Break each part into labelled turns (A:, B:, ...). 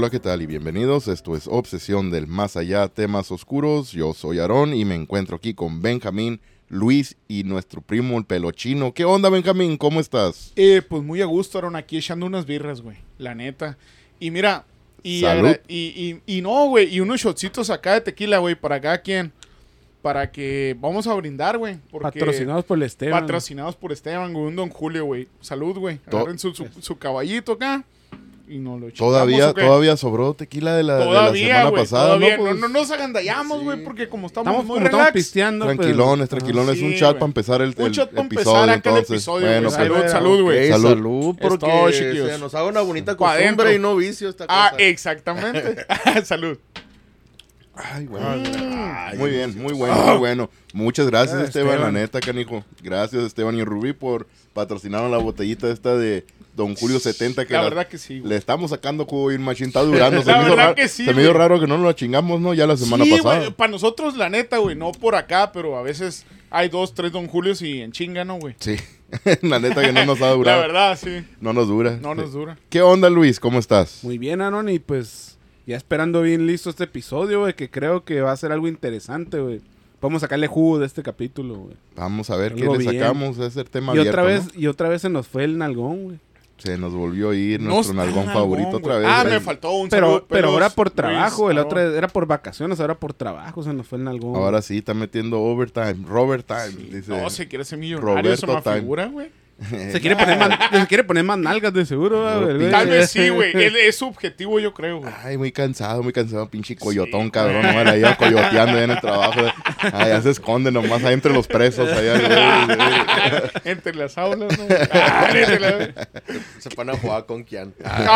A: Hola, ¿qué tal? Y bienvenidos. Esto es Obsesión del Más Allá, temas oscuros. Yo soy Aarón y me encuentro aquí con Benjamín, Luis y nuestro primo el Pelochino. ¿Qué onda, Benjamín? ¿Cómo estás?
B: Pues muy a gusto, Aarón, aquí echando unas birras, güey, la neta. Y mira,
A: Salud.
B: y no, güey, y unos shotcitos acá de tequila, güey, para cada quien. Para que vamos a brindar, güey.
C: Patrocinados por el Esteban.
B: Patrocinados por Esteban, güey, un Don Julio, güey. Salud, güey. Agarren su caballito acá y nos lo echamos.
A: Todavía sobró tequila de la semana pasada.
B: Todavía,
A: ¿no? Pues,
B: no nos agandallamos, güey, porque como estamos muy
C: estamos
B: relax.
C: pisteando.
A: tranquilones.
B: sí,
A: Un chat
B: güey.
A: para empezar el
B: Un shot para
A: episodio.
B: empezar acá el
A: Entonces,
B: episodio,
A: bueno,
B: güey.
A: pues,
B: Salud, güey.
A: Salud.
D: Salud,
B: Es todo,
D: porque
B: chiquillos.
D: se nos haga una bonita
B: Pa' adentro.
D: costumbre y no vicio esta cosa.
B: Ah, exactamente. Salud.
A: Ay, bueno. Muy bien, muy bueno. Muchas gracias, Esteban, la neta, canijo. Gracias, Esteban y Rubí, por patrocinar la botellita esta de Don Julio 70. Que
B: La verdad que sí, güey.
A: le estamos sacando jugo y el machín está durando.
B: La verdad que sí,
A: se me hizo
B: güey.
A: raro que no nos la chingamos, ¿no? Ya la semana pasada.
B: Para nosotros, la neta, güey, no por acá, pero a veces hay 2, 3 Don Julios y en chinga, ¿no, güey?
A: Sí, la neta que no nos ha durado.
B: La verdad, sí.
A: No nos dura.
B: No nos dura.
A: ¿Qué onda, Luis? ¿Cómo estás?
C: Muy bien, Aaron, y pues ya esperando bien listo este episodio, güey, que creo que va a ser algo interesante, güey. Vamos a sacarle jugo de este capítulo, güey.
A: Vamos a ver qué
C: Algo
A: le
C: bien.
A: sacamos. Es el tema
C: Y
A: abierto,
C: otra vez se nos fue el nalgón, güey.
A: ¿no? Se nos volvió a ir
B: No
A: nuestro
B: está
A: nalgón
B: nalgón,
A: favorito
B: güey.
A: otra vez.
B: Ah,
A: güey.
B: me faltó un saludo.
C: Pero
B: pelos,
C: ahora por
B: Luis,
C: trabajo, el
B: Aarón.
C: otro era por vacaciones, ahora por trabajo se nos fue el nalgón.
A: Ahora sí, está metiendo overtime. Robert time, dice.
B: No, se quiere ser millonario, eso
A: Roberto
B: me
A: Time.
B: figura, güey.
C: se quiere poner más nalgas de seguro, güey.
B: Tal vez sí, güey. Es su objetivo, yo creo, güey.
A: Ay, muy cansado, pinche coyotón, cabrón. No me la lleva coyoteando ahí en el trabajo. Ay, ya se esconde nomás ahí entre los presos. Allá, güey.
B: Entre las aulas, ¿no? Entre
D: Se van a jugar con Kian.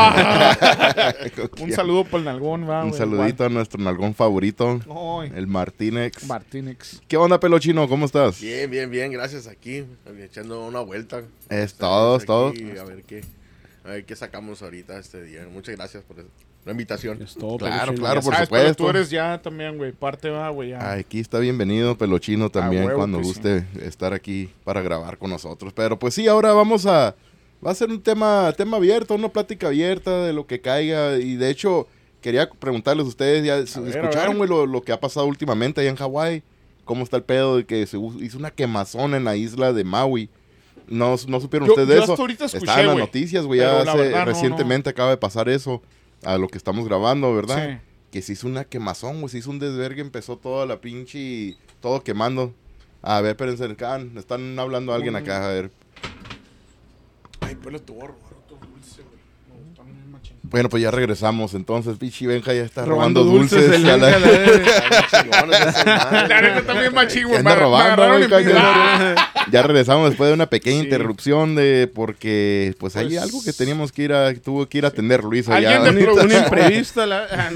B: Un saludo para el nalgón, va,
A: Un
B: güey.
A: saludito a nuestro nalgón favorito,
B: Ay,
A: el Martínez.
B: Martínez.
A: ¿Qué onda, Pelochino? ¿Cómo estás?
D: Bien, gracias aquí. Echando una vuelta.
A: Es todo,
D: Aquí, a ver qué sacamos ahorita este día. Muchas gracias por la invitación.
C: Es todo,
A: Claro,
C: Peluchín.
A: claro,
B: Ya
A: por
B: sabes, pero
A: supuesto.
B: tú eres ya también, güey. Parte, va, güey, ya.
A: Ay, aquí está bienvenido, Pelochino, también,
B: huevo
A: cuando
B: que
A: guste estar aquí para grabar con nosotros. Pero pues sí, ahora va a ser un tema abierto, una plática abierta de lo que caiga. Y de hecho, quería preguntarles a ustedes, ya escucharon, güey, lo que ha pasado últimamente allá en Hawái. ¿Cómo está el pedo de que se hizo una quemazón en la isla de Maui? No supieron ustedes de
B: yo
A: eso.
B: hasta ahorita escuché,
A: Está en las
B: güey.
A: noticias, güey,
B: Pero
A: ya
B: la verdad, no,
A: recientemente acaba de pasar eso, a lo que estamos grabando, ¿verdad?
B: Sí.
A: Que se hizo una quemazón, güey, se hizo un desvergue, empezó toda la pinche, todo quemando. A ver, espérense, están hablando a alguien acá, a ver.
B: Ay, pero te voy a robar otro dulce, güey. Me gustan bien machín.
A: Bueno, pues ya regresamos, entonces, pinche Benja ya está
C: Robando
A: robando dulces.
C: el
A: ya la-
C: Benja, la verga.
B: La neta también machín,
A: ¿Qué
B: güey.
A: anda
B: Me
A: robando,
B: agarraron
A: güey?
B: en
A: Casi
B: pizza.
A: Ya regresamos después de una pequeña
B: Sí.
A: interrupción porque pues hay
B: Pues-
A: algo que teníamos que tuvo que ir a atender Luis allá.
B: Alguien de
C: Un imprevisto.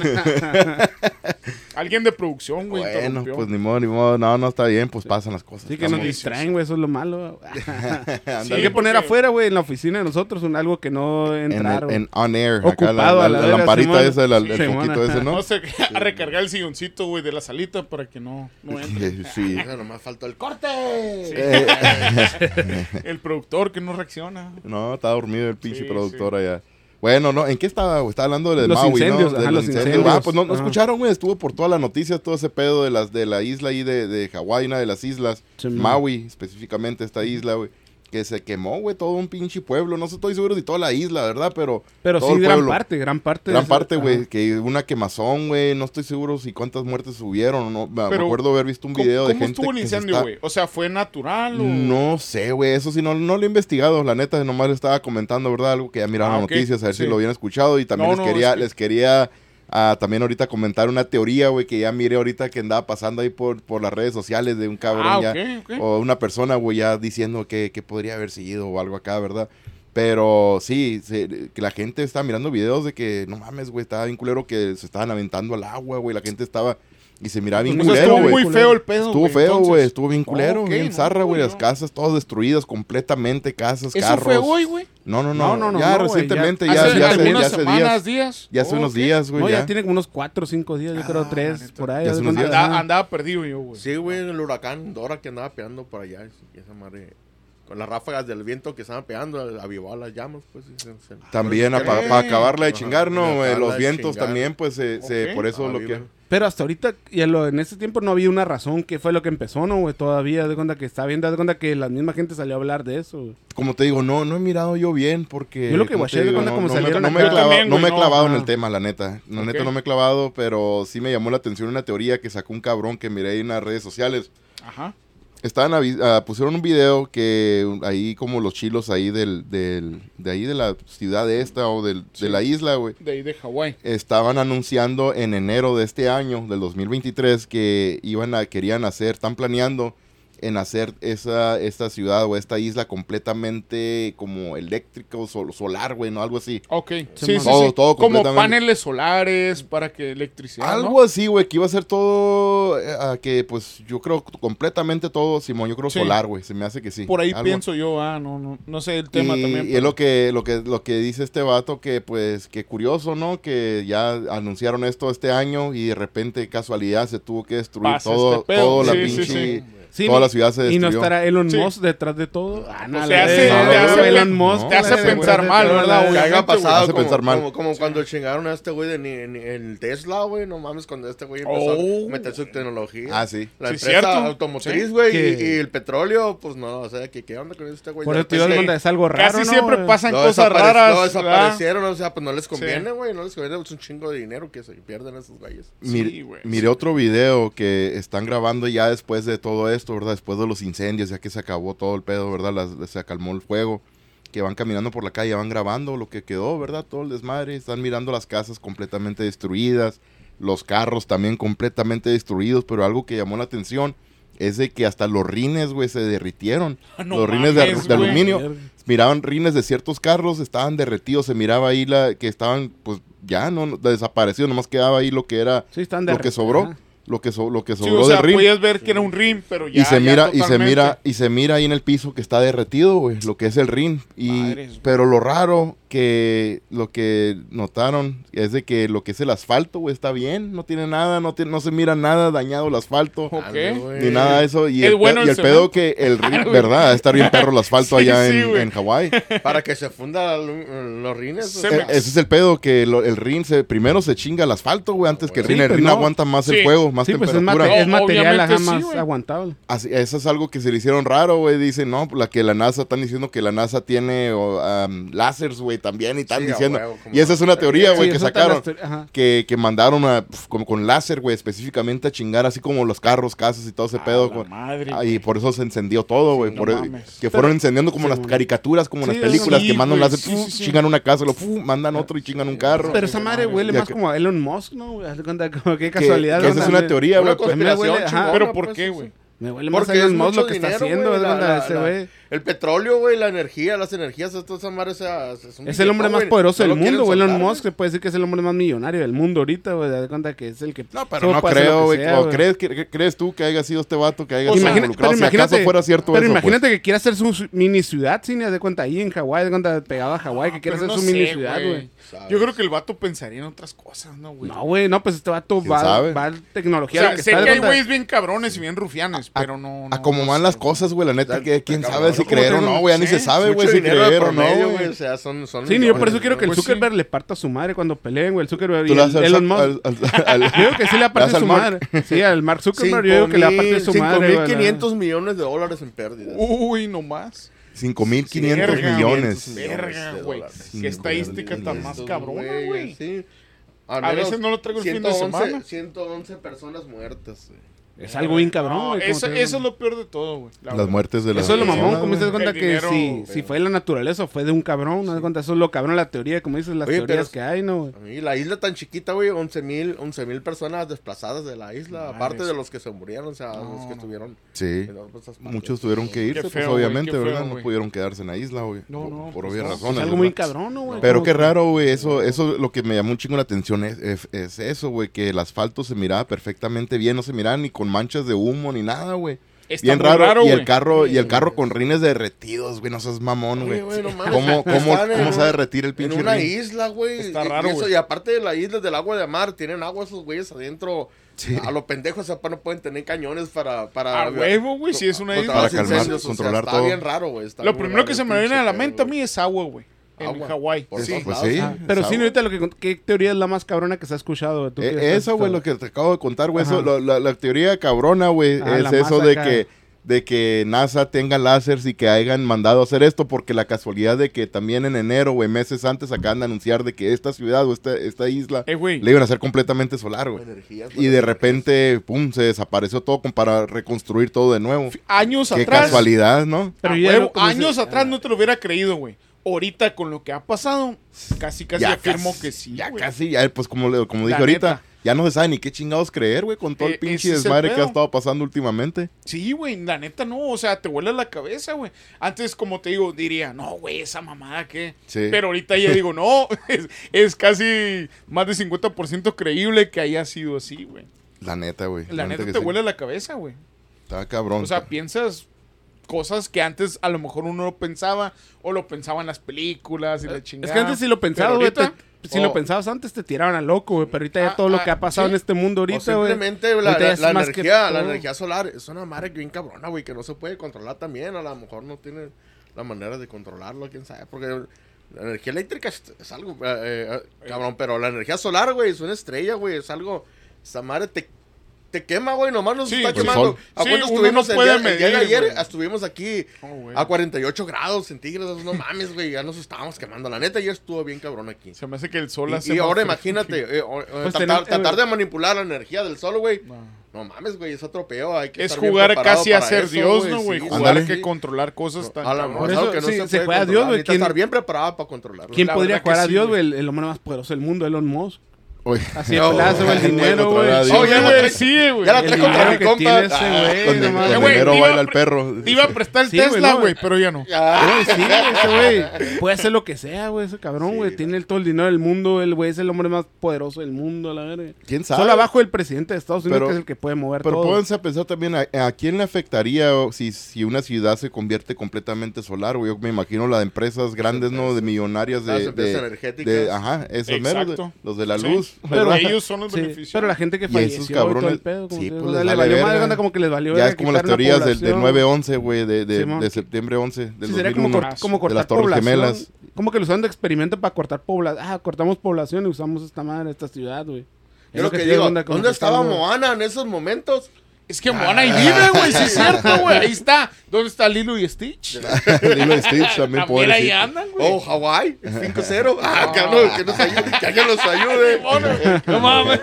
B: Alguien de producción, güey.
A: Bueno,
B: interrumpió.
A: pues ni modo, no está bien, pues pasan las cosas.
C: Sí, que nos
B: Sí,
C: distraen, güey, eso es lo malo.
A: Ándale.
C: Hay que poner
B: porque-
C: afuera, güey, en la oficina de nosotros, algo que no
A: en,
C: entrar, güey.
A: en on air, acá
C: Ocupado a la
A: la
C: verga,
A: lamparita
C: Simón.
A: esa, el
C: Simón,
A: foquito ese, ¿no?
B: No sé, a recargar el silloncito, güey, de la salita para que no entre.
A: Sí.
D: Eso nomás faltó el corte.
B: El productor que no reacciona.
A: No, está dormido el pinche
B: Sí,
A: productor allá. Bueno, no, ¿en qué estaba, güey? Estaba hablando de
C: Los
A: Maui,
C: incendios,
A: ¿no? De
C: ajá, los incendios.
A: Ah, pues no
C: Ajá.
A: escucharon, güey, estuvo por todas las noticias, todo ese pedo de la isla ahí de Hawái, una de las islas,
C: Sí,
A: Maui, específicamente esta isla, güey, que se quemó, güey, todo un pinche pueblo, no estoy seguro si toda la isla, ¿verdad? Pero
C: Pero
A: todo
C: sí,
A: el
C: gran
A: pueblo.
C: parte.
A: Gran
C: de-
A: parte, güey,
C: ajá.
A: que una quemazón, güey, no estoy seguro si cuántas muertes hubieron, no, me
B: Pero,
A: acuerdo haber visto un video de
B: ¿Cómo
A: gente
B: estuvo el
A: que se
B: incendio,
A: está-
B: güey? O sea, ¿fue natural o...?
A: No sé, güey, eso sí, no lo he investigado, la neta, nomás le estaba comentando, ¿verdad? Algo que ya miraron las
B: ok,
A: noticias, a ver
B: sí.
A: si lo habían escuchado y también
B: No,
A: les quería también ahorita comentar una teoría, güey, que ya miré ahorita que andaba pasando ahí por las redes sociales de un cabrón ya,
B: ok.
A: o una persona, güey, ya diciendo que podría haber sido o algo acá, ¿verdad? Pero sí, que la gente estaba mirando videos de que, no mames, güey, estaba bien culero que se estaban aventando al agua, güey, la gente estaba... Y se miraba bien
B: O sea,
A: culero,
B: estuvo
A: güey.
B: muy feo el pedo,
A: Estuvo feo,
B: entonces.
A: güey. Estuvo bien culero,
B: Ok,
A: bien
B: no,
A: zarra, güey.
B: no.
A: Las casas todas destruidas completamente. Casas,
B: ¿Eso
A: carros.
B: fue hoy, güey?
A: No.
C: No,
A: Ya
C: güey,
A: recientemente,
B: ¿Hace
A: ya
B: algunas
A: hace
B: semanas,
A: días.
B: días?
A: Ya hace unos
B: Ok.
A: días, güey.
C: No,
A: ya.
C: ya tiene como unos 4 o 5 días, yo creo 3,
B: neta.
C: por ahí.
A: Ya
C: haz
A: hace
C: de
A: unos
C: cuenta.
A: días.
B: Andaba perdido yo, güey.
D: Sí, güey, el huracán Dora que andaba pegando por allá. Y esa madre con las ráfagas del viento que estaban pegando, avivó las llamas, pues.
A: También para acabarla de chingar, ¿no?
D: Acabarla
A: Los
D: de
A: vientos
D: chingar.
A: también, pues,
B: Ok.
A: por eso lo que...
D: Aviva.
C: Pero hasta ahorita, en ese tiempo no había una razón que fue lo que empezó, ¿no, güey? Todavía, de cuenta que está bien, de cuenta que la misma gente salió a hablar de eso, güey.
A: Como te digo, no he mirado yo bien porque...
C: Yo lo que
A: como
C: guaché
A: te
C: de
A: digo,
C: cuenta como salieron
A: no me
C: acá.
A: he clavado,
B: También,
A: no me he
B: güey,
A: clavado en
C: no.
A: el tema, la neta. La
B: Ok.
A: neta no me he clavado, pero sí me llamó la atención una teoría que sacó un cabrón que miré ahí en las redes sociales.
B: Ajá.
A: Pusieron un video que ahí como los chilos ahí de ahí de la ciudad esta o de la isla, güey.
B: De ahí de Hawái.
A: Estaban anunciando en enero de este año, del 2023, que querían hacer, están planeando en hacer esta ciudad o esta isla completamente como eléctrico, solar, güey, ¿no? Algo así.
B: Ok.
C: Sí,
B: Sí, sí,
A: todo-
B: sí.
A: todo
B: Como
A: completamente.
B: paneles solares para que electricidad,
A: Algo
B: ¿no?
A: así, güey, que iba a ser todo, que pues yo creo completamente todo, Simón, yo creo
B: Sí.
A: solar, güey, se me hace que sí.
B: Por ahí
A: Algo-
B: pienso yo, no sé el tema
A: y,
B: también.
A: y es lo que dice este vato, que pues, que curioso, ¿no? Que ya anunciaron esto este año y de repente, casualidad, se tuvo que destruir
B: Pasa
A: todo,
B: este pedo.
A: todo la
B: Sí,
A: pinche,
B: sí, sí.
C: Sí,
A: toda la ciudad se
C: Y no
A: destruyó.
C: estará Elon
B: Sí.
C: Musk detrás de todo. Ah,
B: Pues
C: no,
B: te hace-
A: te hace
C: Elon
A: pen-
C: Musk.
A: no,
B: te hace
A: ese güey
B: pensar
C: de
B: mal,
C: todo,
B: ¿verdad,
C: la-
B: güey?
D: Que haya
B: Obviamente,
D: pasado
A: hace
D: como,
A: pensar mal.
D: como cuando chingaron a este güey el Tesla, güey. No mames, cuando este güey empezó
B: Oh.
D: a meter su tecnología.
A: Ah, sí.
D: La
B: Sí,
D: empresa
B: cierto.
D: automotriz,
B: Sí.
D: güey,
C: Que-
D: y el petróleo, pues no, o sea, ¿qué onda con este güey?
C: Por
D: De
C: eso te digo,
D: repente
C: cuenta, es algo raro,
B: Casi
C: ¿no,
B: siempre
C: güey?
B: pasan
D: lo
B: cosas
D: desapare-
B: raras.
D: lo
B: ¿verdad?
D: desaparecieron, o sea, pues no les
B: Sí.
D: conviene, güey, no les conviene, es un chingo de dinero que se pierden esos güeyes.
B: Sí, güey.
A: Miré otro video que están grabando ya después de todo esto, ¿verdad? Después de los incendios, ya que se acabó todo el pedo, ¿verdad? Se calmó el fuego. Que van caminando por la calle, van grabando lo que quedó, ¿verdad? Todo el desmadre. Están mirando las casas completamente destruidas. Los carros también completamente destruidos. Pero algo que llamó la atención es de que hasta los rines, güey, se derritieron.
B: No
A: Los rines
B: mames,
A: de
B: güey.
A: aluminio. Miraban rines de ciertos carros, estaban derretidos. Se miraba ahí que estaban, pues, ya no desaparecidos. Nomás quedaba ahí lo que era,
C: Sí, están
A: lo que sobró.
C: Ajá.
A: Lo que
B: Sí,
A: sobró
B: o sea,
A: del rin.
B: podías ver que era un rim, pero ya.
A: Y se
B: ya
A: mira, y se
B: totalmente.
A: mira, y se mira ahí en el piso que está derretido, güey, lo que es el rin.
B: Madres, güey.
A: Pero lo raro que lo que notaron es de que lo que es el asfalto, güey, está bien, no tiene nada, no se mira nada dañado el asfalto,
B: Ok.
D: Ande, güey.
A: ni nada de eso. Y
B: Es
A: el,
B: bueno el
A: y el pedo
B: cemento.
A: que el rin,
B: güey.
A: ¿verdad? Estar bien perro el asfalto
B: Sí,
A: allá
B: sí, güey.
A: en Hawái.
D: Para que se funda los rines. o
B: Se
D: sea,
B: me-
A: Ese es el pedo, que el rin primero se chinga el asfalto, güey, antes que el
C: Sí,
A: rin. El
C: pues
A: rin
C: no.
A: aguanta más
B: Sí.
A: el fuego, más
C: Sí, pues es,
A: temperatura.
C: es material
B: Obviamente
C: ajá,
B: sí,
C: más
B: güey.
C: aguantable.
A: Así, eso es algo que se le hicieron raro, güey. Dicen, no, que la NASA, están diciendo que la NASA tiene láseres, güey, también. Y están
D: Sí, a
A: diciendo.
D: huevo, como
A: Y esa es una teoría, güey,
C: Sí,
A: que
C: eso está
A: sacaron.
C: ajá.
A: Que mandaron como con láser, güey, específicamente a chingar, así como los carros, casas y todo ese pedo.
B: la madre,
A: Y por eso se encendió todo, güey.
B: no
A: por
B: mames.
A: que fueron encendiendo como
C: sí,
A: las
C: güey.
A: caricaturas, como en
C: Sí,
A: las películas,
B: sí,
A: que mandan
B: güey,
A: láser,
B: sí, sí, sí.
A: chingan una casa, mandan otro y chingan un carro.
C: Pero esa madre huele
A: Ya
C: más
A: que-
C: como a Elon Musk, ¿no? güey? Haz de cuenta, como qué
A: que
C: casualidad.
A: esa
C: ¿no?
A: es una teoría,
D: Una
A: güey.
C: A mí me huele,
D: conspiración
C: ajá.
D: chingona,
B: Pero ¿por
D: pues,
B: qué,
D: sí.
B: güey?
C: Me huele más a
D: Porque es
C: Elon Musk
D: mucho
C: lo que está
D: dinero,
C: haciendo,
D: güey,
C: haz de cuenta, ese güey.
D: el petróleo, güey, la energía, las energías, todas esas madres,
C: Es el hombre más poderoso del mundo, güey.
D: Elon
C: Elon Musk se puede decir que es el hombre más millonario del mundo ahorita, güey. Haz de cuenta que es el que...
A: No, pero
C: solo
A: no
C: puede hacer
A: creo,
C: lo
A: güey.
C: que sea,
A: ¿O crees tú que haya sido este vato que haya
B: O
A: sido
B: sea,
A: involucrado?
C: pero
A: Si acaso fuera cierto
C: pero
A: eso,
C: imagínate que quiera hacer su mini ciudad, sin haz de cuenta ahí en Hawái, de cuenta pegado a Hawái, que quiere
B: Pero
C: hacer
B: no
C: su mini
B: sé,
C: ciudad, güey.
B: Yo creo que el vato pensaría en otras cosas, ¿no, güey?
C: No, güey, no, pues este vato
A: ¿Quién sabe?
C: va a
B: O
C: tecnología.
B: sea,
C: lo que
B: sé
C: está, haz
B: que
C: de
B: hay
C: cuenta-
B: güeyes bien cabrones y bien rufianes, pero no...
A: A como van las cosas, güey, la neta, que quién
D: está
A: sabe si
D: cabrón.
A: creer o
C: ¿Cómo te
A: no, güey, ya ni
B: Sí,
A: se sabe, güey,
D: Mucho
A: si
D: dinero de
A: creer o
D: por
A: no,
D: medio,
A: güey.
D: O sea, son
C: Sí, yo por eso
D: millones,
C: quiero que el
B: Pues sí.
C: Zuckerberg le parta a su madre cuando peleen, güey. El Zuckerberg y
A: Tú le das
C: Elon Musk.
A: al-
C: Yo digo que sí le
A: ¿Le
C: aparte
A: das
C: su
A: al
C: madre.
A: Mark?
C: Sí, al Mark Zuckerberg yo digo que le aparte su madre. güey,
D: 5.500 millones de dólares en pérdidas.
B: Uy, no más.
A: 5.500
B: Verga,
A: millones.
B: Verga,
D: de
B: güey.
D: dólares.
B: Qué estadística tan más
D: Estos
B: cabrona,
D: güeyes,
B: güey.
D: sí.
B: A
D: Al menos
B: veces no lo traigo el fin de
D: 111
B: semana.
D: 111 personas muertas, güey.
C: Es algo bien cabrón,
B: No,
C: güey. como
B: eso
C: te digo.
B: es lo peor de todo, güey. la
A: Las
B: verdad.
A: muertes de las
C: Eso es lo mamón,
A: personas,
C: como se
A: güey.
C: das cuenta
B: El
C: que
B: dinero,
C: si fue la naturaleza o fue de un cabrón, no das cuenta, eso es lo cabrón la teoría, como dices, las
D: Oye,
C: teorías
D: pero-
C: que hay, ¿no? güey?
D: A mí, la isla tan chiquita, güey, 11,000 personas desplazadas de la isla,
B: Madres.
D: aparte de los que se murieron, o sea,
B: No,
D: los que
B: no.
D: tuvieron
A: Sí.
D: enormes partes.
A: Muchos tuvieron que irse,
B: Qué
A: pues
B: feo, güey,
A: obviamente,
B: qué feo,
A: ¿verdad? No
B: güey.
A: pudieron quedarse en la isla, güey.
B: No, no,
A: Por
B: pues
A: obvias
B: no.
A: razones.
C: Es algo muy
A: ¿verdad?
C: cabrón, ¿no, güey?
A: Pero
C: Como
A: qué
C: que-
A: raro, güey, eso lo que me llamó un chingo la atención es eso, güey, que el asfalto se miraba perfectamente bien, no se miraba ni con manchas de humo ni nada, güey.
B: Está
A: Bien
B: muy
A: raro, y el
B: güey.
A: carro con rines derretidos, güey, no seas mamón,
D: Oye,
A: güey.
D: güey, no mames.
A: ¿Cómo
D: Están en
A: se va a derretir el
D: En
A: pinche
D: una
A: rin?
D: isla, güey.
B: Está
D: y
B: raro,
D: eso,
B: güey.
D: y aparte de la isla del agua de mar, tienen agua esos güeyes adentro
A: Sí.
D: A los pendejos, o sea, no pueden tener cañones para
B: A huevo, güey, si es una isla.
A: Para
D: los
A: calmar,
D: incendios, o sea,
A: controlar
D: está
A: todo.
D: bien raro, güey. está
B: Lo
D: muy
B: primero
D: raro
B: que
D: el
B: se me viene
D: pinche
B: a la
D: pedo,
B: mente a
D: güey.
B: mí es agua, güey. En
D: Agua.
B: Hawái.
D: Por
B: Sí.
D: todos
A: Pues
D: lados.
A: sí.
C: Pero
A: Esa,
C: sí, ahorita ¿qué teoría es la más cabrona que se ha escuchado? Güey? Tú que estás-
A: Esa, güey, lo que te acabo de contar, güey.
C: Ajá.
A: La teoría cabrona, güey,
C: Ah,
A: es
C: la
A: eso
C: más
A: de
C: acá.
A: que NASA tenga láseres y que hayan mandado a hacer esto, porque la casualidad de que también en enero, güey, meses antes acaban de anunciar de que esta ciudad o esta isla
B: Güey.
A: le iban a hacer completamente solar, güey.
D: Energías,
A: Y de repente, pum, se desapareció todo como para reconstruir todo de nuevo.
B: Años
A: Qué
B: atrás.
A: casualidad, ¿no?
C: Pero
B: A
C: ya
B: huevo,
C: lo- como
B: años
C: dice-
B: atrás no te lo hubiera creído, güey. Ahorita con lo que ha pasado, casi
A: Ya
B: afirmo
A: casi-
B: que sí,
A: Ya
B: güey.
A: casi, ya, pues como dije
B: La
A: ahorita,
B: neta.
A: ya no se sabe ni qué chingados creer, güey, con todo el pinche
B: ese es el
A: desmadre que
B: pedo.
A: ha estado pasando últimamente.
B: Sí, güey, la neta no, o sea, te vuela la cabeza, güey. Antes, como te digo, diría, no, güey, esa mamada, ¿qué?
A: Sí.
B: Pero ahorita ya digo, no, es casi más de 50% creíble que haya sido así, güey.
A: La neta, güey.
B: La neta
A: que
B: te
A: sí.
B: vuela la cabeza, güey.
A: Está cabrón.
B: O sea, piensas cosas que antes a lo mejor uno no pensaba o lo pensaba en las películas y la chingada.
C: Es que antes si lo pensabas,
B: Pero
C: güey,
B: ahorita,
C: si lo pensabas antes te tiraban a loco, güey. Pero ahorita ya
B: Ah,
C: todo lo que ha pasado
B: sí.
C: en este mundo
D: O
C: ahorita, güey.
D: simplemente
C: ahorita ya es
D: la
C: más que
D: energía, la
C: todo.
D: energía solar es una madre bien cabrona, güey, que no se puede controlar también. A lo mejor no tiene la manera de controlarlo, quién sabe. Porque la energía eléctrica es algo, cabrón, pero la energía solar, güey, es una estrella, güey, es algo, esa madre te quema, güey, nomás nos
B: Sí,
D: está
B: pues,
D: quemando.
A: sol.
D: ¿A
B: Sí,
D: cuánto
B: uno
D: estuvimos
B: no
D: el
B: puede
D: día de
B: medir,
D: ayer?
B: güey.
D: Estuvimos aquí
B: Oh, güey.
D: a 48 grados centígrados, no mames, güey, ya nos estábamos quemando. La neta, ya estuvo bien cabrón aquí.
B: Se me hace que el sol hace
D: Y ahora
B: más fresco
D: imagínate,
C: Pues
D: tratar de manipular la energía del sol, güey.
B: que- No.
D: No mames, güey, es otro peo. Hay que
B: Es
D: estar bien
B: jugar
D: preparado
B: casi a
D: para
B: ser
D: eso,
B: Dios, ¿no, güey?
D: Sí,
B: Jugar
A: ándale.
B: que controlar cosas tan
D: A lo
B: cabrón.
D: mejor
C: Por
D: es algo
C: eso,
D: que no
C: sí,
D: se
C: se
D: puede
C: juega a Dios,
D: controlar.
C: güey.
D: Necesitas
C: ¿Quién-
D: estar bien preparado para controlarlo.
C: ¿Quién
B: La
C: podría
B: verdad que
C: jugar a
B: sí,
C: Dios,
B: güey.
C: güey? El hombre más poderoso del mundo, Elon Musk.
A: Oye,
C: Así de
D: No,
C: plazo, güey, el
A: puede
C: dinero,
A: controlar a
C: güey.
A: Dios.
B: Oh, ya
D: la
B: lo
D: trae-
B: decía, güey.
D: ya la
C: El
D: trae contra
C: dinero
D: mi
C: que
D: compa.
C: tiene ese güey,
A: con,
C: no mames.
A: con
B: güey,
A: dinero
B: te iba
A: baila
B: a
A: el perro.
B: Te iba a prestar el
C: Sí, güey,
B: Tesla,
C: no,
B: güey, pero ya no.
C: Güey, sí, ese güey puede hacer lo que sea, güey, ese cabrón, güey. Tiene todo el dinero del mundo, el güey es el hombre más poderoso del mundo, la verga.
A: ¿Quién sabe?
C: Solo abajo del presidente de Estados Unidos,
A: Pero-
C: que es el que puede mover
A: Pero
C: todo.
A: pónganse a pensar también a quién le afectaría si una ciudad se convierte completamente solar, güey. Yo me imagino las empresas grandes, ¿no? De millonarias
D: Las
A: de
D: empresas energéticas.
A: ajá, esos meros,
B: Exacto.
A: los de la
B: Sí.
A: luz.
B: Pero
A: ¿verdad?
B: ellos son los
C: Sí,
B: beneficios.
C: pero la gente que
A: Y
C: falleció
A: esos
C: y todo
A: cabrones,
C: el pedo, como
A: sí,
C: que,
A: pues
C: o
A: les
C: sea, le
A: vale
C: valió
A: verga.
C: madre, como que les valió
A: Ya
C: verga
A: es como las
C: quitar una
A: teorías del
C: población.
A: 9/11, güey,
C: Simón.
A: de septiembre 11 del
C: Sí, sería como,
A: 2001.
C: como
A: de
C: cortar
A: las Torres
C: población.
A: Gemelas.
C: Como que lo usaron de experimento para cortar población. Ah, cortamos población y usamos esta madre, esta ciudad, güey.
D: Yo lo que
C: te
D: digo,
C: onda, como
D: ¿dónde
C: que
D: estaba
C: estamos-
D: Moana en esos momentos?
B: Es que Moana ahí vive, güey, sí es cierto, güey. Ahí está. ¿Dónde está Lilo y Stitch?
A: Lilo y Stitch también,
B: También ahí
A: pobrecito.
B: andan, güey.
D: Oh, Hawái, 5-0. Ah, que nos ayude, que alguien nos ayude.
B: Bueno, no mames.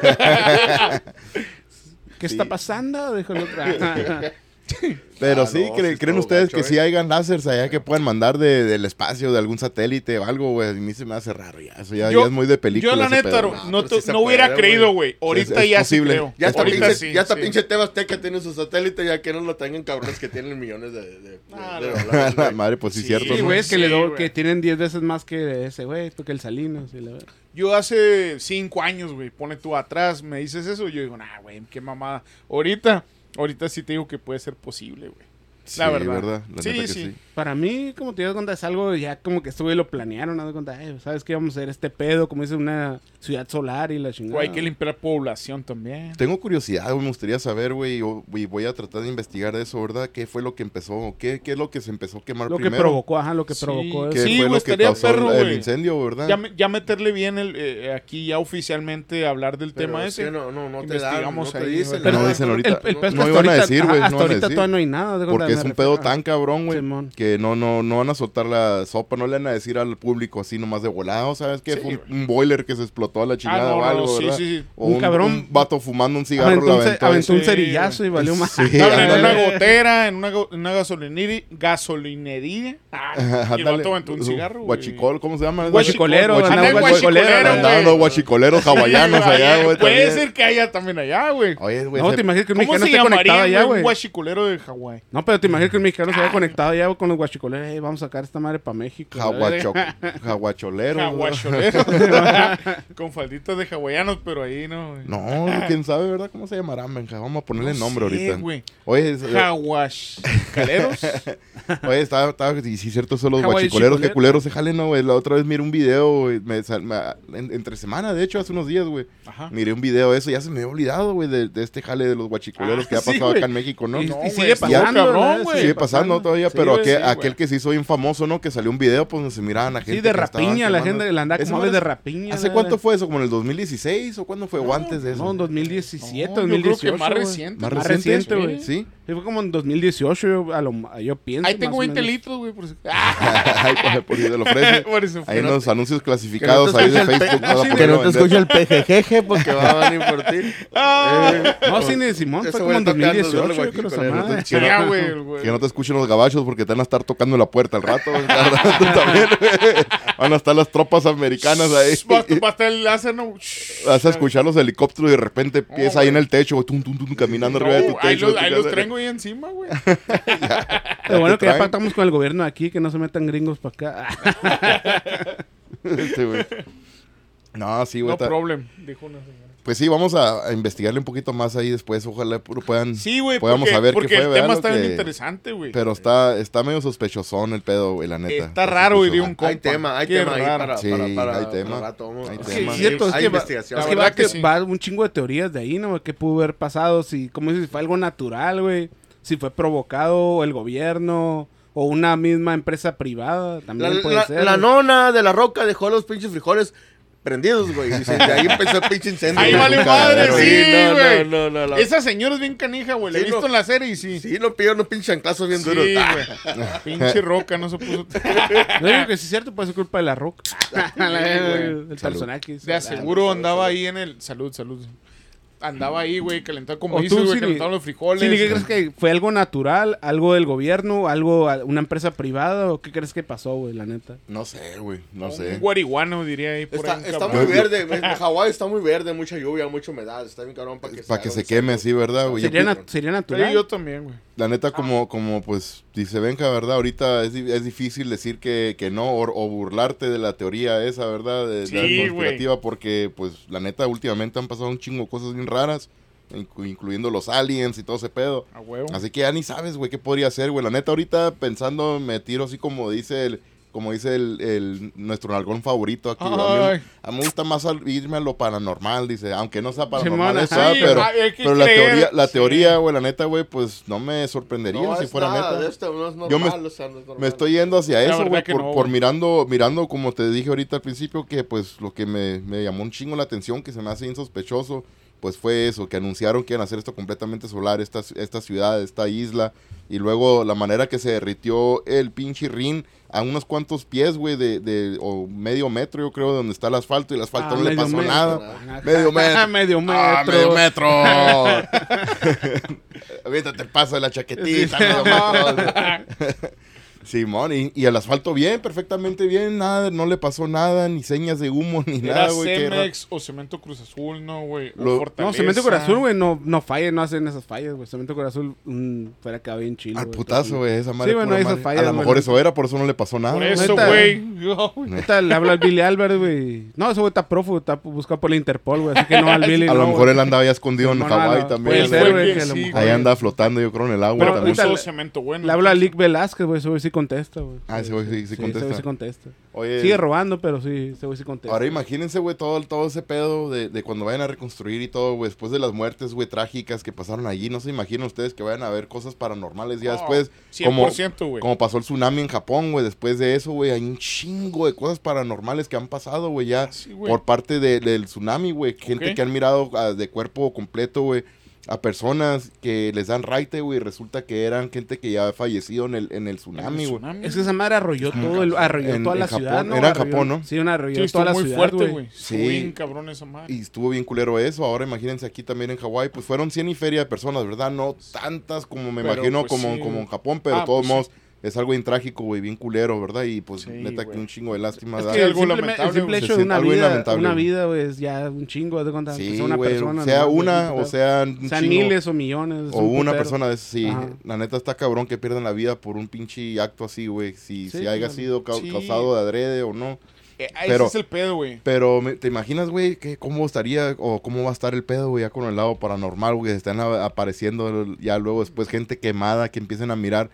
C: ¿Qué está pasando? Dijo el otro.
A: Pero
D: Ah,
A: sí,
D: no, sí
A: ¿creen
D: estuvo
A: ustedes
D: gacho,
A: que sí hayan láseres allá que puedan mandar del espacio, de algún satélite o algo, güey? A mí se me hace raro ya. Eso ya,
B: Yo-
A: ya es muy de película.
B: Yo, la
A: ese
B: neta,
A: pedo.
B: no,
D: No, pero sí se
B: no hubiera
D: puede,
B: creído,
D: güey.
B: güey. Ahorita
A: Es
B: ya
A: posible.
B: sí creo.
D: Ya está
B: Ahorita
D: pinche,
B: sí,
D: ya está
B: sí.
D: pinche Tebas que tiene su satélite, ya que no lo tengan cabrones que tienen millones de
B: Ah,
D: dólares,
A: La
D: güey.
A: madre, pues sí,
B: Sí,
A: cierto.
C: Sí,
A: ¿no?
C: güey, es que,
B: Sí,
C: que
B: güey.
C: tienen 10 veces más que ese güey, que el Salinas. Y la verga.
B: Yo hace 5 años, güey, pone tú atrás, me dices eso, yo digo, nah, güey, qué mamada. Ahorita sí te digo que puede ser posible, güey.
A: Sí,
B: La verdad.
A: La
B: Sí,
A: neta que
B: sí.
A: sí.
C: Para mí, como te das cuenta, es algo ya como que estuve lo planearon, ¿no? De cuenta, ¿sabes qué? Vamos a hacer este pedo, como dice una ciudad solar y la chingada.
B: Güey, hay que limpiar población también.
A: Tengo curiosidad, güey, me gustaría saber, güey, y voy a tratar de investigar eso, ¿verdad? ¿Qué fue lo que empezó? ¿Qué es lo que se empezó a quemar
C: Lo que
A: primero?
C: provocó, ajá, lo que
B: Sí,
C: provocó
A: ¿Qué
C: eso.
B: Sí,
A: fue
B: güey,
A: lo que
B: estaría
A: causó
B: perro,
A: el
B: güey.
A: incendio, verdad?
B: Ya meterle bien aquí ya oficialmente hablar del
D: Pero
B: tema
D: es
B: ese.
D: que no te dan, no
B: Investigamos
D: te
B: ahí,
D: dicen.
B: güey.
A: No
D: nada.
A: dicen ahorita.
C: El pedo es que
A: No
C: hasta
A: iban a
C: ahorita,
A: decir, güey, no
C: hasta
A: iban a
C: ahorita
A: decir.
C: todavía no hay nada. de cuenta,
A: Porque es
C: me
A: un pedo
C: refiero a-
A: tan cabrón, güey,
C: Simón.
A: que no van a soltar la sopa, no le van a decir al público así nomás de volado, ¿sabes qué?
B: Sí,
A: Fue
B: güey.
A: un boiler que se explotó a la chingada
B: no,
A: o
B: no,
A: algo,
B: sí,
A: ¿verdad?
B: sí, sí.
A: O
C: Un cabrón
A: un vato fumando un cigarro
C: Aventó
A: la
C: un,
A: aventó.
C: aventó un
B: Sí,
C: cerillazo y valió más.
A: Sí,
B: Estaban en
A: ándale.
B: una gotera, en una gasolinería. Y el
A: Ándale.
B: vato aventó un cigarro, güey.
A: Guachicol, ¿cómo se llama?
C: Guachicolero,
B: Andaba
C: andaba
B: en
C: guachicolero,
B: guachicolero,
A: Andaban
B: güey.
A: los guachicoleros hawaianos
B: Sí,
A: allá, güey.
B: Puede
A: también.
B: ser que haya también allá, güey.
A: Oye, güey.
C: No, te imaginas que un
B: ¿Cómo
C: mexicano
B: se
C: esté conectado
B: llamaría,
C: allá,
B: güey, un
C: güey.
B: guachicolero de Hawái?
C: No, pero te imaginas que el mexicano se había conectado ya con los guachicoleros. Vamos a sacar esta madre para México.
A: Jaguacholeros.
B: Jaguacholeros. Con falditas de hawaianos, pero ahí no. Güey.
A: No, quién sabe, ¿verdad? ¿Cómo se llamarán, Benja? Vamos a ponerle nombre ahorita.
B: Güey.
A: Oye,
B: Jaguachcaleros.
A: Oye, estaba, y sí, cierto, son los guachicoleros. Qué culeros se jalen, ¿no, güey? La otra vez miré un video, güey. Entre semana, de hecho, hace unos días, güey. Miré un video de eso. Ya se me había olvidado, güey, de este jale de los guachicoleros que ha pasado acá en México, ¿no?
C: Y
B: No,
C: sigue
B: güey,
C: pasando,
B: cabrón,
C: ¿no?
B: güey.
A: Sigue pasando todavía,
C: Sí,
A: pero
C: güey,
A: aquel que se hizo bien famoso, ¿no? Que salió un video, pues donde se miraban a gente.
C: Sí, de
A: que estaban
C: rapiña, la
A: quemando.
C: gente la anda
A: ¿Esa
C: como
A: madre
C: de
A: es-
C: rapiña.
A: ¿Hace cuánto fue eso? ¿Como en el 2016 o cuándo fue? ¿O antes de eso?
C: No, en 2017,
B: No, yo
C: 2018.
B: creo que más
C: güey.
B: reciente.
A: ¿Más
C: reciente,
A: güey?
C: güey.
A: Sí.
C: Sí, fue como en 2018, yo pienso.
B: Ahí tengo
C: más o
B: 20
C: menos.
B: litros, güey. Por eso.
A: Ay, por si te lo ofrece.
B: Por eso.
A: Ahí en los anuncios clasificados
D: que no te
A: ahí de
D: escuche el
A: Facebook. vas a
D: Que
A: poderlo
D: no te
A: vender.
D: escuche el pejejeje porque va a venir por ti.
C: No, Cine de Simón,
D: Ese
C: fue
D: güey
C: como en
D: está tocando,
C: 2018,
D: ¿no?
C: yo creo, esa
D: Guachicolero,
C: madre.
B: Sí, ya, güey. el güey.
A: Que no te escuchen los gabachos porque te van a estar tocando la puerta al rato. Tú también, güey. Van a estar las tropas americanas ahí.
B: Va a estar el láser, ¿no?
A: Vas a escuchar los helicópteros y de repente empieza ahí en el techo, güey, tum, tum, tum, caminando arriba de tu
B: No, ahí
A: techo.
B: los,
A: de tu
B: ahí los
A: casa.
B: traigo ahí encima, güey.
C: Lo bueno que ya
A: traen.
C: pactamos con el gobierno de aquí, que no se metan gringos para acá.
A: Este, güey. No, sí, güey.
B: No
A: está-
B: problem, dijo una señora.
A: Pues sí, vamos a investigarle un poquito más ahí después. Ojalá puedan.
B: Sí, güey,
A: podamos
B: porque,
A: saber qué
B: porque
A: fue,
B: el
A: ¿verdad?
B: tema
A: Lo
B: está bien
A: que-
B: interesante, güey.
A: Pero está medio sospechosón el pedo, güey, la neta.
B: Está raro,
A: sospechoso.
B: diría un compa.
D: Hay tema ahí
B: Qué
D: para,
B: raro.
A: Sí,
D: para
A: hay tema.
D: rato, vamos.
A: Hay
C: Es
A: tema.
C: que es cierto, es
D: Hay
C: que va,
D: investigación.
C: es
B: La
C: que
B: verdad
C: va,
B: que sí.
C: va un chingo de teorías de ahí, ¿no? ¿Qué pudo haber pasado? Si, como dices, si fue algo natural, güey. Si fue provocado el gobierno o una misma empresa privada, también puede ser.
D: La
C: güey.
D: nona de la roca dejó los pinches frijoles prendidos, güey. Y de ahí empezó el pinche incendio.
B: Ahí
D: güey.
B: vale
D: Un
B: madre,
D: cagadero.
B: sí, güey.
D: No.
B: Esa señora es bien canija, güey. La he
D: Sí,
B: visto
D: no.
B: en la serie y sí.
D: Sí, lo pidieron unos pinches chanclazos bien
B: Sí,
D: duros.
B: güey. Pinche roca, no se puso.
C: Yo digo que sí es cierto, puede ser culpa de la roca. El
A: Salud.
C: personaje.
B: De aseguro andaba ahí en el. Salud. Andaba ahí, güey, calentando como
C: O
B: dices,
C: tú,
B: güey,
C: Siri.
B: calentaban los frijoles.
C: Sí, ¿qué crees que fue algo natural? ¿Algo del gobierno? ¿Algo, una empresa privada? ¿O qué crees que pasó, güey, la neta?
A: No sé, güey, no sé.
B: Un guariguano, diría ahí. Por
D: Está,
B: ahí,
D: está
B: cabrón.
D: muy verde. En Hawái está muy verde, mucha lluvia, mucha humedad. Está bien cabrón para que
A: Para que se
D: haga un
A: queme
D: incendio.
A: así, ¿verdad, güey? Yo
C: ¿Sería
B: Sí,
C: natural?
B: yo también, güey.
A: La neta, como pues, dice Benja, ¿verdad? Ahorita es difícil decir que no o burlarte de la teoría esa, ¿verdad? De
B: Sí,
A: la conspirativa, porque, pues, la neta, últimamente han pasado un chingo de cosas bien raras, incluyendo los aliens y todo ese pedo.
B: A huevo.
A: Así que ya ni sabes, güey, qué podría ser, güey. La neta, ahorita pensando, me tiro así como dice nuestro nalgón favorito aquí.
B: Ay.
A: A mí me gusta más irme a lo paranormal, dice, aunque no sea
C: Simón,
A: paranormal, eso,
C: ajá.
A: ¿verdad?
B: Sí, hay que
A: pero
B: creer,
A: la
B: sí.
A: teoría, güey, la neta, güey, pues no me sorprendería
D: No,
A: si
D: es
A: fuera
D: nada
A: neta.
D: de esto, no es
A: Yo
D: normal, o sea, no es normal.
A: Me estoy yendo hacia
B: La
A: eso,
B: verdad
A: güey,
B: que
A: por,
B: no,
A: por
B: güey.
A: mirando, como te dije ahorita al principio, que pues lo que me llamó un chingo la atención, que se me hace insospechoso, pues fue eso, que anunciaron que iban a hacer esto completamente solar, esta ciudad, esta isla, y luego la manera que se derritió el pinche Rin a unos cuantos pies, güey, o medio metro, yo creo, de donde está el asfalto, y el asfalto no le
C: medio
A: pasó
C: metro.
A: nada.
C: Ajá.
A: Medio metro.
C: Medio metro.
A: ¡Ah, medio metro! Aviéntate el paso de la chaquetita, medio metro. Simón, y el asfalto bien, perfectamente bien, nada, no le pasó nada, ni señas de humo, ni
B: Era
A: nada, güey. qué
B: Cemex o Cemento Cruz Azul, ¿no, güey? O
A: Lo-
B: Fortaleza.
C: No, Cemento Cruz Azul, güey, no falla, no hacen esas fallas, güey. Cemento Cruz Azul fuera quedado bien chido.
A: Al
C: güey.
A: putazo, güey, esa madre.
C: Sí, bueno,
A: pura
C: esas
A: madre.
C: fallas,
A: a lo
C: güey.
A: mejor eso era, por eso no le pasó nada.
B: Por
A: güey.
B: eso,
C: Neta.
B: güey.
C: Ahorita le habla al Billy Albert, güey. No, ese güey está prófugo, está buscado por la Interpol, güey. Así que no, al Billy
A: A
C: no,
A: lo mejor
C: güey.
A: él andaba ya escondido en
C: No, no,
A: Hawái
C: no,
A: también.
C: puede
B: Él
C: ser,
B: fue
C: güey,
B: quien
C: que a lo
B: sí,
C: mejor-
A: Ahí anda flotando, yo creo, en el agua
C: Pero
A: también.
C: ahorita
B: Puso cemento bueno.
C: Le habla a Lick Velázquez, güey. Ese güey sí contesta, güey.
A: Ah, ese güey sí
C: ese
A: contesta.
C: güey sí contesta.
A: Oye,
C: Sigue robando, pero sí, ese güey sí contesta.
A: ahora imagínense, güey, todo ese pedo de cuando vayan a reconstruir y todo, güey, después de las muertes, güey, trágicas que pasaron allí. No se imaginan ustedes que vayan a ver cosas paranormales ya después.
B: 100%, güey.
A: Como pasó el tsunami en Japón, güey. Después de eso, güey, hay un chingo de cosas paranormales que han pasado, güey, ya
B: Sí, güey.
A: por parte del tsunami, güey. Gente
B: Ok.
A: que han mirado de cuerpo completo, güey, a personas que les dan raite, güey, y resulta que eran gente que ya había fallecido en el tsunami, güey.
C: Es que esa madre arrolló
A: En
C: toda la
A: Japón.
C: ciudad, ¿no?
A: Era en
C: Arrolló-
A: Japón, ¿no?
C: Sí, arrolló
B: Sí, estuvo
C: toda la
B: muy
C: ciudad,
B: fuerte, güey.
A: Sí.
B: Estuvo bien cabrón esa madre.
A: Y estuvo bien culero eso. Ahora imagínense aquí también en Hawái, pues fueron 100 y feria de personas, ¿verdad? No tantas como me
B: Pero,
A: imagino
B: pues, sí,
A: como
B: güey.
A: en Japón, pero de
B: Ah,
A: todos
B: pues,
A: modos es algo bien trágico, güey, bien culero, ¿verdad? Y pues
B: Sí,
A: neta que
B: güey.
A: un chingo de lástima.
C: Es
A: da.
C: que
B: algo
C: el
B: lamentable,
C: simple
B: güey.
C: hecho
A: Se
C: de
A: siente algo bien lamentable,
C: una
A: güey.
C: vida, güey, es ya un chingo, de cuenta.
A: Sí,
C: sea una
A: güey,
C: persona.
A: sea
C: nomás, güey,
A: una
C: un
A: o sean un
C: sean
A: chingo,
C: miles o millones. es
A: o
C: un
A: una
C: putero.
A: persona de esas, sí.
C: Ajá.
A: La neta está cabrón que pierdan la vida por un pinche acto así, güey. Si
C: Sí,
A: haya
C: claro.
A: sido
B: Sí.
A: causado de adrede o no.
B: Ese es el pedo, güey.
A: Pero, ¿te imaginas, güey, cómo estaría o cómo va a estar el pedo, güey, ya con el lado paranormal, güey? Están apareciendo ya luego después gente quemada que empiecen a mirar.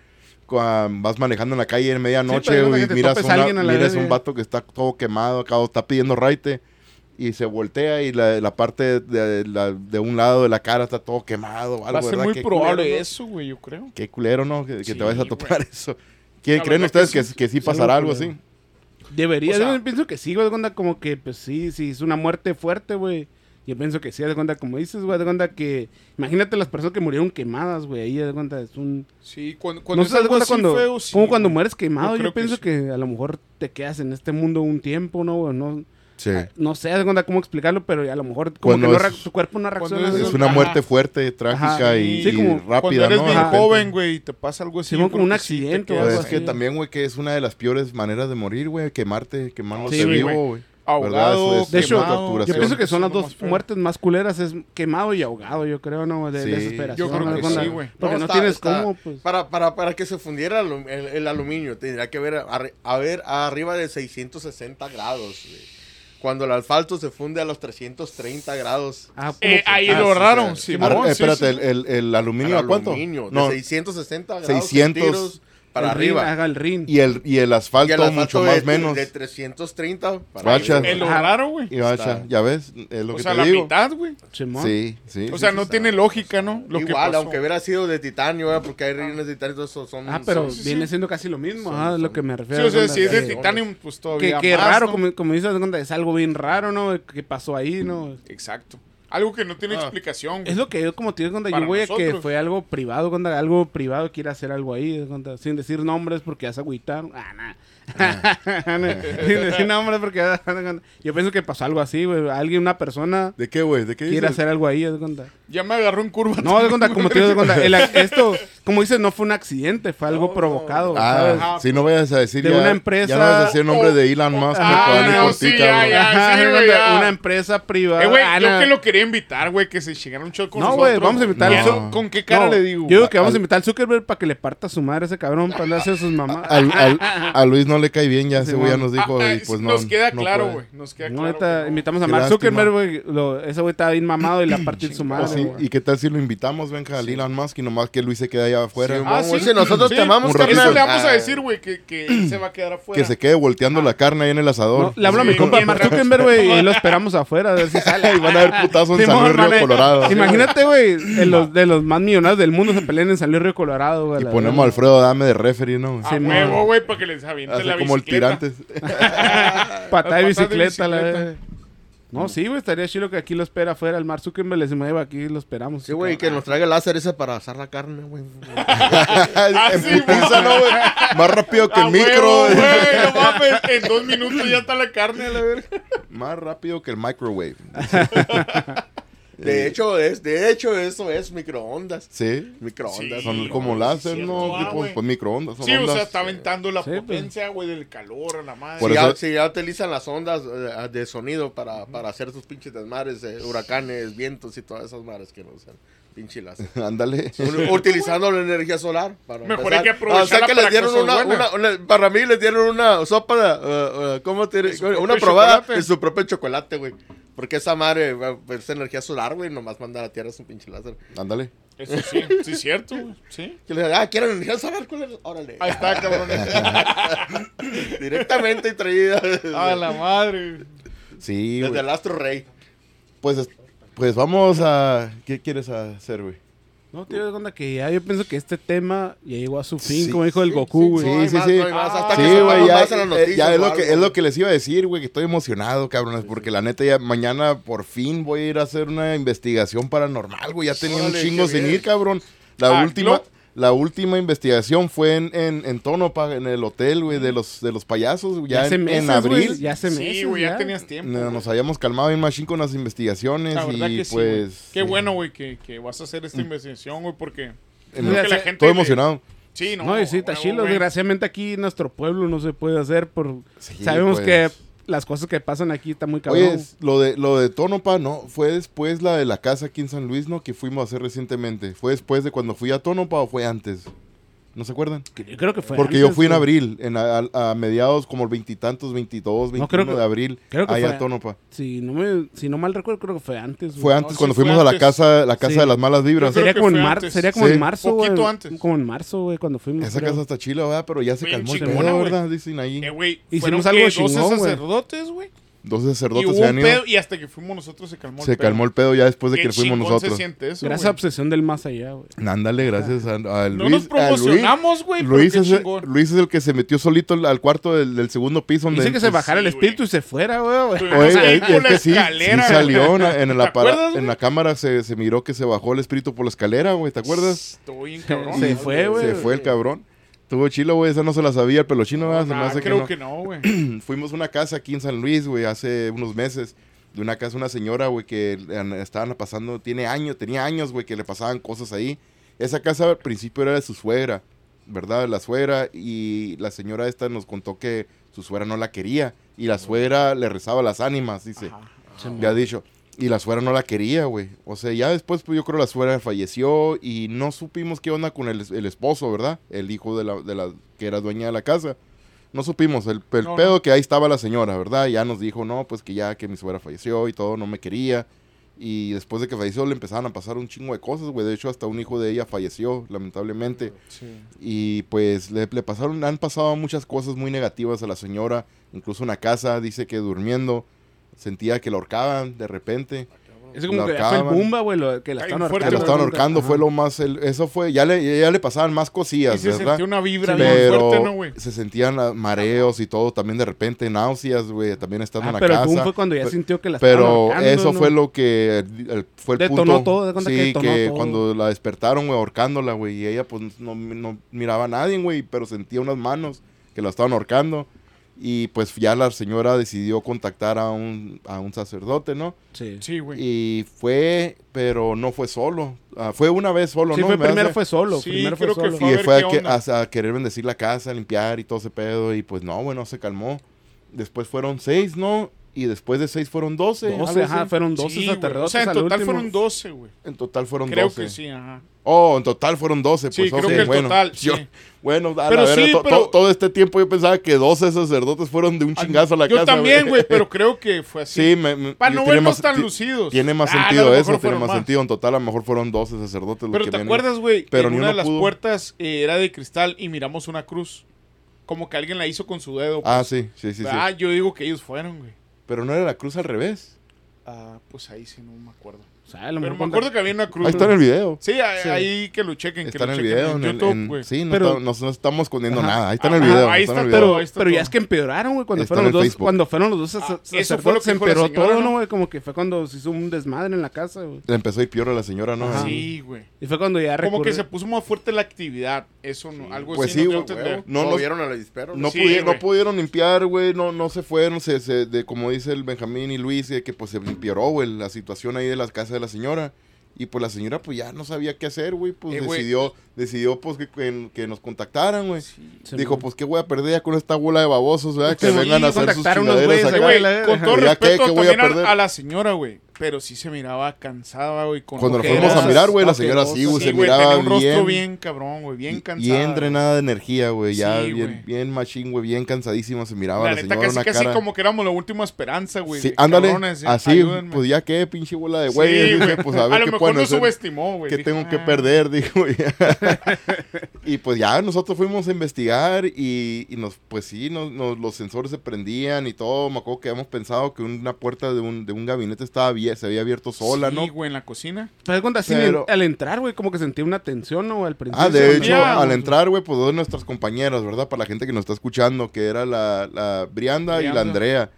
A: Vas manejando en la calle en medianoche,
C: pero
A: güey,
C: que te
A: miras,
C: topes a alguien a la
A: miras
C: vez,
A: un vato que está todo quemado, acá está pidiendo raite y se voltea y la parte de un lado de la cara está todo quemado. O algo,
B: Va a ser
A: ¿verdad?
B: muy
A: Qué
B: probable
A: culero, ¿no?
B: eso, güey, yo creo.
A: Qué culero, ¿no? Que
B: Sí,
A: te vayas a topar
B: güey.
A: eso.
B: La
A: ¿Creen
B: verdad
A: ustedes
B: que
A: que sí
C: es
A: pasará
C: algo
A: algo
C: culero.
A: así?
C: Debería,
B: O sea-
C: yo pienso que sí, güey, de cuenta como que, pues sí, es una muerte fuerte, güey. Yo pienso que sí, de cuenta, como dices, güey, de cuenta que... Imagínate las personas que murieron quemadas, güey, ahí, de cuenta, es un...
B: Sí, cuando
C: No
B: es
C: sé, de
B: algo
C: cuenta
B: así
C: cuando...
B: feo, sí,
C: como cuando
B: güey.
C: mueres quemado,
B: Yo creo
C: yo
B: que
C: pienso
B: sí.
C: que a lo mejor te quedas en este mundo un tiempo, ¿no, güey? No,
A: Sí.
C: no sé, de cuenta cómo explicarlo, pero a lo mejor como
A: Cuando
C: que no
A: es-
C: tu cuerpo no reacciona.
B: cuando
C: güey.
A: Es una
B: Ajá.
A: muerte fuerte, trágica
C: Ajá.
A: y,
C: Sí, como
A: y rápida,
B: Cuando eres
A: ¿no?
B: bien
A: De repente.
B: joven, güey, y te pasa algo así.
C: Sí,
B: yo
C: como
B: creo
C: un
B: que sí te
C: accidente o
B: quedas
A: Pues
C: algo
A: es que
C: así.
A: también, güey, que es una de las peores maneras de morir, güey, quemándote
B: Sí,
A: vivo,
B: güey.
A: güey.
B: ahogado,
A: ¿Verdad? Eso es
C: De hecho,
A: una
B: quemado.
A: torturación.
C: Yo pienso que son las
B: Eso es lo
C: dos
B: más feo.
C: muertes más culeras, es quemado y ahogado, yo creo, ¿no? De
A: Sí.
C: desesperación.
B: Yo creo
C: ¿no?
B: que
C: Cuando-
B: sí, güey.
C: Porque no,
D: está-
C: tienes
D: está-
C: cómo, pues.
D: Para que se fundiera el aluminio, tendría que haber a ver arriba de 660 grados, güey. Cuando el asfalto se funde a los 330 grados.
C: Ah,
B: Ahí
D: Ah,
B: lo
D: sí,
B: raro,
D: sí.
B: sí.
A: Espérate, el aluminio, ¿a cuánto?
D: Aluminio,
A: No,
D: de 660 grados
A: 600
D: centígrados para arriba.
C: Haga el rin.
A: y el asfalto,
D: Y el asfalto
A: mucho
D: de,
A: más menos.
D: de 330 para
A: Guacha.
D: arriba.
B: Es lo
C: Ajá.
B: raro, güey.
A: Y vaya, ya ves, es lo
B: O
A: que
B: sea,
A: te
B: la
A: digo.
B: mitad, güey.
C: Simón.
A: Sí, sí.
B: O
A: sí,
B: sea,
A: sí.
B: no tiene lógica, ¿no? Lo que
D: Igual,
B: pasó.
D: aunque hubiera sido de titanio, ¿verdad? Porque hay rines de titanio, todo eso son...
C: Ah, pero
B: sí,
C: viene
B: sí.
C: siendo casi lo mismo,
D: Son-
C: ajá, es lo
D: son-
C: que me
B: Sí,
C: refiero.
B: o sea,
C: onda,
B: si es de
C: que-
B: titanium, pues todavía
C: que
B: más,
C: raro,
B: ¿no?
C: como dices, onda, es algo bien raro, ¿no? Que pasó ahí, ¿no?
B: Exacto. Algo que no tiene
D: Ah.
B: explicación, güey.
C: Es lo que yo, como te digo, cuando yo
B: Para
C: voy a que
B: nosotros.
C: fue algo privado, cuando algo privado quiere hacer algo ahí, cuando, sin decir nombres porque ya se agüitaron. Ah, nah. Sin decir nombres porque yo pienso que pasó algo así, güey. Alguien, una persona
A: ¿De qué, güey? ¿De qué
C: quiere
A: dices?
C: hacer algo ahí, haz de cuenta.
B: Ya me agarró en curva.
C: No, de cuenta, como te digo, de cuenta, esto, como dices, no fue un accidente, fue algo
D: No,
C: provocado, ¿sabes?
A: Ah, si no vayas a decir
C: De
A: ya,
C: una empresa-
A: ya no vas a decir el nombre de Elon Musk,
B: Ah,
A: porque van a ir
B: no,
A: por
B: sí,
A: ti,
B: ya,
A: cabrón.
B: ya.
C: Ajá,
B: sí,
C: de
B: güey,
C: cuenta,
B: ya.
C: una empresa privada.
B: Güey,
C: Ah,
B: yo
C: no.
B: que lo quería invitar, güey, que se llegara un show con
C: No,
B: nosotros.
C: güey, vamos a invitar
A: No.
C: a
B: Eso, ¿con qué cara
C: No,
B: le digo?
C: Yo digo que vamos
A: Al-
C: a invitar al Zuckerberg para que le parta a su madre a ese cabrón para andarse a sus mamás.
A: A Luis no le cae bien, ya ese güey ya
C: Simón.
A: nos dijo, y pues no.
B: nos queda
A: no
B: claro,
A: puede.
B: güey. Nos queda
C: No,
B: claro.
C: neta,
B: que no.
C: invitamos a
A: Qué
C: Mark
A: lástima.
C: Zuckerberg, güey. Ese güey está bien mamado y le va a partir su madre.
A: Pues sí,
C: güey.
A: ¿y qué tal si lo invitamos, venga, al Elon Musk y nomás que Luis se quede allá afuera?
D: Sí,
B: Ah,
D: Momo,
B: sí.
D: si nosotros
B: Sí.
D: te amamos,
A: Un ratito.
B: Eso
D: carnal.
B: le vamos a
D: Ah,
B: decir, güey, que él se va a quedar afuera.
A: Que se quede volteando la carne ahí en el asador.
C: No, le hablo a mi
B: Sí,
C: compa
B: bien
C: Mark
B: rápido.
C: Zuckerberg, güey, y lo esperamos afuera a ver si sale.
A: Y van a haber putazos en San
C: Simón,
A: Luis, Río
C: mané.
A: Colorado.
C: Imagínate, güey, de los más millonarios del mundo se pelean en San Luis Río Colorado, güey.
A: Y
C: la
A: ponemos a
C: verdad.
A: Alfredo Dame de referee, ¿no?
B: A
C: Sí,
B: huevo,
C: man.
B: güey, para que les aviente
A: Hace
B: la
A: como el
B: bicicleta.
A: tirantes.
C: Patada de
B: Las
C: bicicleta,
B: patadas de
C: la
B: bicicleta.
C: verdad. No, sí, güey, estaría chido que aquí lo espera afuera. El Mark Zuckerberg le decimos, aquí lo esperamos.
D: Sí, güey, que nos traiga el láser ese para asar la carne, güey.
A: En
B: sí,
A: putiza, ¿no, güey? Más rápido que
B: A
A: el micro.
B: huevo, güey, no mames, en 2 minutos ya está la carne a la verga.
A: Más rápido que el microwave.
D: De hecho, eso es microondas.
A: Sí.
D: Microondas.
B: Sí,
A: Son
B: güey,
A: como
B: es
A: láser,
B: cierto,
A: ¿no?
B: ah,
A: Tipo,
B: güey.
A: pues microondas. Son
B: Sí, o sea,
A: ondas.
B: está aventando la
C: Sí, pues.
B: potencia, güey, del calor a la madre.
A: Por
D: Si
A: eso-
D: ya, si ya utilizan las ondas de sonido para hacer sus pinches desmares, huracanes, vientos y todas esas mares que no usan. Pinche láser.
A: Ándale.
D: Utilizando la energía solar. Para
B: Mejor
D: empezar.
B: hay que aprovecharla
D: O sea que
B: para
D: les dieron
B: cosas buenas.
D: para mí les dieron una sopa, ¿cómo te diré?
B: su
D: Una
B: propio
D: probada
B: chocolate.
D: de su propio chocolate, güey. Porque esa madre es energía solar, güey, nomás manda a la tierra su pinche láser.
A: Ándale.
B: Eso sí, sí es cierto, güey. Sí.
D: Que le digan, ¿quieren energía solar? Órale.
B: Ahí está, cabrón.
D: Directamente traída
B: A la madre.
A: Sí,
D: desde
A: güey.
D: el astro rey.
A: Pues vamos a... ¿Qué quieres hacer, güey?
C: No, tío, de cuenta que ya yo pienso que este tema ya llegó a su fin,
A: Sí,
C: como dijo el
D: sí,
C: Goku, güey.
D: No hay
A: Sí,
D: más,
A: sí.
D: no hay más, hasta
B: Ah,
D: que
A: Sí,
D: sepamos
A: güey, ya,
D: más en las noticias
A: ya es
D: o
A: lo que
D: algo.
A: es lo que les iba a decir, güey, que estoy emocionado, cabrones, porque la neta ya mañana por fin voy a ir a hacer una investigación paranormal, güey, ya tenía un
D: Órale,
A: chingo
D: qué
A: sin
D: bien.
A: ir, cabrón.
B: Ah,
A: La última investigación fue en Tonopah, en el hotel, güey, de los payasos, güey, ya
C: hace
A: en
C: meses,
A: abril.
C: güey, ya hace meses.
B: Sí, güey, ya tenías tiempo.
A: Nos habíamos calmado bien machín con las investigaciones
B: La verdad
A: y
B: que sí,
A: pues...
B: güey. Qué bueno, güey, que vas a hacer esta investigación, güey, porque...
A: En-
B: creo que la
C: Sí,
B: gente
A: Estoy
B: le-
A: emocionado.
B: Sí, no.
C: No, y sí, está
B: huevo,
C: chilo.
B: güey.
C: Desgraciadamente aquí en nuestro pueblo no se puede hacer por...
A: Sí,
C: Sabemos
A: pues.
C: que las cosas que pasan aquí están muy cabrón.
A: Oye, lo de Tonopah, no, fue después la de la casa aquí en San Luis, ¿no? Que fuimos a hacer recientemente. ¿Fue después de cuando fui a Tonopah o fue antes? ¿No se acuerdan?
C: Yo creo que fue
A: Porque
C: antes,
A: yo fui en
C: güey.
A: abril, a mediados como el 20 y tantos, 22, 21
C: creo que-
A: de abril,
C: creo que
A: allá
C: fue-
A: a Tonopah.
C: Si no mal recuerdo, creo que fue antes. güey.
A: Fue antes
B: sí
A: cuando
B: fue
A: fuimos a
B: antes.
A: la casa
C: Sí.
A: de las malas vibras.
B: Yo creo
C: Sería
B: que
C: como,
B: fue
C: en
B: antes.
C: sería como
A: Sí.
C: en marzo, güey.
B: Poquito antes.
C: Como en marzo, güey, cuando fuimos.
A: Esa
C: creo.
A: casa está chila, ¿verdad? Pero ya se
B: Bien
A: calmó el
B: chingona,
A: pedo,
B: güey.
A: ¿verdad? Dicen ahí.
B: Güey,
C: Hicimos
B: fueron
C: algo
B: que 12
C: chingón, güey.
B: sacerdotes, güey.
A: Dos
B: Y
A: sacerdotes
B: hubo
A: se
B: un
A: han ido.
B: pedo y hasta que fuimos nosotros se calmó
A: Se calmó el pedo ya después de
B: Qué
A: que fuimos
B: chingón
A: nosotros.
B: se siente eso,
C: Gracias
B: güey.
C: a Obsesión del Más Allá, güey.
A: Ándale, gracias a Luis.
B: No nos promocionamos, güey, pero
A: Luis,
B: qué
A: es,
B: chingón.
A: Luis es el que se metió solito al cuarto del segundo piso. Donde
C: Dice que se
A: pues,
C: bajara el
B: sí,
C: espíritu
B: güey.
C: y se fuera, güey.
B: Estuvimos
A: Oye,
B: ahí
A: es
B: por la
A: que sí
B: escalera,
A: salió
B: güey.
A: en
B: ¿Te acuerdas,
A: en
B: güey?
A: la cámara se miró que se bajó el espíritu por la escalera, güey, ¿te acuerdas?
B: Estoy bien cabrón.
C: Se fue, güey.
A: Se fue el cabrón. Estuvo chilo, güey, esa no se la sabía el pelochino, ¿verdad? Se me
B: Nah,
A: hace
B: creo
A: no.
B: que no, güey.
A: Fuimos a una casa aquí en San Luis, güey, hace unos meses. De una casa, una señora, güey, que estaban pasando, tenía años, güey, que le pasaban cosas ahí. Esa casa al principio era de su suegra, ¿verdad? La suegra, y la señora esta nos contó que su suegra no la quería. Y la suegra le rezaba las ánimas, dice.
B: Ajá.
A: Ya ha dicho. Y la suegra no la quería, güey. O sea, ya después, pues yo creo la suegra falleció y no supimos qué onda con el esposo, ¿verdad? El hijo de la que era dueña de la casa. No supimos el
B: No,
A: pedo
B: no.
A: que ahí estaba la señora, ¿verdad? Ya nos dijo, no, pues que ya que mi suegra falleció y todo, no me quería. Y después de que falleció le empezaron a pasar un chingo de cosas, güey. De hecho, hasta un hijo de ella falleció, lamentablemente.
B: Sí.
A: Y pues le han pasado muchas cosas muy negativas a la señora. Incluso en la casa, dice que durmiendo sentía que la ahorcaban de repente.
C: Es como
A: La
C: que ya fue el
A: ahorcaban.
C: Bumba, güey, que la
B: Ay,
C: estaban
B: fuerte,
C: ahorcando.
A: Que la estaban
B: Ajá.
A: ahorcando fue lo más... eso fue... Ya le pasaban más
B: Y
A: cosillas,
B: se
A: ¿verdad?
B: sentía una vibra bien
A: Pero
B: fuerte, ¿no, güey?
A: se sentían mareos y todo. También de repente náuseas, güey. También estando en la
C: Pero el
A: casa.
C: boom fue cuando ya
A: Pe-
C: sintió que la estaban
A: Pero
C: ahorcando,
A: eso
C: ¿no?
A: fue lo que fue el
C: Detonó
A: punto.
C: todo, de cuenta
A: sí,
C: que detonó todo.
A: cuando la despertaron, güey, ahorcándola, güey. Y ella, pues, no miraba a nadie, güey. Pero sentía unas manos que la estaban ahorcando. Y, pues, ya la señora decidió contactar a un sacerdote, ¿no?
C: Sí.
B: Sí, güey.
A: Y fue, pero no fue solo. Fue una vez solo,
C: Sí,
A: ¿no?
C: fue,
A: Me
C: primero
A: hace-
C: fue solo.
B: Sí,
C: primero fue
B: creo que
C: solo.
B: fue. A
A: Y
B: ver
A: fue
B: qué onda.
A: a querer bendecir la casa, limpiar y todo ese pedo. Y pues no, güey, no se calmó. Después fueron 6, ¿no? Y después de 6 fueron 12.
C: 12,
A: algo
C: ajá,
A: así.
C: fueron 12
B: Sí, güey.
C: sacerdotes
B: O sea, en
C: al
B: total
C: último.
B: fueron 12, güey.
A: En total fueron
B: Creo
A: 12.
B: que sí, ajá.
A: Oh, en total fueron 12.
B: Sí,
A: Pues,
B: creo
A: ok,
B: que en
A: bueno.
B: total,
A: Yo-
B: sí.
A: Bueno, a
B: Pero
A: la verga,
B: sí, pero-
A: todo este tiempo yo pensaba que 12 sacerdotes fueron de un chingazo a la
B: Yo
A: casa.
B: también, güey, pero creo que fue así.
A: Sí,
B: Para no
A: tiene
B: vernos
A: más-
B: tan
A: ti-
B: lucidos.
A: Tiene más
B: Ah, a
A: sentido
B: lo mejor
A: eso, tiene
B: fueron
A: más sentido. En total, a lo mejor fueron 12 sacerdotes. los
B: Pero
A: que
B: ¿te
A: venían.
B: acuerdas, güey?
A: Pero
B: En
A: ni
B: una de
A: uno
B: las
A: pudo.
B: puertas era de cristal y miramos una cruz. Como que alguien la hizo con su dedo.
A: Ah,
B: pues.
A: sí.
B: Ah, yo digo que ellos fueron, güey.
A: Pero no era la cruz al revés.
B: Ah, pues ahí sí no me acuerdo.
C: O sea, a lo
B: Pero
C: mejor
B: me acuerdo que había una cruz.
A: Ahí está en el video.
B: Sí, ahí que lo chequen.
A: Está
B: que
A: en
B: lo
A: el
B: chequen
A: video.
B: en
A: en
B: YouTube, güey.
A: sí, no,
C: Pero-
A: no estamos escondiendo
C: Ajá.
A: nada. Ahí está en el
B: Ajá,
A: video.
B: ahí
A: está en el
B: está
A: video.
B: todo.
C: Pero,
B: Ahí está
C: pero ya
B: todo.
C: es que empeoraron, güey. Cuando
A: Está
C: fueron
A: en
C: los
A: el
C: dos,
A: Facebook.
C: cuando fueron los dos
B: eso fue lo
C: sacerdotes,
B: que
C: se
B: dijo la
C: empeoró
B: señora,
C: todo,
B: ¿no?
C: ¿no, güey? Como que fue cuando se hizo un desmadre en la casa, güey.
A: Le empezó a ir peor a la señora, ¿no?
C: Ajá.
B: Sí, güey.
C: Y fue cuando ya
B: Como que
C: recurrió-
B: se puso más fuerte la actividad. Eso no, algo
A: Pues
B: así
A: sí,
B: no
A: güey,
B: tengo que entender.
A: No,
D: No,
A: no-
D: vieron a la dispero.
A: No,
B: Sí,
A: no
B: güey.
A: pudieron limpiar, güey, no se fueron, como dice el Benjamín y Luis, que pues se empeoró, güey, la situación ahí de la casa de la señora. Y pues la señora pues ya no sabía qué hacer, güey, pues
B: Güey.
A: decidió pues que nos contactaran, güey.
C: Se
A: Dijo,
C: me-
A: pues qué voy a perder ya con esta bola de babosos, ¿verdad? Que
C: Sí,
A: vengan a hacer sus
C: contactar a unos
A: chingaderas
C: güeyes
A: acá.
C: acá.
B: Güey, con todo
A: Ya, ¿qué
B: respeto
A: voy a
B: también
A: perder?
B: a la señora, güey. Pero sí se miraba cansada, güey. Con
A: Cuando nos
C: ojeras,
A: fuimos a mirar, güey, la
C: ojeras,
A: señora sí, güey,
B: Sí,
A: se
B: güey,
A: miraba
B: tenía un rostro
A: bien,
B: bien cabrón, güey. Bien cansada.
A: bien drenada de energía, güey, ya
B: Sí,
A: bien,
B: güey.
A: bien machín, güey, bien cansadísima se miraba
B: La
A: la
B: neta,
A: señora,
B: casi,
A: una
B: casi
A: cara...
B: como que éramos la última esperanza, güey.
A: Sí,
B: de
A: ándale,
B: cabrones,
A: así,
B: ayúdenme.
A: pues ya qué, pinche bola de
B: Sí,
A: güey,
B: güey.
A: pues a
B: A
A: ver
B: lo
A: qué
B: mejor
A: pueden
B: no
A: hacer,
B: subestimó, güey.
A: qué
B: Dijo,
A: tengo que
B: "Ah".
A: perder, dijo. Y pues ya nosotros fuimos a investigar y pues sí, los sensores se prendían y todo. Me acuerdo que habíamos pensado que una puerta de un gabinete se había abierto sola,
B: Sí,
A: ¿no?
B: güey, en la cocina.
C: Te das cuenta, así
A: Pero-
C: al entrar, güey, como que sentí una tensión, ¿no? Al principio.
A: Ah, de hecho,
B: Ya.
A: al entrar, güey, pues dos de nuestras compañeras, ¿verdad? Para la gente que nos está escuchando, que era la Brianda y la
B: Brianda.
A: Andrea.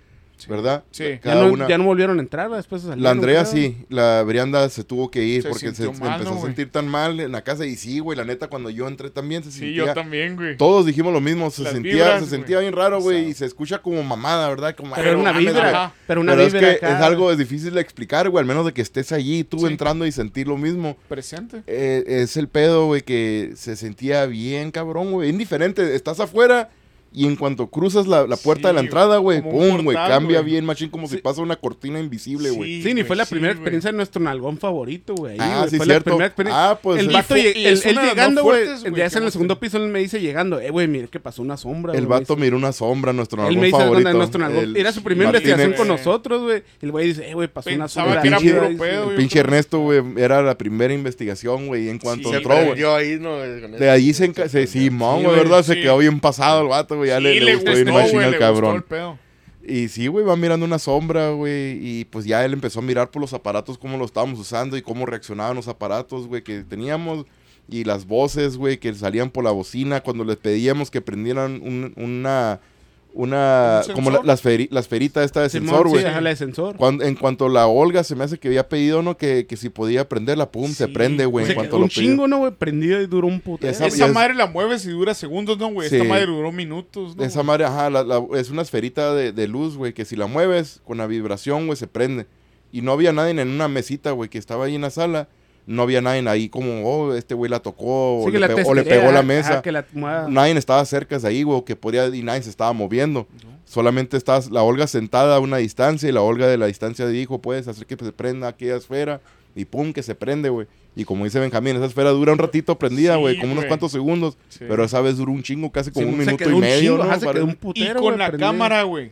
A: ¿verdad?
B: Sí.
C: Ya no volvieron a entrar, después
A: La Andrea sí, la Brianda se tuvo que ir
B: Se
A: porque se
B: sintió mal,
A: empezó
B: ¿no,
A: a
B: güey?
A: sentir tan mal en la casa. Y sí, güey, la neta, cuando yo entré también se
B: Sí,
A: sentía...
B: yo también, güey.
A: Todos dijimos lo mismo, se
B: Las
A: sentía,
B: vibras,
A: se sentía
B: güey.
A: bien raro, güey,
B: Exacto.
A: y se escucha como mamada, ¿verdad? Como,
C: Pero
A: "Ay,
C: era
A: no
C: una
A: mames,
C: vibra.
A: güey".
B: Ajá.
C: Pero una
A: Pero es
C: vibra
A: que
C: acá.
A: es algo difícil de explicar, güey, al menos de que estés allí, tú
B: Sí.
A: entrando y sentir lo mismo.
B: Presente.
A: Es el pedo, güey, que se sentía bien cabrón, güey. Indiferente, estás afuera y en cuanto cruzas la puerta de la
B: Sí,
A: entrada, güey,
B: como un
A: pum, güey,
B: portal,
A: cambia
B: güey.
A: bien, machín, como
C: Sí.
A: si pasa una cortina invisible, güey.
C: Sí, ni fue la primera
B: güey.
C: experiencia de nuestro nalgón favorito, güey. ahí,
A: Ah,
C: güey.
A: sí,
C: Fue la
A: cierto.
C: primera experiencia.
A: Ah, pues
C: el
A: sí.
C: vato,
B: Y es
C: él
B: una de las
C: llegando,
B: más
C: güey,
B: fuertes, güey,
C: ya
B: que
C: es en el
B: hemos
C: segundo
B: tenido.
C: piso, él me dice llegando, güey, mire que pasó una sombra.
A: El
C: güey,
A: vato
C: me
A: miró una sombra, nuestro
C: dice. Él
A: nalgón
C: me dice
A: favorito.
C: cuando nuestro nalgón,
A: el
C: era su primera
A: Martínez.
C: investigación con
B: güey.
C: nosotros, güey. Y el güey dice, güey, pasó una
B: Pensaba
C: sombra.
B: que era
C: chida",
B: puro
C: dice.
B: pedo,
A: El
B: yo
A: pinche
B: creo.
A: Ernesto, güey, era la primera investigación, güey, y en cuanto
B: Sí,
A: entró,
B: güey.
A: güey.
D: Yo ahí, ¿no?
A: De allí Simón,
C: Sí,
A: güey,
C: güey,
A: ¿verdad? Se
B: sí.
A: quedó bien pasado el vato, güey. Ya
B: Sí,
A: le gustó bien machín
B: güey,
A: al
B: le
A: cabrón.
B: gustó el pedo.
A: Y sí, güey, va mirando una sombra, güey. Y pues ya él empezó a mirar por los aparatos, cómo lo estábamos usando y cómo reaccionaban los aparatos, güey, que teníamos. Y las voces, güey, que salían por la bocina cuando les pedíamos que prendieran una
B: ¿Un
A: como
B: sensor?
A: la esferita esta de
C: Simón,
A: sensor, güey.
C: Sí, ajá, la de sensor.
A: En cuanto la Olga se me hace que había pedido, ¿no? Que si podía prenderla, pum, se
B: Sí,
A: prende, güey.
C: Se
A: En cuanto
C: quedó
A: lo
C: un
A: pidió.
C: chingo, ¿no, güey? Prendido y duró un puto.
A: Esa-
B: Esa
A: ya
B: madre la mueves y dura segundos, ¿no, güey?
A: Sí.
B: Esta madre duró minutos, ¿no?
A: Esa madre, ajá, es una esferita de luz, güey, que si la mueves con la vibración, güey, se prende. Y no había nadie en una mesita, güey, que estaba ahí en la sala. No había nadie ahí como, oh, este güey la tocó,
C: Sí,
A: o,
C: que
A: le
C: la
A: o le
C: testerea,
A: pegó la
C: ajá,
A: mesa.
C: que la mueva.
A: Nadie estaba cerca de ahí, güey, que podía, y nadie se estaba moviendo. Solamente estaba la Olga sentada a una distancia, y la Olga de la distancia dijo, puedes hacer que se prenda aquella esfera, y pum, que se prende, güey. Y como dice Benjamín, esa esfera dura un ratito prendida,
B: Sí,
A: güey, como unos
B: güey.
A: cuantos segundos.
B: Sí.
A: Pero esa vez duró un chingo, casi como
C: Sí,
A: un
C: se
A: minuto
C: quedó
A: y
C: un
A: medio,
C: chingo,
A: ¿no?
C: ajá, se quedó un
B: Y
C: putero,
B: con
C: güey,
B: la
C: prendido.
B: cámara, güey.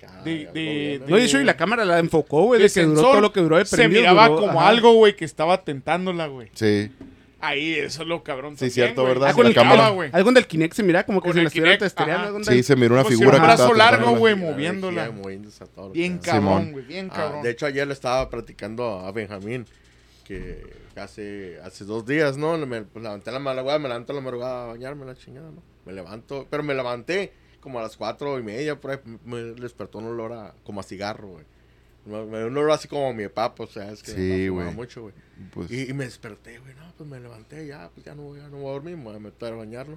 C: No, y eso, y la cámara la enfocó, güey, de que duró
B: sensor
C: todo lo que duró de
B: se
C: prendido.
B: miraba
C: duró,
B: como
C: ajá.
B: algo, güey, que estaba tentándola, güey.
A: Sí.
B: Ahí, eso es lo cabrón.
A: Sí,
B: también,
A: cierto,
B: güey.
A: ¿verdad?
C: Ah, con el
A: La cámara.
C: cámara, algo del Kinect se mira como que
B: Con
C: se
B: el
C: le estuviera
B: Kinect,
C: testereando.
B: ajá.
C: algo
A: Sí,
C: del-
A: se miró una
B: Como si
A: figura
B: un
A: que
B: brazo
A: estaba
B: largo,
A: tentándola.
B: güey,
D: La
B: moviéndola.
D: energía moviéndose a todo lo
B: Bien
D: que da.
B: cabrón,
A: Simón.
B: güey, bien cabrón.
D: De hecho, ayer le estaba platicando a Benjamín que hace 2 días, ¿no? Pues levanté la madrugada, me levanto a la madrugada a bañarme la chingada, ¿no? Me levanto, pero me levanté como a las 4:30, por ahí me despertó un olor como a cigarro, güey. Un olor así como a mi papá, o sea, es que
A: Sí,
D: me fumaba
A: güey.
D: mucho, güey.
A: Pues,
D: Y me desperté, güey, no, pues me levanté ya, pues ya no voy a dormir, me voy a meter a bañarlo.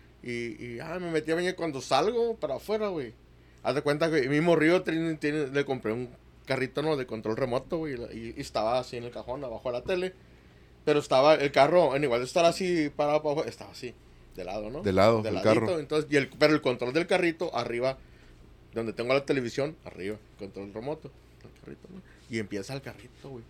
D: Y me metí a bañar cuando salgo para afuera, güey. Haz de cuenta que mi mismo río le compré un carrito, ¿no? De control remoto, güey, y estaba así en el cajón, abajo de la tele. Pero estaba el carro, en igual de estar así parado para abajo, estaba así, de lado, ¿no?
A: De lado,
D: de
A: el
D: ladito,
A: carro.
D: Entonces, pero el control del carrito arriba, donde tengo la televisión, arriba, control remoto, el carrito, ¿no? Y empieza el carrito, güey.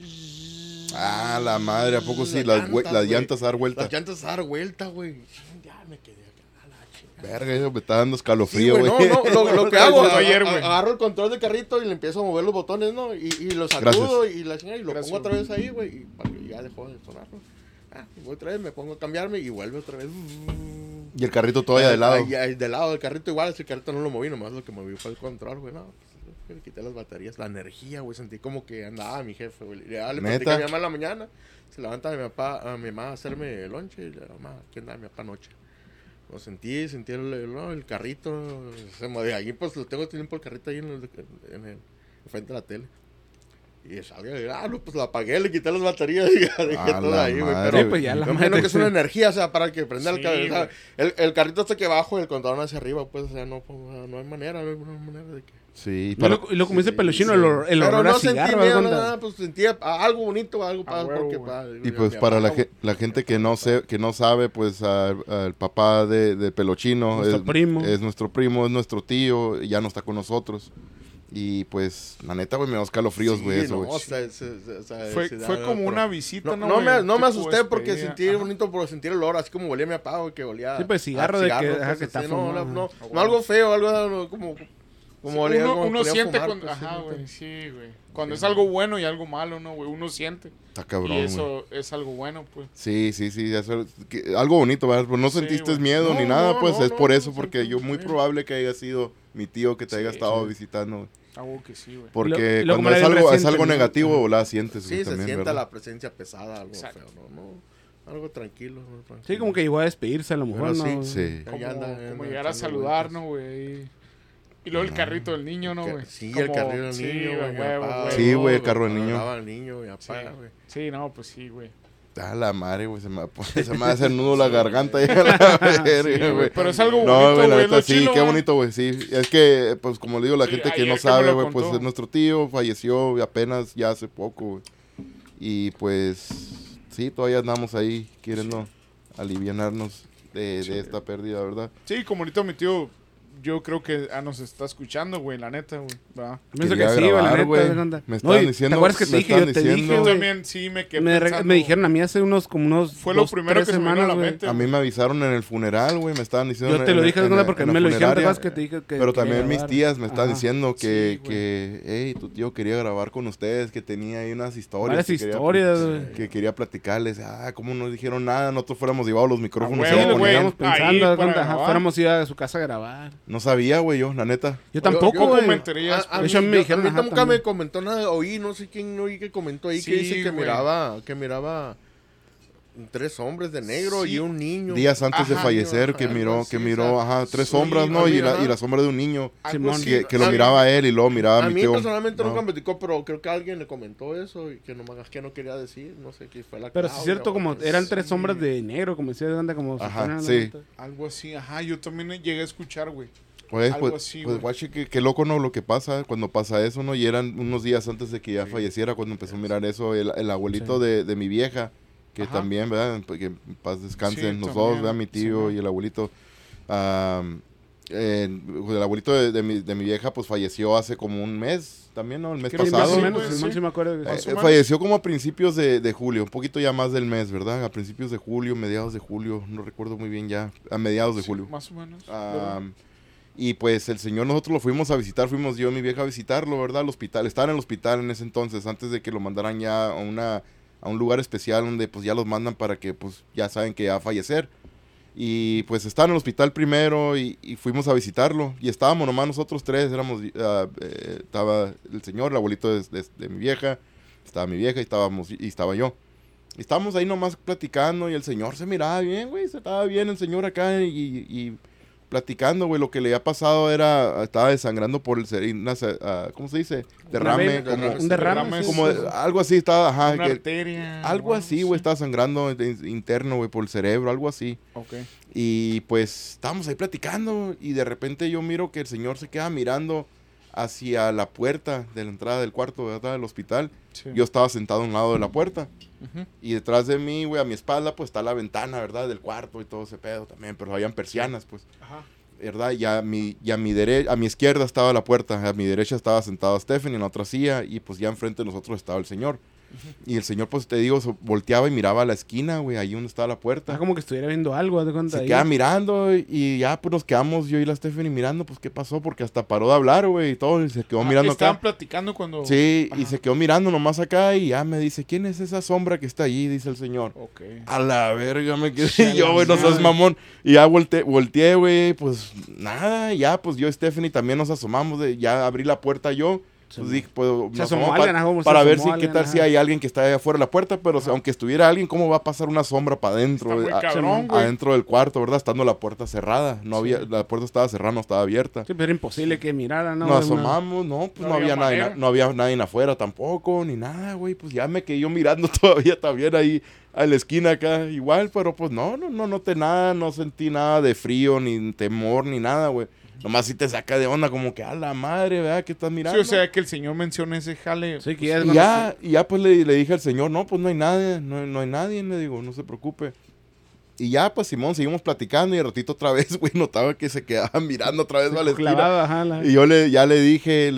A: ah, la madre, ¿a poco sí? Las
D: güey.
A: llantas a dar vuelta.
D: Las llantas a dar vuelta, güey. Ya me quedé acá, a la chingada.
A: Verga, eso me está dando
D: Sí,
A: escalofrío,
D: güey,
A: güey.
D: no, lo que hago,
B: Pasó ayer, güey.
D: agarro el control del carrito y le empiezo a mover los botones, ¿no? Y lo sacudo y la chingada y lo
B: Gracias.
D: pongo otra vez ahí, güey. Y ya dejó de sonar, ¿no? Voy otra vez, me pongo a cambiarme y vuelve otra vez.
A: Y el carrito todavía de lado.
D: Ahí, de lado del carrito igual, ese carrito no lo moví, nomás lo que moví fue el control, güey, no. Pues, le quité las baterías, la energía, güey, sentí como que andaba mi jefe, güey. Ya le platicé
A: ¿Neta?
D: a mi mamá en la mañana, se levanta a mi mamá a hacerme el lonche y le digo, mamá, ¿qué andaba mi papá anoche? Lo sentí el carrito, se movía. Ahí pues lo tengo tiempo el carrito ahí frente a la tele. Y salga, no, pues lo apagué, le quité las baterías y ya dejé
A: A
D: todo
A: la
D: ahí, güey.
A: madre,
D: Pero
C: Sí, pues ya la
D: me imagino
C: madre,
D: que es una
C: sí.
D: energía, o sea, para que prenda el
B: Sí,
D: carrito. O sea,
B: güey.
D: el carrito está aquí abajo y el control hacia arriba, pues, o sea, no hay manera de que...
A: Sí,
C: Y lo como dice Peluchino,
D: Sí.
C: el olor
D: Pero
C: a
D: no sentí
C: cigarro.
D: miedo,
C: algo
D: nada, pues sentía algo bonito, algo
B: A
D: para...
B: huevo,
D: porque,
B: güey.
A: Y pues para la gente que no sabe, pues al papá de Pelochino
C: Nuestro primo.
A: es nuestro primo, es nuestro tío, ya no está con nosotros. Y pues, la neta, güey, me da escalofríos, güey, eso, güey.
B: Fue como una visita, ¿no?
D: No
B: güey?
D: me
B: Tipo
D: asusté porque
B: despedida.
D: sentí
B: Ajá.
D: bonito por sentir el olor, así como olía mi papá, güey, que olía...
C: Sí, pues, cigarro
D: a
C: de que- ajá, que está
D: así,
C: fumado.
D: no algo feo, algo como olía,
B: Uno,
D: como
B: uno
D: podía
B: siente
D: fumar,
B: cuando...
D: pues, sí,
B: Ajá,
D: ¿no?
B: güey, sí, güey. Cuando es algo bueno y algo malo, ¿no, güey? Uno siente.
A: Está cabrón,
B: Y
A: güey.
B: eso es algo bueno, pues.
A: Sí, algo bonito, ¿verdad? Pues no
B: Sí,
A: sentiste
B: güey.
A: miedo
D: No,
A: ni nada,
D: no,
A: pues
D: no,
A: es
D: no,
A: por
D: no,
A: eso,
D: no,
A: porque
D: sí,
A: yo muy
D: sí.
A: probable que haya sido mi tío que te haya
B: Sí,
A: estado
B: sí.
A: visitando, güey.
B: Algo que sí, güey.
A: Porque
C: Y lo
A: cuando
C: como
A: es
C: la
A: algo,
C: vibra
A: es algo
C: siente, ¿no?
A: negativo, la sientes,
D: Sí,
A: güey,
D: se
A: también,
D: siente
A: ¿verdad?
D: la presencia pesada, algo
B: Exacto.
D: feo, ¿no? Algo tranquilo, ¿no? Tranquilo.
C: Sí, como que llegó a despedirse a lo mejor,
D: Pero
C: ¿no?
A: sí.
B: Como,
D: Ahí anda,
B: como
D: anda
B: llegar a
D: echando
B: saludar,
D: vueltas.
B: ¿no, güey? Y luego el carrito del niño, ¿no, güey?
D: Sí,
B: Como-
D: el carrito del
B: sí,
D: niño,
B: güey,
D: güey.
B: huevo,
D: papá,
B: güey.
A: Sí, güey, el
D: todo,
A: carro del niño.
D: agarraba al niño, güey,
B: Sí.
D: papá, güey.
B: Sí, no, pues sí, güey.
A: A la madre, güey, se me va a hacer nudo la garganta y a la verga, güey.
B: Pero es algo bonito,
A: No, güey, la
B: güey,
A: neta,
B: lo
A: sí,
B: chilo,
A: qué
B: güey.
A: bonito, güey, sí. Es que, pues, como le digo, la
B: Sí,
A: gente que
B: ayer
A: no
B: que
A: sabe,
B: me lo
A: güey, pues,
B: contó.
A: es nuestro tío, falleció apenas ya hace poco, güey. Y, pues, sí, todavía andamos ahí queriendo alivianarnos de esta pérdida, ¿verdad?
B: Sí, como ahorita mi tío, yo creo que nos está escuchando, güey, la neta, güey. ¿Va?
C: Pienso
A: Quería
C: que sí, güey, la
A: grabar,
C: neta.
A: güey.
C: haz de cuenta.
A: Me
C: No,
A: estaban
C: y
A: diciendo-
C: ¿te acuerdas que te
A: me
C: dije? Yo
A: estaban
C: te
A: diciendo-
C: dije,
B: Yo
C: güey.
B: también sí me quedé
C: Me
B: pensando.
C: dijeron a mí hace unos 2,
B: Fue lo primero
C: 3
B: que se me vino a
C: semanas,
B: la
C: güey.
B: mente.
A: A mí me avisaron en el funeral, güey, me estaban diciendo...
C: Yo te lo dije, haz de cuenta, porque
A: en la
C: me lo dijeron, ¿te
A: funeraria.
C: acuerdas que te dije que
A: Pero
C: quería
A: también mis
C: grabar?
A: tías me estaban
C: Ajá.
A: diciendo
B: Sí, güey.
A: que, hey, tu tío quería grabar con ustedes, que tenía ahí unas historias.
C: Varias
A: que quería
C: historias,
A: pl-
C: güey.
A: Que quería platicarles. ¿Cómo no dijeron nada? Nosotros fuéramos llevados los micrófonos.
B: Ah,
A: y
B: huevo,
A: lo
C: Sí, lo que
B: güey.
A: ponían.
C: estábamos
B: Ahí
C: pensando, haz de
B: para
C: cuenta, ajá,
B: grabar.
C: fuéramos a ir a su casa a grabar.
A: No sabía, güey, yo, la neta.
C: Yo tampoco, güey.
B: comentarías,
C: De hecho, a mí me dijeron,
D: a mí
C: ajá,
D: nunca
C: también.
D: me comentó nada. Oí, no sé quién oí que comentó ahí
B: Sí,
D: que dice que
B: güey.
D: miraba 3 hombres de negro
B: Sí.
D: y un niño.
A: Días antes de
B: Ajá,
A: fallecer,
D: ajá,
A: que
D: algo
A: miró,
D: así,
A: que
D: o
A: miró,
D: sea,
A: ajá, 3
B: sí,
A: sombras, ¿no?
D: a mí,
A: Y
D: ajá.
A: la sombra de un niño.
B: Algo
C: Simón,
B: así.
A: Que lo
D: a mí-
A: miraba a él y luego miraba a
D: A
A: mi
D: mí
A: tío.
D: personalmente
A: No.
D: nunca me platicó, pero creo que alguien le comentó eso y que nomás que no quería decir, no sé qué fue la
C: Pero sí es cierto, como eran 3
B: Sí.
C: sombras de negro, como decía de onda, como...
A: Ajá,
C: ponían,
A: sí.
C: ¿no?
B: Algo así, ajá. Yo también llegué a escuchar, güey.
A: Pues,
B: Algo
A: pues,
B: así,
A: pues
B: güey.
A: guache, qué loco, ¿no? Lo que pasa cuando pasa eso, ¿no? Y eran unos días antes de que ya falleciera, cuando empezó a mirar eso, el abuelito de mi vieja, que
B: Ajá.
A: también, ¿verdad? Que en paz descansen
B: Sí,
A: los
B: también,
A: dos, ¿verdad? Mi tío
B: sí,
A: y el abuelito. El abuelito de mi vieja, pues falleció hace como un mes, también, ¿no? El mes
B: Creo que
C: Sí, más
A: pasado.
C: o menos,
B: güey,
C: Simón,
B: sí.
C: sí me acuerdo.
B: Más o menos.
A: Falleció como a principios de julio, un poquito ya más del mes, ¿verdad? A principios de julio, mediados de julio, no recuerdo muy bien ya, a mediados de
B: Sí,
A: julio.
B: más o menos.
A: Ah, y pues el señor nosotros lo fuimos a visitar, fuimos yo y mi vieja a visitarlo, ¿verdad? Al hospital, estaba en el hospital en ese entonces, antes de que lo mandaran ya a un lugar especial donde pues ya los mandan para que pues ya saben que ya va a fallecer. Y pues estaba en el hospital primero y fuimos a visitarlo. Y estábamos nomás nosotros 3, estaba el señor, el abuelito de mi vieja, estaba mi vieja y estaba yo. Y estábamos ahí nomás platicando y el señor se miraba bien, güey, se estaba bien el señor acá y platicando, güey, lo que le había pasado estaba desangrando por el cerebro, ¿cómo se dice? Derrame,
C: Una
A: como,
C: un derrame, sí.
A: como algo así estaba, ajá,
B: Una
A: que-
B: arteria.
A: algo
B: o
A: así, güey, estaba sangrando interno, güey, por el cerebro, algo así.
B: Ok.
A: Y pues estábamos ahí platicando y de repente yo miro que el señor se queda mirando hacia la puerta de la entrada del cuarto, ¿verdad? Del hospital.
B: Sí.
A: Yo estaba sentado a un lado de la puerta.
B: Ujú.
A: Y detrás de mí, güey, a mi espalda, pues está la ventana, ¿verdad? Del cuarto y todo ese pedo también, pero habían persianas, pues,
B: Ajá.
A: ¿verdad? Y a mi izquierda estaba la puerta, a mi derecha estaba sentado Stephanie en la otra silla y pues ya enfrente de nosotros estaba el señor. Y el señor, pues te digo, volteaba y miraba a la esquina, güey, ahí donde estaba la puerta.
C: Ah, como que estuviera viendo algo, haz de cuenta.
A: Se
C: ahí.
A: queda mirando y ya pues nos quedamos yo y la Stephanie mirando, pues qué pasó, porque hasta paró de hablar, güey, y todo, y se quedó
B: Ah,
A: mirando
B: estaban
A: acá.
B: platicando cuando...
A: Sí, y
B: Ajá.
A: se quedó mirando nomás acá y ya me dice, ¿quién es esa sombra que está allí? Dice el señor.
B: Ok.
A: A la verga me quedé
C: A
A: yo,
C: la
A: güey, no seas
C: madre.
A: mamón. Y ya volteé, güey, pues nada, ya pues yo y Stephanie también nos asomamos, ya abrí la puerta yo. Pues dije, pues, nos
C: asomó
A: asomamos
C: alguien, ajá, como se
A: para ver
C: asomó
A: si qué
C: alguien,
A: tal
C: ajá.
A: si hay alguien que está ahí afuera de la puerta, pero aunque estuviera alguien, ¿cómo va a pasar una sombra para adentro?
B: Está muy
A: A-
B: cabrón, güey.
A: adentro del cuarto, ¿verdad? Estando la puerta cerrada. No había, la puerta estaba cerrada, no estaba abierta.
C: Sí, pero era imposible que mirara, ¿no?
A: Nos
C: Una-
A: asomamos, no, pues
B: No
A: no,
B: había
A: había nadie,
B: manera.
A: no había nadie afuera tampoco, ni nada, güey. Pues ya me quedé yo mirando todavía también ahí a la esquina acá, igual, pero pues no noté nada, no sentí nada de frío, ni temor, ni nada, güey. Nomás si te saca de onda, como que a la madre, ¿verdad? ¿Qué estás mirando?
B: Sí, o sea, que el señor menciona ese jale.
C: Sí, que ya es
A: Y ya pues le dije al señor, no, pues no hay nadie, no hay nadie, le digo, no se preocupe. Y ya, pues Simón, seguimos platicando y de ratito otra vez, güey, notaba que se quedaba mirando otra vez a la esquina.
C: clavado, ajá.
A: Y yo ya le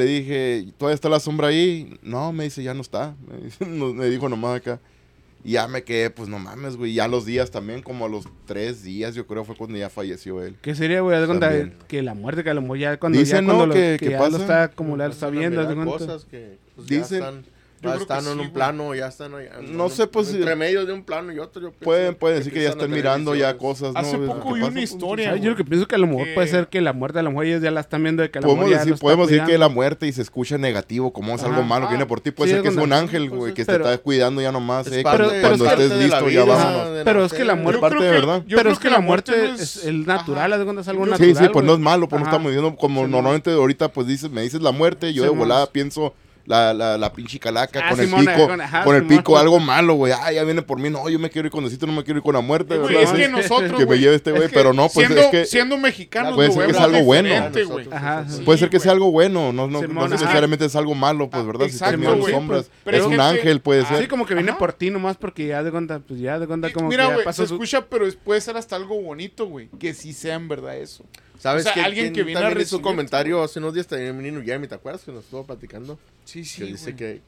A: dije, ¿todavía está la sombra ahí? No, me dice, ya no está. Me dijo nomás acá. Y ya me quedé, pues no mames, güey. Ya los días también, como a los 3 días, yo creo fue cuando ya falleció él.
C: ¿Qué sería, güey? Haz de cuenta
A: También.
C: que la muerte, que a lo mejor ya cuando,
A: Dicen,
C: ya cuando
A: ¿no?
C: lo,
A: que
C: ya
A: pasa.
C: lo está como la está viendo, haz de
D: Mirar
C: cuenta.
D: cosas que pues, ya
A: Dicen-
D: están
B: Yo creo
D: están
B: que
D: en
B: sí,
D: un
B: güey.
D: plano, ya están ahí.
A: No sé, pues,
D: entre medio de un plano y otro. Yo pienso
A: Pueden decir que ya
D: empiezan a
A: están
D: tener
A: mirando ya
D: visiones.
A: cosas, ¿no?
B: Hace
A: De lo
B: poco
A: que
B: vi
A: pasa,
B: una
A: pues,
B: historia,
C: Ay, yo lo que pienso que a lo mejor
B: que-
C: puede ser que la muerte, a lo mejor ellos ya la están viendo de que a lo
A: Podemos
C: mejor ya
A: decir,
C: lo está
A: podemos decir que
C: cuidando.
A: la muerte y se escucha negativo, como es
C: Ajá.
A: algo malo que viene por ti. Puede
C: Sí,
A: ser que
C: es
A: sea un
C: una-
A: ángel, güey, que
C: pero-
A: te está cuidando ya nomás.
D: Es
A: Cuando,
D: parte-
A: cuando
C: es
A: estés
D: parte de la
A: listo, ya
D: vida,
A: vámonos.
D: de
C: Pero es que la
D: nacer.
C: muerte-
A: parte de verdad.
B: yo
C: Pero
B: creo
C: es que la muerte
B: no
C: es el natural,
B: Ajá.
C: haz de cuenta, es algo
B: Sí,
C: natural.
A: Sí, pues no es
C: güey.
A: malo, pues no
C: Ajá.
A: estamos diciendo como
C: Simón.
A: normalmente ahorita pues dices, me dices la muerte, yo de
C: Simón.
A: volada pienso la pinche calaca
C: Ah,
A: con
C: Simón,
A: el pico,
C: ajá,
A: con el
C: Simón.
A: pico, algo malo, güey. Ah, ya viene por mí, no, yo me quiero ir con Diosito, no me quiero ir con la muerte,
B: Güey,
A: ¿verdad?
B: es que
A: Sí.
B: nosotros,
A: Que me
B: güey,
A: lleve este güey,
B: es que
A: pero no, pues
B: siendo,
A: es que
B: siendo mexicanos
A: puede
B: lo
A: ser que
B: vemos
A: es algo bueno.
B: diferente, güey.
C: Ajá.
B: Sí,
A: puede ser que
B: güey.
A: sea algo bueno, no
C: Simón, ajá.
A: necesariamente es algo malo, pues, ¿verdad? Si
B: Exacto,
A: estás mirando
B: güey.
A: sombras,
B: Pero
A: es
B: es
A: un
B: gente-
A: ángel, puede
B: Ah,
A: ser.
C: Sí, como que viene
B: Ajá.
C: por ti nomás porque ya de cuenta, pues ya de cuenta como
B: Mira,
C: que ya
B: güey,
C: pasó
B: se
C: su...
B: escucha, pero puede ser hasta algo bonito, güey. Que sí sea en verdad eso.
D: ¿Sabes
B: O sea,
D: que
B: alguien que viene a
D: también hizo un
B: recibir-
D: comentario hace unos días también Nino Yami, ¿te acuerdas? Que nos estuvo platicando.
B: Sí, sí,
D: Que dice
B: güey.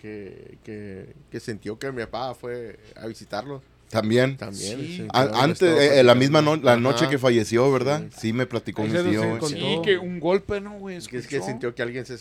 D: que sintió que mi papá fue a visitarlo.
A: También.
D: También.
B: Sí.
D: sintió
A: Antes,
D: estaba
A: la
D: platicando.
A: misma la
D: Ajá.
A: noche que falleció, ¿verdad?
D: Sí.
A: Sí, me platicó
C: Ahí
A: mi
C: se
A: tío,
C: nos
A: güey.
C: contó.
B: Sí, que un golpe, ¿no, güey?
D: Que es que
B: ¿Escuchó?
D: sintió que alguien se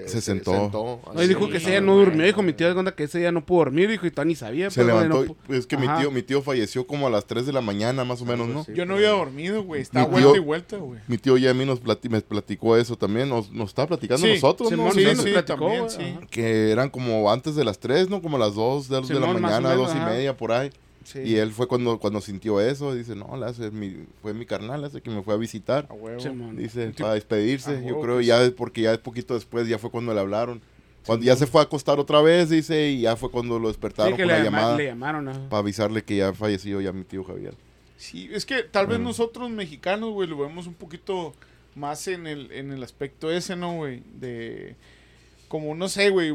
A: sentó.
C: No, y dijo
B: Sí,
C: que ese día
B: no,
C: no
B: güey.
C: durmió, dijo mi tío de cuenta que ese día no pudo dormir, dijo, y todavía ni sabía.
A: Se
C: pues, güey,
A: levantó,
C: no pu-
A: es que
C: Ajá.
A: mi tío falleció como a las 3 de la mañana, más o menos, ¿no?
D: Sí.
B: Yo no había dormido, güey. Está
A: Mi
B: vuelta
A: tío-
B: y vuelta, güey.
A: Mi tío Yami me platicó eso también, nos estaba platicando
B: Sí,
A: nosotros,
C: Simón,
A: ¿no?
C: sí,
B: Sí,
C: nos
B: sí,
C: platicó,
B: también,
C: güey,
B: sí.
C: ajá.
A: Que eran como antes de las 3, ¿no? Como las 2 de la
C: Simón, más o
A: mañana,
C: menos,
A: 2 y
C: ajá.
A: media, por ahí.
B: Sí.
A: Y él fue cuando sintió eso, dice, no, fue mi carnal ese que me fue a visitar.
B: A huevo.
C: Simón.
A: Dice, para despedirse,
B: Ah,
A: yo
B: huevo,
A: creo,
B: pues.
A: ya porque ya poquito después, ya fue cuando le hablaron. Cuando ya se fue a acostar otra vez, dice, y ya fue cuando lo despertaron
C: Sí, que
A: con la
C: le
A: llamada
C: llamaron. ajá.
A: para avisarle que ya falleció ya mi tío Javier.
B: Sí, es que tal vez
A: Bueno.
B: nosotros mexicanos, güey, lo vemos un poquito más en el aspecto ese, ¿no, güey? De, como, no sé, güey,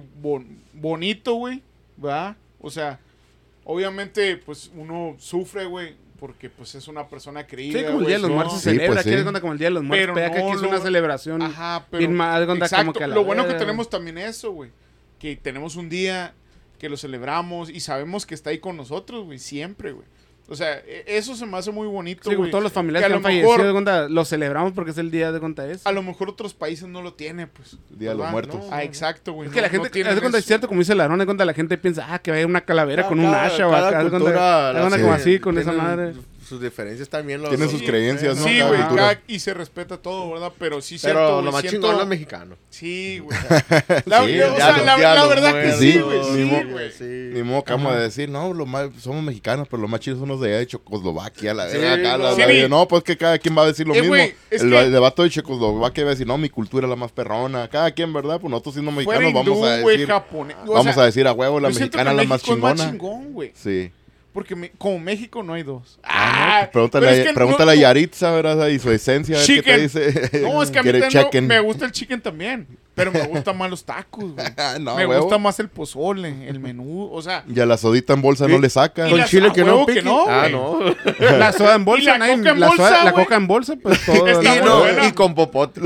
B: bonito, güey, ¿verdad? O sea, obviamente, pues, uno sufre, güey, porque, pues, es una persona querida,
C: Sí, como el
B: güey,
C: Día de los
B: ¿no?
C: Muertos
A: Sí,
C: se celebra,
A: pues,
C: aquí
A: sí.
C: de cuenta como el Día de los Muertos,
B: Pero
C: pero acá
B: no
C: aquí es
B: lo-
C: una celebración.
B: Ajá, pero...
C: bien mal, haz de cuenta
B: exacto,
C: como que a la
B: lo bueno que
C: verga.
B: tenemos también eso, güey, que tenemos un día que lo celebramos y sabemos que está ahí con nosotros, güey, siempre, güey. O sea, eso se me hace muy bonito,
C: Sí,
B: güey.
C: como todos los familiares
B: que
C: que
B: a
C: han
B: lo mejor-
C: fallecido, de cuenta, lo celebramos porque es el día de cuenta eso.
B: A lo mejor otros países no lo tienen, pues.
A: Día de los
B: ¿verdad?
A: Muertos.
B: Ah, exacto, güey.
C: Es que la gente,
B: tienen
C: haz de cuenta, es
B: eso.
C: cierto, como dice Larón, de cuenta la gente piensa, que vaya una calavera con un hacha o
D: cada
C: acá, haz de cuenta,
D: cultura,
C: haz de cuenta
A: sí.
C: como así, con esa
D: tienen
C: madre.
D: Sus diferencias también.
A: Tienen sus creencias, ¿no?
B: Sí,
A: Cada
B: güey,
A: cultura.
B: y se respeta todo, ¿verdad? Pero sí
D: Pero
B: cierto,
D: lo
B: güey,
D: más
B: siento-
D: chingón es mexicano.
B: Sí, güey.
A: Sí,
B: o
A: ya
B: sea,
A: lo-
B: la verdad que
A: muertos,
B: sí, güey.
A: ni
B: Sí,
A: modo-
B: güey.
A: Ni modo que vamos a decir, no, somos mexicanos, pero los más chidos son los de allá de Checoslovaquia, la
D: Sí,
A: verga, acá,
D: no.
B: Sí.
A: no, pues que cada quien va a decir lo mismo.
B: Güey, es
A: el
B: que-
A: debate de Checoslovaquia va a decir, no, mi cultura es la más perrona. Cada quien, ¿verdad? Pues nosotros siendo
B: Fuera
A: mexicanos
B: hindú,
A: vamos a
B: güey,
A: decir,
B: japonés. O
A: vamos
B: sea,
A: a decir a huevo, la
B: yo siento
A: mexicana
B: que
A: es la más
B: México es más
A: chingona.
B: chingón, güey.
A: Sí.
B: Porque como México no hay dos.
A: Pues
B: pero
A: pregúntale,
B: es que
A: pregúntale
B: no-
A: a Yaritza, ¿verdad? Y su esencia, a ver qué te
B: Chicken.
A: dice.
B: No, es que a mí
A: Quiere
B: también
A: chicken.
B: me gusta el chicken también. Pero me gustan más los tacos, güey.
A: No,
B: me
A: huevo.
B: gusta más el pozole, el menú. O sea,
A: Y a la sodita en bolsa no le saca.
B: Y
D: Con
B: las-
D: chile
B: a
D: que
B: huevo
D: no
B: que
D: pique.
B: no,
D: Ah,
B: güey.
D: no.
C: La soda en bolsa,
B: la
C: nadie-
B: coca en
C: la
B: bolsa,
C: la
B: güey.
C: coca en bolsa, pues todo.
B: Está
D: Y,
B: muy
D: no,
B: buena.
D: y con popote.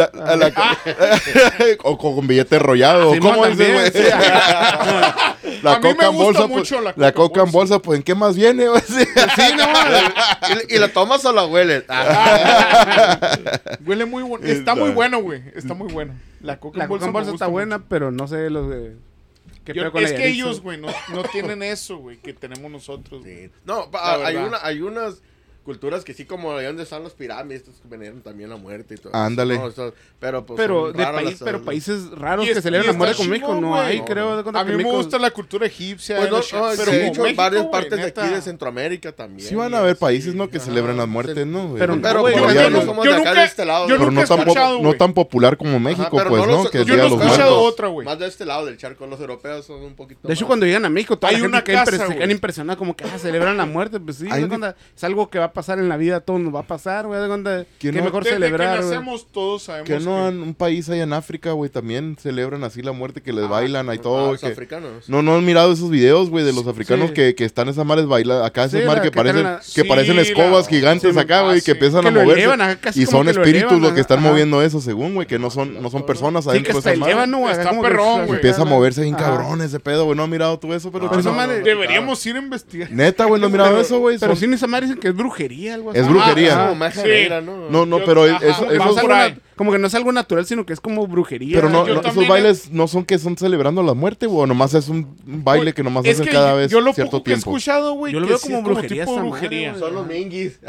A: O con billete enrollado.
C: Simón
A: ¿Cómo dices,
C: también,
A: güey?
B: A
A: La
B: mí me
A: coca en
B: gusta
A: bolsa,
B: mucho
A: pues,
B: la coca en bolsa.
A: pues, ¿en qué más viene? güey? Sí.
C: Sí, no,
D: Y la tomas o la hueles.
B: Huele muy bueno. Está muy bueno, güey. Está muy bueno. La coca
C: la
B: en
C: coca
B: bolsa,
C: en bolsa
B: me
C: está
B: gusta
C: buena, pero no sé los de... ¿Qué
B: mucho.
C: pedo con
B: Es
C: la
B: que
C: Yaritza?
B: ellos, güey, no tienen eso, güey, que tenemos nosotros. güey.
D: Sí. No,
B: La
D: hay,
B: verdad.
D: hay unas culturas que sí, como ahí donde están las pirámides, estos que veneran también la muerte y todo.
A: Ándale.
D: eso, ¿no? Pero, pues,
C: Pero
D: son
C: de
D: raras
C: país,
D: las-
C: pero países raros
B: Y
C: que
B: es-
C: celebran
B: y
C: la
B: está
C: muerte con México
B: chingón,
C: no
B: güey.
C: hay, creo. de cuenta
B: A
C: que
B: mí me
C: México-
B: gusta la cultura egipcia.
D: Pues
B: la
D: no,
B: shit,
D: no,
B: pero
D: de
B: como
D: hecho,
B: México,
D: varias
B: güey,
D: partes de
B: neta.
D: aquí de Centroamérica también.
A: Sí van a haber
D: Sí,
A: países, ¿no? Que
D: ajá.
A: celebran las muertes, ¿no? güey?
C: Pero no,
D: Pero
C: güey,
D: como
A: ya
D: ya
A: no-
D: no somos
B: yo
D: de acá
B: nunca-
D: de este lado.
B: yo
A: Pero
B: nunca
A: no
B: he
A: tan,
B: escuchado,
A: no
B: güey.
A: tan popular como México,
D: Ajá, pero
A: pues,
D: no
A: ¿no?
D: los-
A: Que es
B: yo
A: Día
B: no
A: de
B: he
A: los
B: escuchado
A: Muertos.
B: otra, güey.
D: Más de este lado del charco, los europeos son un poquito
C: De hecho,
D: más-
C: cuando llegan a México, toda
B: Hay
C: la
B: una
C: gente queda
B: casa,
C: se quedan
B: güey.
C: impresionados como que celebran la muerte. Pues sí,
A: Hay
C: de
A: un-
C: cuenta, es algo que va a pasar en la vida, todo nos va a pasar, güey. De cuenta,
A: Que
C: qué
A: no-
C: mejor
B: Desde
C: celebrar,
B: que
C: güey.
B: nacemos todos sabemos
A: Que no, en un país allá en África, güey, también celebran así la muerte, que les
B: Ah,
A: bailan y todo.
D: los
A: que-
D: africanos.
A: No han mirado esos videos, güey, de los africanos
C: Sí.
A: que están esas madres bailando. Acá esas
C: Sí,
A: madres
C: la
A: que
C: que
A: parecen,
C: traen la-
A: que
B: Sí,
A: parecen escobas
B: la-
A: gigantes
C: sí,
A: acá, güey,
B: sí.
A: que empiezan
C: Que
A: a
C: lo
A: moverse.
C: elevan, ajá, casi
A: Y
C: como
A: son
C: que lo
A: espíritus
C: elevan,
A: los que están
C: ajá.
A: moviendo eso, según, güey, que no son personas
C: Sí,
A: adentro
C: que
A: de
C: hasta
A: esa madre.
C: elevan, ¿no, güey?
B: Está
C: Acá como que-
B: perrón, güey.
A: Empieza a moverse bien
C: Ajá.
A: cabrón ese pedo, güey. ¿No has mirado tú eso? Pero
D: No,
C: Pero esa
D: no,
C: madre-
D: no,
B: Deberíamos ir a investigar.
A: neta, güey, ¿no has mirado eso, güey?
C: Pero
A: Son-
C: sí, en esa madre dicen que es brujería, algo así.
A: Es brujería.
D: Es como
C: Ajá.
D: magia
B: Sí.
D: negra, ¿no?
A: No,
B: Yo-
A: pero
B: ajá,
A: eso,
B: vamos
C: Vamos a
B: por
C: una-
B: ahí.
C: Como que no es algo natural, sino que es como brujería.
A: Pero no,
B: Yo
A: esos
B: también-
A: bailes no son que son celebrando la muerte, güey. O nomás es un baile que nomás
B: Es
A: hacen
B: que
A: cada vez
B: yo lo
A: cierto
B: poco que he
A: tiempo.
B: escuchado, güey,
C: Yo lo
B: que
C: veo
B: sí
C: como
B: es
C: brujería
B: tipo
C: esa madre,
B: brujería.
C: güey.
D: Son los minguis.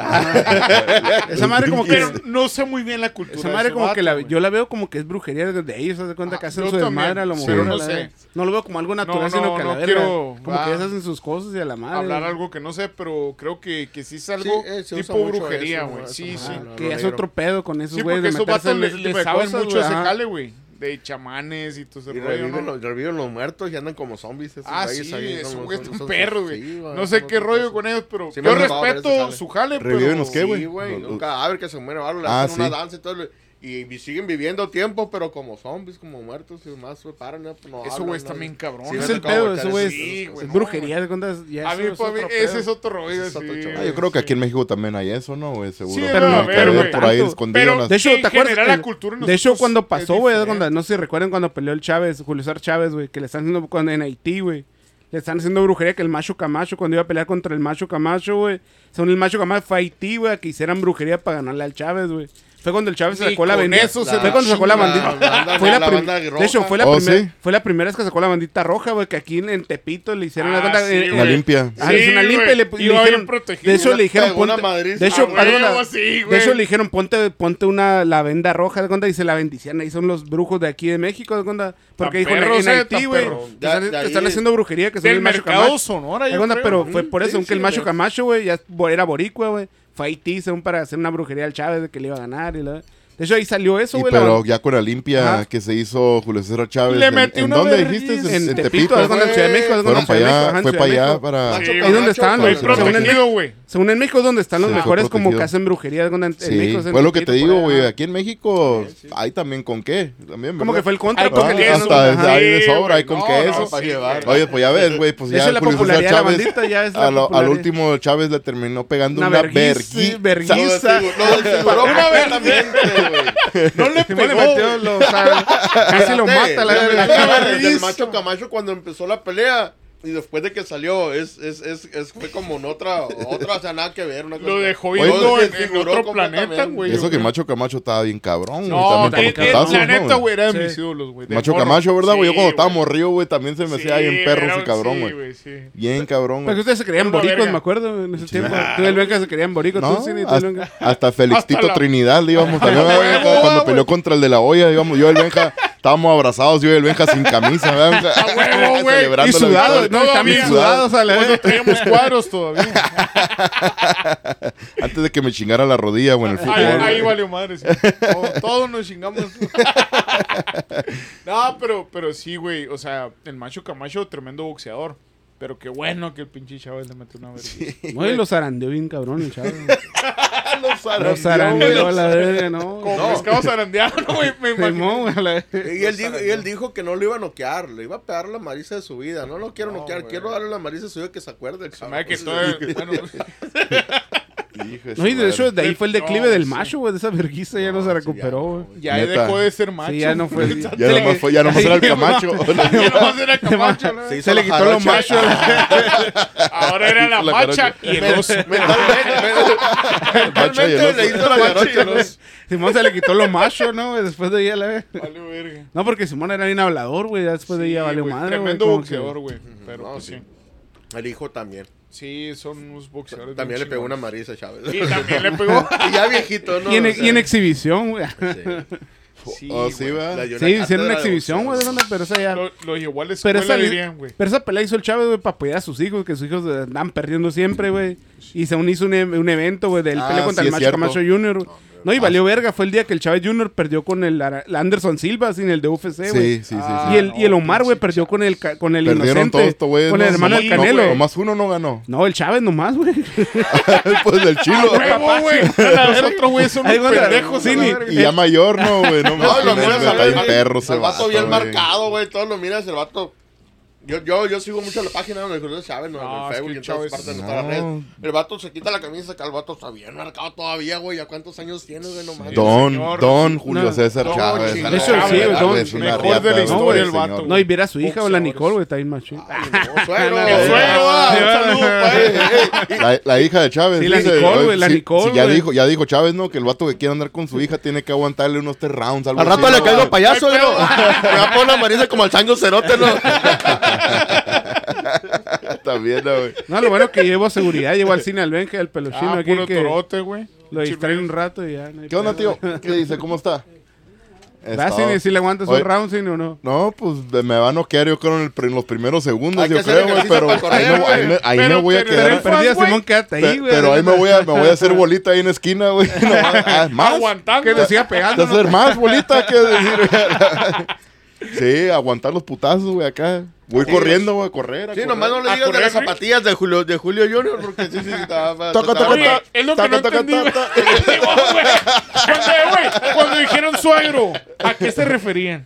C: Esa madre como que...
B: Pero no sé muy bien la cultura.
C: Esa
B: de
C: madre
B: ese
C: como que
B: vato, güey.
C: yo la veo como que es brujería de ellos, ¿se das cuenta? Que hacen
B: yo
C: su
B: también,
C: desmadre a lo
A: sí.
C: mejor.
B: no
C: a la
B: sé.
C: verga. No lo veo como algo natural,
B: No,
C: sino que a la
B: no
C: verga.
B: quiero,
C: Como que
B: va.
C: ellos hacen sus cosas y a la madre.
B: Hablar
C: güey.
B: algo que no sé, pero creo que sí es algo
D: se usa
B: tipo
D: mucho
B: brujería,
D: eso,
B: güey.
D: ¿no?
B: Sí,
D: Eso,
B: sí.
D: no,
C: Que
D: lo
C: es
D: negro.
C: otro pedo con esos
B: Sí,
C: güeyes.
B: porque
C: de
B: esos
C: meterse
B: vatos
C: en
B: le
C: de
B: saben
C: cosas,
B: mucho
C: güey,
B: ese
C: ajá.
B: jale, güey. De chamanes y todo ese
D: Y
B: rollo, ¿no?
D: reviven los muertos y andan como zombies. Esos
B: Ah,
D: güeyes
B: sí,
D: ahí,
B: esos
D: como
B: güeyes
D: son-
B: están
D: son-
B: perros, güey.
D: sí,
B: No sé qué rollo con ellos, pero
D: Sí,
B: yo
D: me gustaba ver ese
B: respeto
D: jale.
B: su jale, pero...
A: ¿Reviven los qué, güey?
D: Sí, güey. Un cadáver que se muere, algo, le
A: Ah,
D: hacen
A: sí.
D: una danza y todo. Y siguen viviendo tiempo, pero como zombies, como muertos. Y más se paran, no
B: Eso,
D: hablan,
B: güey, está
D: no-
B: bien cabrón.
D: Sí, me
C: Es
D: ha
C: el
D: tocado
C: pedo,
D: guachar
C: eso, güey.
D: esos-
B: Sí,
C: Es
B: güey, no,
C: brujería, de cuentas. Ya
B: A mí,
C: eso es
B: para mí,
C: otro
B: ese
C: pedo.
B: es otro rollo.
D: Ese es
B: sí,
D: otro show.
A: Ah, yo creo que aquí en México también hay eso, ¿no, güey? Seguro.
B: Sí,
C: pero
B: debe
C: no,
B: haber,
C: pero no
B: güey.
A: por ahí
C: tanto.
A: escondido.
B: Pero-
A: en las-
C: De hecho,
B: En
C: ¿te acuerdas?
B: general, la cultura en
C: De hecho,
B: nosotros
C: cuando
B: es
C: pasó, güey,
B: diferente.
C: no sé si recuerdan cuando peleó el Chávez, Julio César Chávez, güey, que le están haciendo en Haití, güey. Le están haciendo brujería que el macho Camacho, cuando iba a pelear contra el macho Camacho, güey. Según el macho Camacho fue a Haití, güey, a que hicieran brujería para ganarle al Chávez, güey. Fue cuando el Chávez
B: Ni
C: sacó la
B: con
C: bandita.
B: eso se
C: Fue cuando sacó la bandita. Fue
D: la
C: la prim-
D: banda
C: De hecho,
D: roja.
A: ¿Sí?
C: fue la primera vez que sacó la bandita roja, güey, que aquí en Tepito le hicieron la
B: Ah,
C: banda.
B: sí,
A: La
B: güey.
A: limpia.
C: Ah, le hicieron una
B: Sí,
C: limpia y le
B: güey. Iba bien
C: dijeron.
B: protegido.
C: De hecho, le dijeron.
D: Pegó una
C: ponte-
D: madriza.
C: De hecho,
B: Ah, güey,
C: perdona,
B: sí,
C: de
B: güey.
C: hecho, le dijeron, ponte la venda roja, de cuenta, y se la bendicían. Ahí son los brujos de aquí de México, de cuenta. Porque dijo,
B: perros,
C: en Haití,
B: tan
C: güey,
B: perros.
C: que están,
D: De
C: que
D: ahí-
C: están haciendo brujería, que son
B: Del
C: el macho
B: mercado
C: Camacho.
B: Sonora,
C: De
B: yo
C: cuenta,
B: creo.
C: pero fue por eso,
D: Sí,
C: aunque el
D: sí,
C: macho
D: güey.
C: Camacho, güey, ya era boricua, güey. Fue a Haití, según para hacer una brujería al Chávez de que le iba a ganar. De hecho, ahí salió eso,
A: Y
C: güey.
A: pero ya con la limpia
C: Ajá.
A: que se hizo Julio César Chávez.
B: Le
A: ¿En,
B: metió
A: en
B: una
A: dónde
B: vergüenza.
A: dijiste?
C: En Tepito,
A: Tepito.
C: haz de cuenta, en Ciudad de México, haz de cuenta,
A: Fueron para
C: Ciudad de México,
A: allá,
C: ajá, en
A: fue
C: Ciudad
A: para
C: de
A: allá
C: México.
A: para...
B: Sí,
C: Ahí donde estaban
B: Fue
C: los-
B: protegido, güey.
C: Según en México, donde están los
A: Sí,
C: mejores
A: fue
C: como
A: protegido.
C: que hacen brujería. En México
A: Sí,
C: es en
A: fue lo que te
C: Tepito,
A: digo,
C: por
A: güey.
C: allá.
A: Aquí en México hay también con qué. También,
C: Como que
A: ¿verdad?
C: fue el contra.
B: Hay
C: porque
B: con
C: le
A: Ah,
C: dieron-
B: queso,
A: hasta
C: ajá.
A: ahí de sobra, hay
B: güey,
A: con
B: no,
A: queso.
B: no, para llevar.
A: Oye, pues ya ves, güey, pues
C: De
A: ya
C: hecho, la
A: Julio César
C: popularidad de la
A: Chávez...
C: bandita ya es la
A: Al
C: popularidad.
A: último Chávez le terminó pegando
C: Una
A: una
C: vergüenza.
A: vergüenza.
D: Lo desfiguró completamente, güey.
B: No le
C: Simón le
B: pegó.
C: metió o sea, casi lo mata la verga.
D: El macho Camacho cuando empezó la pelea y después de que salió fue como en otra, o sea, nada que ver. Una cosa
B: Lo
D: que-
B: dejó
A: Oye,
B: yendo
D: se
B: en
D: desfiguró
B: otro planeta,
D: completamente.
B: güey.
A: Y eso
B: yo
A: que el
B: creo.
A: Macho Camacho estaba bien cabrón, güey.
B: No,
A: También para putazos,
B: la neta,
A: ¿no,
B: güey, era de
C: Sí.
B: mis ídolos, güey. de
A: Macho
B: morro.
A: Camacho, ¿verdad, güey? Yo
B: Sí,
A: cuando estaba
B: güey.
A: morrido, güey, también se me hacía
B: Sí,
A: bien perro
B: era-
A: ese cabrón,
B: sí,
A: güey.
B: sí.
A: Bien cabrón,
C: Porque
A: güey.
C: ustedes se creían
B: Era una
C: boricos,
B: verga.
C: me acuerdo, en ese tiempo. Tú y el Benja se creían boricos,
A: No,
C: tú sí, ni tú y el Benja.
A: hasta Felixtito
B: Hasta la-
A: Trinidad le íbamos también,
B: huevo,
A: ¿verdad? Cuando
B: güey.
A: peleó contra el de la olla, íbamos, yo y el Benja, estábamos abrazados, yo y el Benja sin camisa, ¿verdad?
B: A huevo, güey.
A: Celebrando
C: Y
A: la
C: sudados,
A: victoria.
C: no, están bien
B: Todavía.
C: sudados a la
B: Cuando
C: vez.
B: teníamos cuadros todavía.
A: Antes de que me chingara la rodilla, güey, en el fútbol.
B: Ahí
A: güey.
B: valió madre, sí. Todos nos chingamos. No, pero sí, güey. O sea, el Macho Camacho, tremendo boxeador. Pero qué bueno que el pinche Chávez le metió una verga.
C: Güey, los zarandeó bien cabrón, el chavo.
A: Los
C: Los zarandeó a la verga, ¿no?
B: Como pescado zarandeado, ¿no, güey? Me imagino.
C: Simón, güey, a la verga.
D: Y él dijo que no lo iba a noquear, le iba a pegar la mariza de su vida. No lo quiero noquear,
B: güey.
D: quiero darle la mariza de su vida que se acuerde.
B: Se me da que todo. Bueno,
A: Hijo de
C: No, y de
A: su
C: hecho, de ahí fue el declive
B: No,
C: del
B: sí.
C: macho, güey. De esa vergüenza ya no se recuperó, güey.
B: ya
A: Neta.
B: dejó de ser macho.
C: Sí, ya no fue.
A: Ya nomás era el Camacho.
B: Ya nomás era Camacho, ¿no?
C: Se le quitó lo macho.
B: Ahora era la
A: Hizo la
B: macha y el oso.
A: Macho y el
D: Mentalmente le
A: oso.
D: hizo la garocha, ¿no?
C: Simón se le quitó lo macho, ¿no? Güey, después de ella la verga.
B: Vale, verga.
C: No, porque Simón era bien hablador, güey. Ya después de ella valió
B: güey,
C: madre, güey.
B: Tremendo
C: como
B: boxeador,
C: que-
B: güey. Pero
D: No,
B: pues
D: sí.
B: sí.
D: El hijo también.
B: Sí, son unos boxeadores.
D: También
B: bien
D: le pegó una
B: chingones.
D: mariza a Chávez.
B: Y también le pegó.
D: Y ya viejito, ¿no?
C: Y en,
D: O sea,
C: y en exhibición, güey.
B: Sí,
A: Oh, sí,
B: güey.
A: va.
D: le dio
C: Sí,
D: una
C: hicieron una
D: cátedra de
C: exhibición, güey, de
D: boxeo.
C: onda, pero esa ya.
B: Lo llevó a la
C: Pero
B: escuela,
C: esa,
B: dirían, güey.
C: pero esa pelea hizo el Chávez, güey, para apoyar a sus hijos, que sus hijos andan perdiendo siempre, güey. Y se hizo un evento, güey, del
A: Ah,
C: pelea contra
A: sí,
C: el
A: es
C: Macho
A: cierto.
C: Camacho Jr., güey. No, y valió verga. Fue el día que el Chávez Jr. perdió con el Anderson Silva, sin el de UFC, güey.
A: Sí, sí, sí.
B: Ah,
C: Y el, y el
B: no,
C: Omar, güey,
B: pinche
C: perdió con el
A: Perdieron
C: inocente.
A: todos estos güeyes.
C: Con el
A: ¿no?
C: hermano
A: Sí,
C: del Canelo.
A: no, nomás uno no ganó.
C: No, el Chávez nomás, güey.
A: Pues del chilo.
B: ¡Huevo, güey! Los otros güeyes son
C: Ahí
B: unos
C: cuando-
B: pendejos.
C: sí,
B: a la
C: ni-
B: verga.
A: Y ya mayor, no, güey. No,
D: No, y lo
A: mames,
D: miras
A: está
D: al
A: bien perro ese
D: el vato bien
A: güey.
D: marcado, güey. Todos lo miras, el vato Yo sigo mucho la página de Julio Chávez, ¿no?
B: No,
D: En el
B: es
D: Facebook
B: que
D: y en todas
B: Chávez-
D: partes de
A: no.
D: todas las redes. El vato se quita la camisa, acá el vato está bien marcado todavía, güey. ¿Ya cuántos años tiene, güey? No mames.
B: señor.
A: Don Julio
C: No.
A: César
B: No,
A: Chávez.
B: chingado.
A: a la
C: Eso
A: verga,
C: sí, güey,
A: güey,
C: don.
A: es una
B: Mejor
A: riata,
B: de la
A: güey,
B: historia el
A: señor.
B: vato.
C: No, y viera a su hija o la
B: Boxeadores.
C: Nicole, güey, está bien machín.
D: Ay, no, suegro.
B: El suegro, un saludo, pues.
A: La hija de Chávez.
C: Sí, la
A: dice,
C: Nicole,
A: oye,
C: güey, la
A: sí,
C: Nicole,
A: sí, ya
C: güey.
A: dijo Chávez, ¿no? Que el vato que quiere andar con su hija tiene que aguantarle unos 3 rounds. Algo
D: Al
A: así,
D: rato le
A: ¿no?
D: caigo payaso, güey. Me va a poner una marisa como al chango cerote, ¿no?
A: También, ¿no, güey?
C: No, lo bueno que llevo seguridad, llevo al cine al Benje, al peluchino
B: Ah,
C: aquí
B: puro
C: que
B: torote, güey.
C: lo distrae un rato y ya. No hay
A: ¿Qué onda,
C: pedo.
A: tío? ¿Qué dice? ¿Cómo está?
C: ¿Va, Cine? ¿Si le aguantas
A: Oye,
C: un round, Cine, o no?
A: No, pues me va a noquear yo creo en los primeros segundos,
D: Hay que
A: yo
D: hacer
A: creo, güey,
D: ejercicio
A: pero
D: para correr,
A: ahí me
B: Pero
A: voy a
B: te
C: Pero
A: quedar.
C: en perdida,
B: güey.
C: Simón, quédate ahí, güey.
A: Pero ahí me voy a hacer bolita ahí en la esquina, güey. Más.
B: Aguantando.
C: Que te siga pegando.
A: De hacer más bolita que decir. Sí, aguantar los putazos, güey, acá. Voy corriendo, güey, a correr.
D: Sí, nomás no le
B: ¿A
D: digas de
B: correr,
D: las
B: güey?
D: zapatillas de Julio Junior, porque sí, estaba...
A: Toca, toca,
B: Oye,
A: toca.
B: es lo que no
A: Taca, taca,
B: entendí, güey.
A: taca.
B: Cuando dijeron suegro, ¿a qué se referían?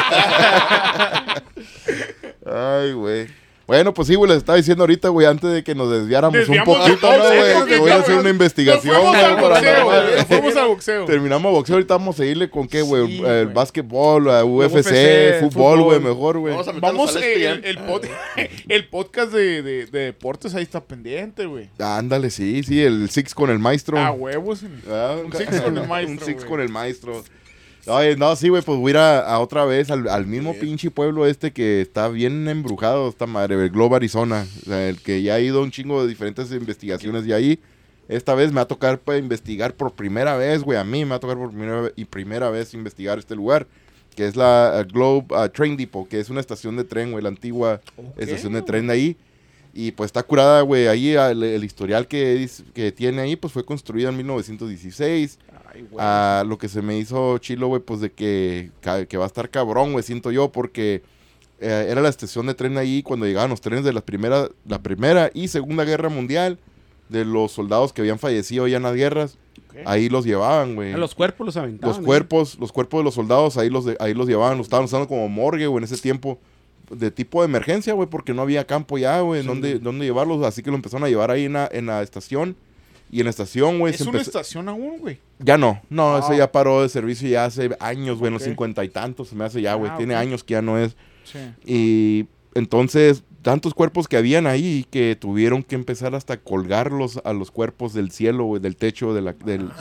A: Ay, güey. Bueno, pues sí, güey, les estaba diciendo ahorita, güey, antes de que nos desviáramos
B: Desviamos
A: un poquito,
B: del
A: ¿no,
B: boxeo,
A: güey? Que voy a hacer una investigación,
B: Nos fuimos al
A: güey,
B: boxeo,
A: paranormal.
B: nos fuimos al boxeo.
A: Terminamos boxeo, ahorita vamos a seguirle con qué, güey,
B: Sí,
A: el
B: güey.
A: básquetbol, UFC,
C: UFC,
A: fútbol, güey,
C: fútbol.
A: mejor, güey.
D: Vamos a meternos
B: Vamos,
D: al ESPN.
B: el podcast de deportes ahí está pendiente, güey.
A: Ándale, sí, el Six con el maestro.
B: A huevos.
A: Ah,
B: Un six con el maestro,
A: Un Six
B: güey.
A: con el maestro. Oye, no, sí, güey, pues voy a ir a otra vez al mismo pinche pueblo este que está bien embrujado, esta madre, el Globe, Arizona. O sea, el que ya ha ido a un chingo de diferentes investigaciones de ahí. Esta vez me va a tocar para investigar por primera vez, güey. A mí me va a tocar por primera vez investigar este lugar, que es la Globe Train Depot, que es una estación de tren, güey, la antigua estación de tren de ahí. Y pues está curada, güey. Ahí el historial que tiene ahí, pues fue construida en 1916.
B: Ay, güey.
A: Lo que se me hizo chilo, güey, pues de que va a estar cabrón, güey, siento yo, porque era la estación de tren ahí cuando llegaban los trenes de la primera y segunda guerra mundial, de los soldados que habían fallecido ya en las guerras,
B: Ok.
A: ahí los llevaban, güey.
C: A los cuerpos los aventaban.
A: Los cuerpos de los soldados ahí los llevaban, los estaban usando como morgue, güey, en ese tiempo de tipo de emergencia, güey, porque no había campo ya, güey, ¿dónde llevarlos? Así que lo empezaron a llevar ahí en la estación. Y en la estación, güey,
B: Es una estación aún, güey.
A: ya no,
B: Ah.
A: eso ya paró de servicio ya hace años, güey, en los
B: Ok.
A: 50 y tantos, se me hace ya, güey,
B: Ah,
A: tiene
B: ok.
A: años que ya no es.
B: Sí.
A: Y entonces, tantos cuerpos que habían ahí que tuvieron que empezar hasta colgarlos a los cuerpos del cielo, güey, del techo de la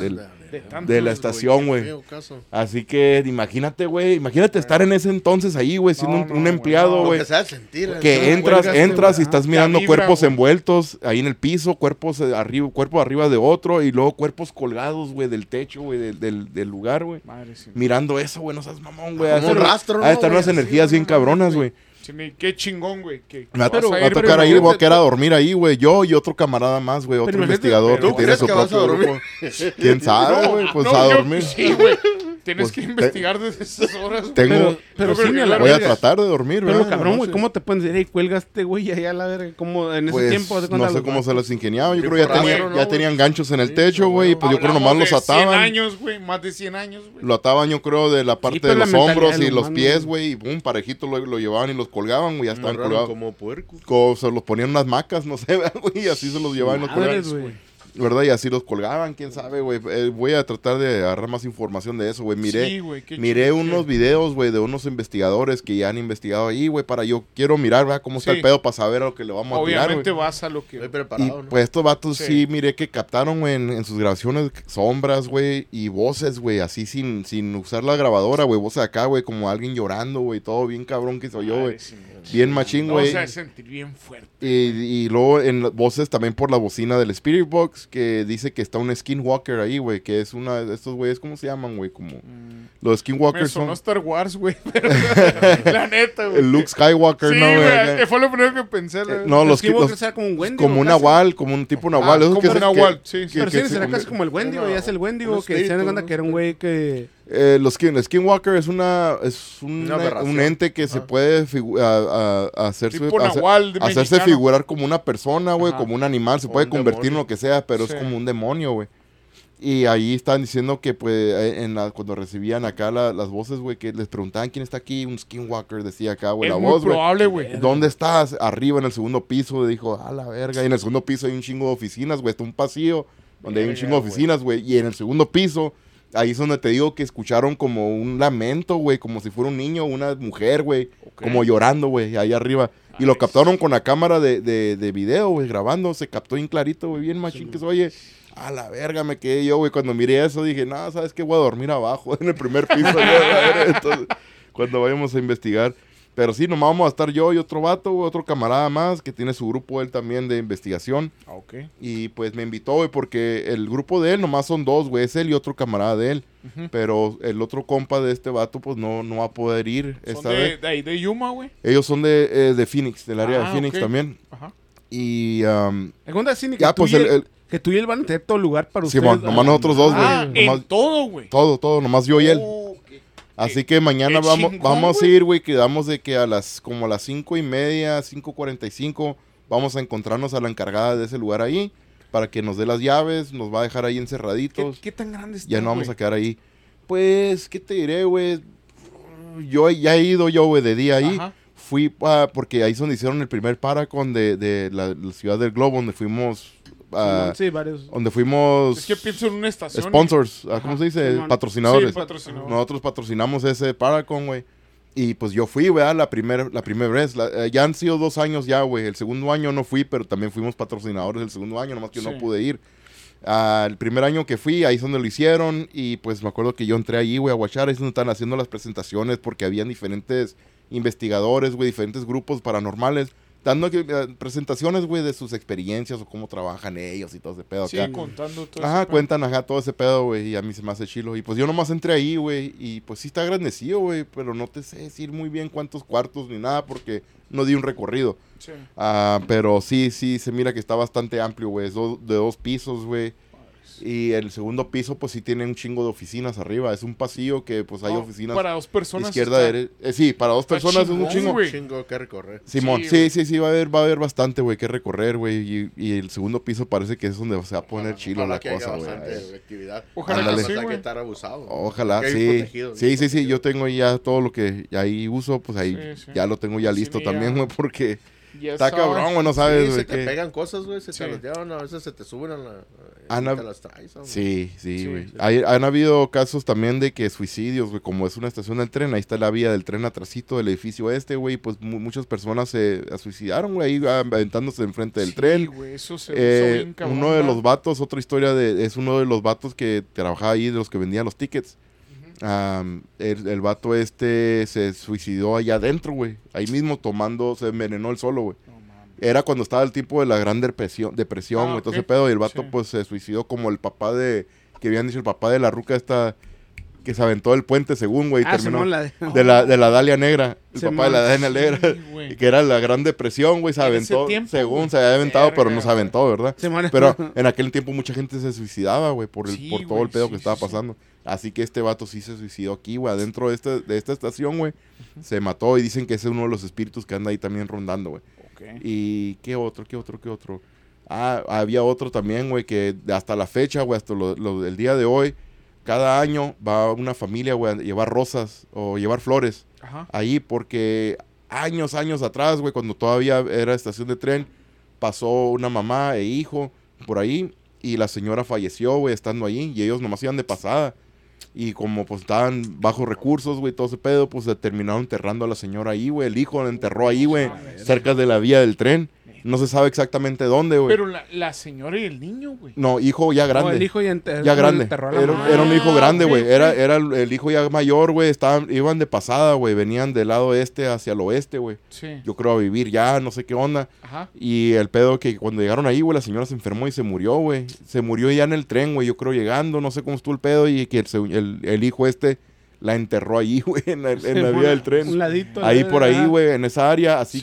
B: De
A: la estación, güey. Así que imagínate, güey, estar en ese entonces ahí, güey, siendo
B: No,
A: un
B: no,
A: empleado,
B: güey, no.
A: güey.
D: Lo que sea sentir.
A: Que
C: cuelgas,
A: entras y
C: güey,
A: estás
B: la
A: mirando
B: vibra,
A: cuerpos
B: güey.
A: envueltos ahí en el piso, cuerpos arriba de otro, y luego cuerpos colgados, güey, del techo, güey, del lugar, güey.
B: Madre sí.
A: Mirando eso, güey, no seas mamón, güey.
D: Como un rastro, ¿no,
A: estar
D: güey?
A: unas
D: Así,
A: energías bien
D: no,
A: cabronas,
D: güey.
A: güey.
B: Sí, qué chingón, güey.
A: Me va a
B: vas a ir,
A: tocar
B: pero
A: ahí, voy a
C: imagínate-
A: quedar a dormir ahí, güey. Yo y otro camarada más, güey, otro
C: imagínate-
A: investigador
C: ¿Tú
A: que tiene
D: crees
A: su
D: que vas a
A: propio
D: dormir?
A: grupo. ¿Quién sabe, güey? Pues
B: no,
A: a
B: yo-
A: dormir.
B: Sí, güey. Tienes
A: Pues,
B: que investigar desde esas horas. güey.
A: Tengo,
C: Pero
B: Yo creo
C: sí,
B: que
C: a la
A: voy a
C: verga.
A: tratar de dormir,
C: Pero
A: ¿verdad?
C: cabrón, güey,
A: No sé.
C: ¿cómo te pueden decir? Ey, cuélgaste, güey, allá a la verga. ¿Cómo en ese
A: Pues,
C: tiempo?
A: no sé cómo se las ingeniaban. Yo
D: Tipo
A: creo que ya,
D: raro, ¿no,
A: ya
D: güey?
A: tenían ganchos en el
D: Sí,
A: techo,
D: sí,
A: güey.
D: güey.
A: Pues yo creo
B: Hablamos
A: nomás los
B: de 100
A: ataban.
B: años, güey. Más de 100 años, güey.
A: Lo ataban, yo creo, de la parte
C: pero
A: de
C: la
A: los
C: mentalidad
A: hombros y
C: del
A: los
C: humano,
A: pies,
C: güey.
A: güey. Y boom, parejito lo llevaban y los colgaban, güey. Ya estaban colgados.
D: Como puerco.
A: Se los ponían unas macas, no sé, güey. Y así se los llevaban y los colgaban.
C: Madres, güey.
A: ¿Verdad? Y así los colgaban, quién sabe, güey. Voy a tratar de agarrar más información de eso, güey.
B: Sí, güey, qué
A: Miré
B: chido,
A: unos
B: sí.
A: videos, güey, de unos investigadores que ya han investigado ahí, güey, yo quiero mirar, ¿verdad? Cómo está
B: Sí.
A: el pedo para saber a lo que le vamos a tirar,
B: Obviamente
A: güey.
B: vas a lo
D: Estoy
B: que...
A: Y
D: preparado, ¿no?
A: pues estos vatos sí,
B: Sí.
A: miré que captaron, güey, en sus grabaciones sombras, güey, y voces, güey, así sin usar la grabadora, güey, voces acá, güey, como alguien llorando, güey, todo bien cabrón que soy yo, güey.
B: Madre sí, güey.
A: Bien machín,
B: No,
A: güey.
B: o sea, sentir bien fuerte.
A: Y luego en las voces también por la bocina del Spirit Box, que dice que está un Skinwalker ahí, güey, que es una de estos güeyes, ¿cómo se llaman, güey? Como los
B: Me
A: Skinwalkers
B: sonó
A: son
B: Star Wars, güey. pero- La neta, güey.
A: el Luke Skywalker,
B: Sí,
A: ¿no, güey?
B: güey. Fue lo primero que pensé. la-
A: No, los
C: Skinwalker
A: que los-
C: será como un Wendigo.
A: como un
C: casi.
A: nahual, como un tipo nahual. esos
B: como
A: que
B: un
A: se-
B: nahual,
A: que-
B: sí, sí.
A: que-
C: Pero
A: que
C: sí,
A: se
C: será
A: convier-
C: casi como el Wendigo, ya es el Wendigo
D: un
C: que se dan
D: espíritu,
C: cuenta
D: ¿no?
C: que era un güey que...
A: Los Skinwalker es
D: Una aberración.
A: un ente que se puede hacerse,
B: Tipo nahual de
A: hacerse
B: mexicano.
A: figurar como una persona, güey,
B: Ajá.
A: como un animal. Se
D: O
A: puede
D: un
A: convertir en
D: demonio.
A: lo que sea, pero
B: Sí.
A: es como un demonio, güey. Y ahí estaban diciendo que, pues, cuando recibían acá las voces, güey, que les preguntaban quién está aquí, un skinwalker decía acá, güey,
B: Es
A: la
B: muy
A: voz, güey.
B: probable, güey.
A: ¿Dónde estás? Arriba en el segundo piso, dijo, a la verga. Y en el segundo piso hay un chingo de oficinas, güey, está un pasillo donde hay un chingo de oficinas, güey. Y en el segundo piso, ahí es donde te digo que escucharon como un lamento, güey, como si fuera un niño o una mujer, güey, como llorando, güey, ahí arriba. Y lo captaron con la cámara de video, güey, grabando. Se captó bien clarito, güey, bien machín que se oye. A la verga me quedé yo, güey. Cuando miré eso dije, no, ¿sabes qué? Voy a dormir abajo, en el primer piso. Entonces, cuando vayamos a investigar. Pero sí, nomás vamos a estar yo y otro vato, güey, otro camarada más, que tiene su grupo él también de investigación.
B: Ok.
A: Y pues me invitó, güey, porque el grupo de él nomás son dos, güey. Es él y otro camarada de él. Pero el otro compa de este vato, pues no va a poder ir esta
B: ¿Son
A: vez.
B: de ahí de Yuma, güey?
A: Ellos son de Phoenix, del área de Phoenix
B: ok.
A: también.
B: Ajá.
A: Y
C: Segunda cine que
A: ya,
C: tú
A: pues
C: y él, que tú y él van a tener todo lugar para ustedes.
A: Simón, nomás nosotros dos, güey.
B: Ah,
A: Nomás-
B: en todo, güey.
A: todo, nomás yo y él.
B: Oh,
A: Así que mañana
B: qué
A: vamos
B: chingón,
A: a
B: güey.
A: ir, güey, quedamos de que como a las 5:30, 5:45, vamos a encontrarnos a la encargada de ese lugar ahí, para que nos dé las llaves, nos va a dejar ahí encerraditos,
B: ¿Qué tan grande está,
A: ya no vamos
B: güey?
A: a quedar ahí. Pues, ¿qué te diré, güey? Yo ya he ido güey, de día ahí.
B: Ajá.
A: Fui porque ahí es donde hicieron el primer Paracon de la ciudad del Globo, donde fuimos,
C: Sí, varios.
A: donde fuimos
B: Es que pienso en una estación.
A: sponsors, ¿cómo
B: Ajá.
A: se dice?
C: Simón.
A: Patrocinadores.
B: Sí, patrocinador.
A: Nosotros patrocinamos ese Paracon, güey. Y pues yo fui, güey, la primera vez. Ya han sido 2 años ya, güey. El segundo año no fui, pero también fuimos patrocinadores el segundo año, nomás que yo
B: Sí.
A: no pude ir. El primer año que fui, ahí es donde lo hicieron. Y pues me acuerdo que yo entré ahí, güey, a guachar. Ahí es donde están haciendo las presentaciones porque habían diferentes investigadores, güey, diferentes grupos paranormales. Dando presentaciones, güey, de sus experiencias o cómo trabajan ellos y todo ese pedo
B: Sí,
A: acá.
B: contando todo
A: Ajá,
B: ese pedo.
A: cuentan, todo ese pedo, güey, y a mí se me hace chilo. Y pues yo nomás entré ahí, güey, y pues sí está agrandecido, güey, pero no te sé decir muy bien cuántos cuartos ni nada porque no di un recorrido.
B: Sí.
A: Pero sí, se mira que está bastante amplio, güey, es de 2 pisos, güey. Y el segundo piso, pues sí tiene un chingo de oficinas arriba. Es un pasillo que, pues hay
B: No,
A: oficinas
B: Para 2 personas.
A: izquierda,
B: está-
A: derecha. Sí, para 2
B: está
A: personas es un
B: chingón,
A: chingo.
B: güey.
D: Chingo que recorrer.
A: Simón,
B: Sí,
A: sí, va a haber bastante, güey, que recorrer, güey. Y el segundo piso parece que es donde se va a poner chilo
D: Ojalá
A: la
D: que haya
A: cosa, güey.
D: bastante actividad.
B: Ojalá
A: Ándale.
B: que
D: No
B: sí,
D: hay que
B: güey.
D: estar abusado.
A: Ojalá,
D: Hay que
A: sí.
D: ir protegido,
A: Sí,
D: protegido.
A: yo tengo ya todo lo que ahí uso, pues ahí
B: Sí, sí.
A: ya lo tengo ya
B: Sí,
A: listo
B: ya.
A: también, güey, porque
B: Ya
A: está
B: sabes.
A: cabrón, güey, no sabes,
D: Sí,
A: güey.
D: se te
A: qué-
D: pegan cosas, güey, se
B: Sí.
D: te las llevan, a veces se te suben a la...
A: Ana-
D: y te las traes, hombre.
A: Sí,
B: Sí,
A: güey.
D: sí.
A: Han habido casos también de que suicidios, güey, como es una estación del tren, ahí está la vía del tren atrasito del edificio güey, pues muchas personas se suicidaron, güey, ahí aventándose enfrente del
B: Sí,
A: tren.
B: güey, eso se hizo bien cabrón.
A: Uno de
B: ¿verdad?
A: los vatos, otra historia es uno de los vatos que trabajaba ahí, de los que vendían los tickets. El vato se suicidó allá adentro, güey. Ahí mismo se envenenó él solo, güey.
B: No mames.
A: Era cuando estaba el tiempo de la gran depresión, güey,
B: ok.
A: todo ese pedo. Y el vato,
B: Sí.
A: pues, se suicidó como el papá que habían dicho, el papá de la ruca esta, que se aventó del puente, según, güey, y terminó.
C: Simón, la de...
A: De la Dalia Negra. El
C: Simón.
A: papá de la Dalia Negra.
B: Sí, güey.
A: Que era la gran depresión, güey, se
B: En ese
A: aventó.
B: tiempo,
A: Según
B: güey.
A: se había aventado, pero no
B: Verga,
A: se aventó, ¿verdad?
C: Simón.
A: Pero en aquel tiempo mucha gente se suicidaba, güey, por
B: Sí,
A: todo
B: güey,
A: el pedo
B: sí,
A: que estaba
B: sí, sí.
A: pasando. Así que este vato sí se suicidó aquí, güey, adentro de esta estación, güey. Se mató y dicen que ese es uno de los espíritus que anda ahí también rondando, güey.
B: Ok.
A: ¿Y qué otro? Había otro también, güey, que hasta la fecha, güey, hasta el día de hoy, cada año va una familia, güey, a llevar rosas o llevar flores
B: Ajá.
A: ahí porque años atrás, güey, cuando todavía era estación de tren, pasó una mamá e hijo por ahí y la señora falleció, güey, estando ahí y ellos nomás iban de pasada. Y como pues estaban bajos recursos, güey, todo ese pedo, pues se terminaron enterrando a la señora ahí, güey. El hijo la enterró ahí, güey, cerca de la vía del tren. No se sabe exactamente dónde, güey.
B: Pero la señora y el niño, güey.
A: No, hijo ya grande.
C: No, el hijo ya
A: grande.
C: enterró a la
A: Era,
C: mamá.
A: era un hijo grande,
B: ok,
A: güey.
B: ok.
A: Era el hijo ya mayor, güey. Iban de pasada, güey. Venían del lado este hacia el oeste, güey.
B: Sí.
A: Yo creo a vivir ya, no sé qué onda.
B: Ajá.
A: Y el pedo que cuando llegaron ahí, güey, la señora se enfermó y se murió, güey. Se murió ya en el tren, güey. Yo creo llegando, no sé cómo estuvo el pedo. Y que el hijo la enterró ahí, güey, en la vía del tren.
C: Un ladito.
A: Ahí por ahí, güey, en esa área. Así
B: Sí.
A: que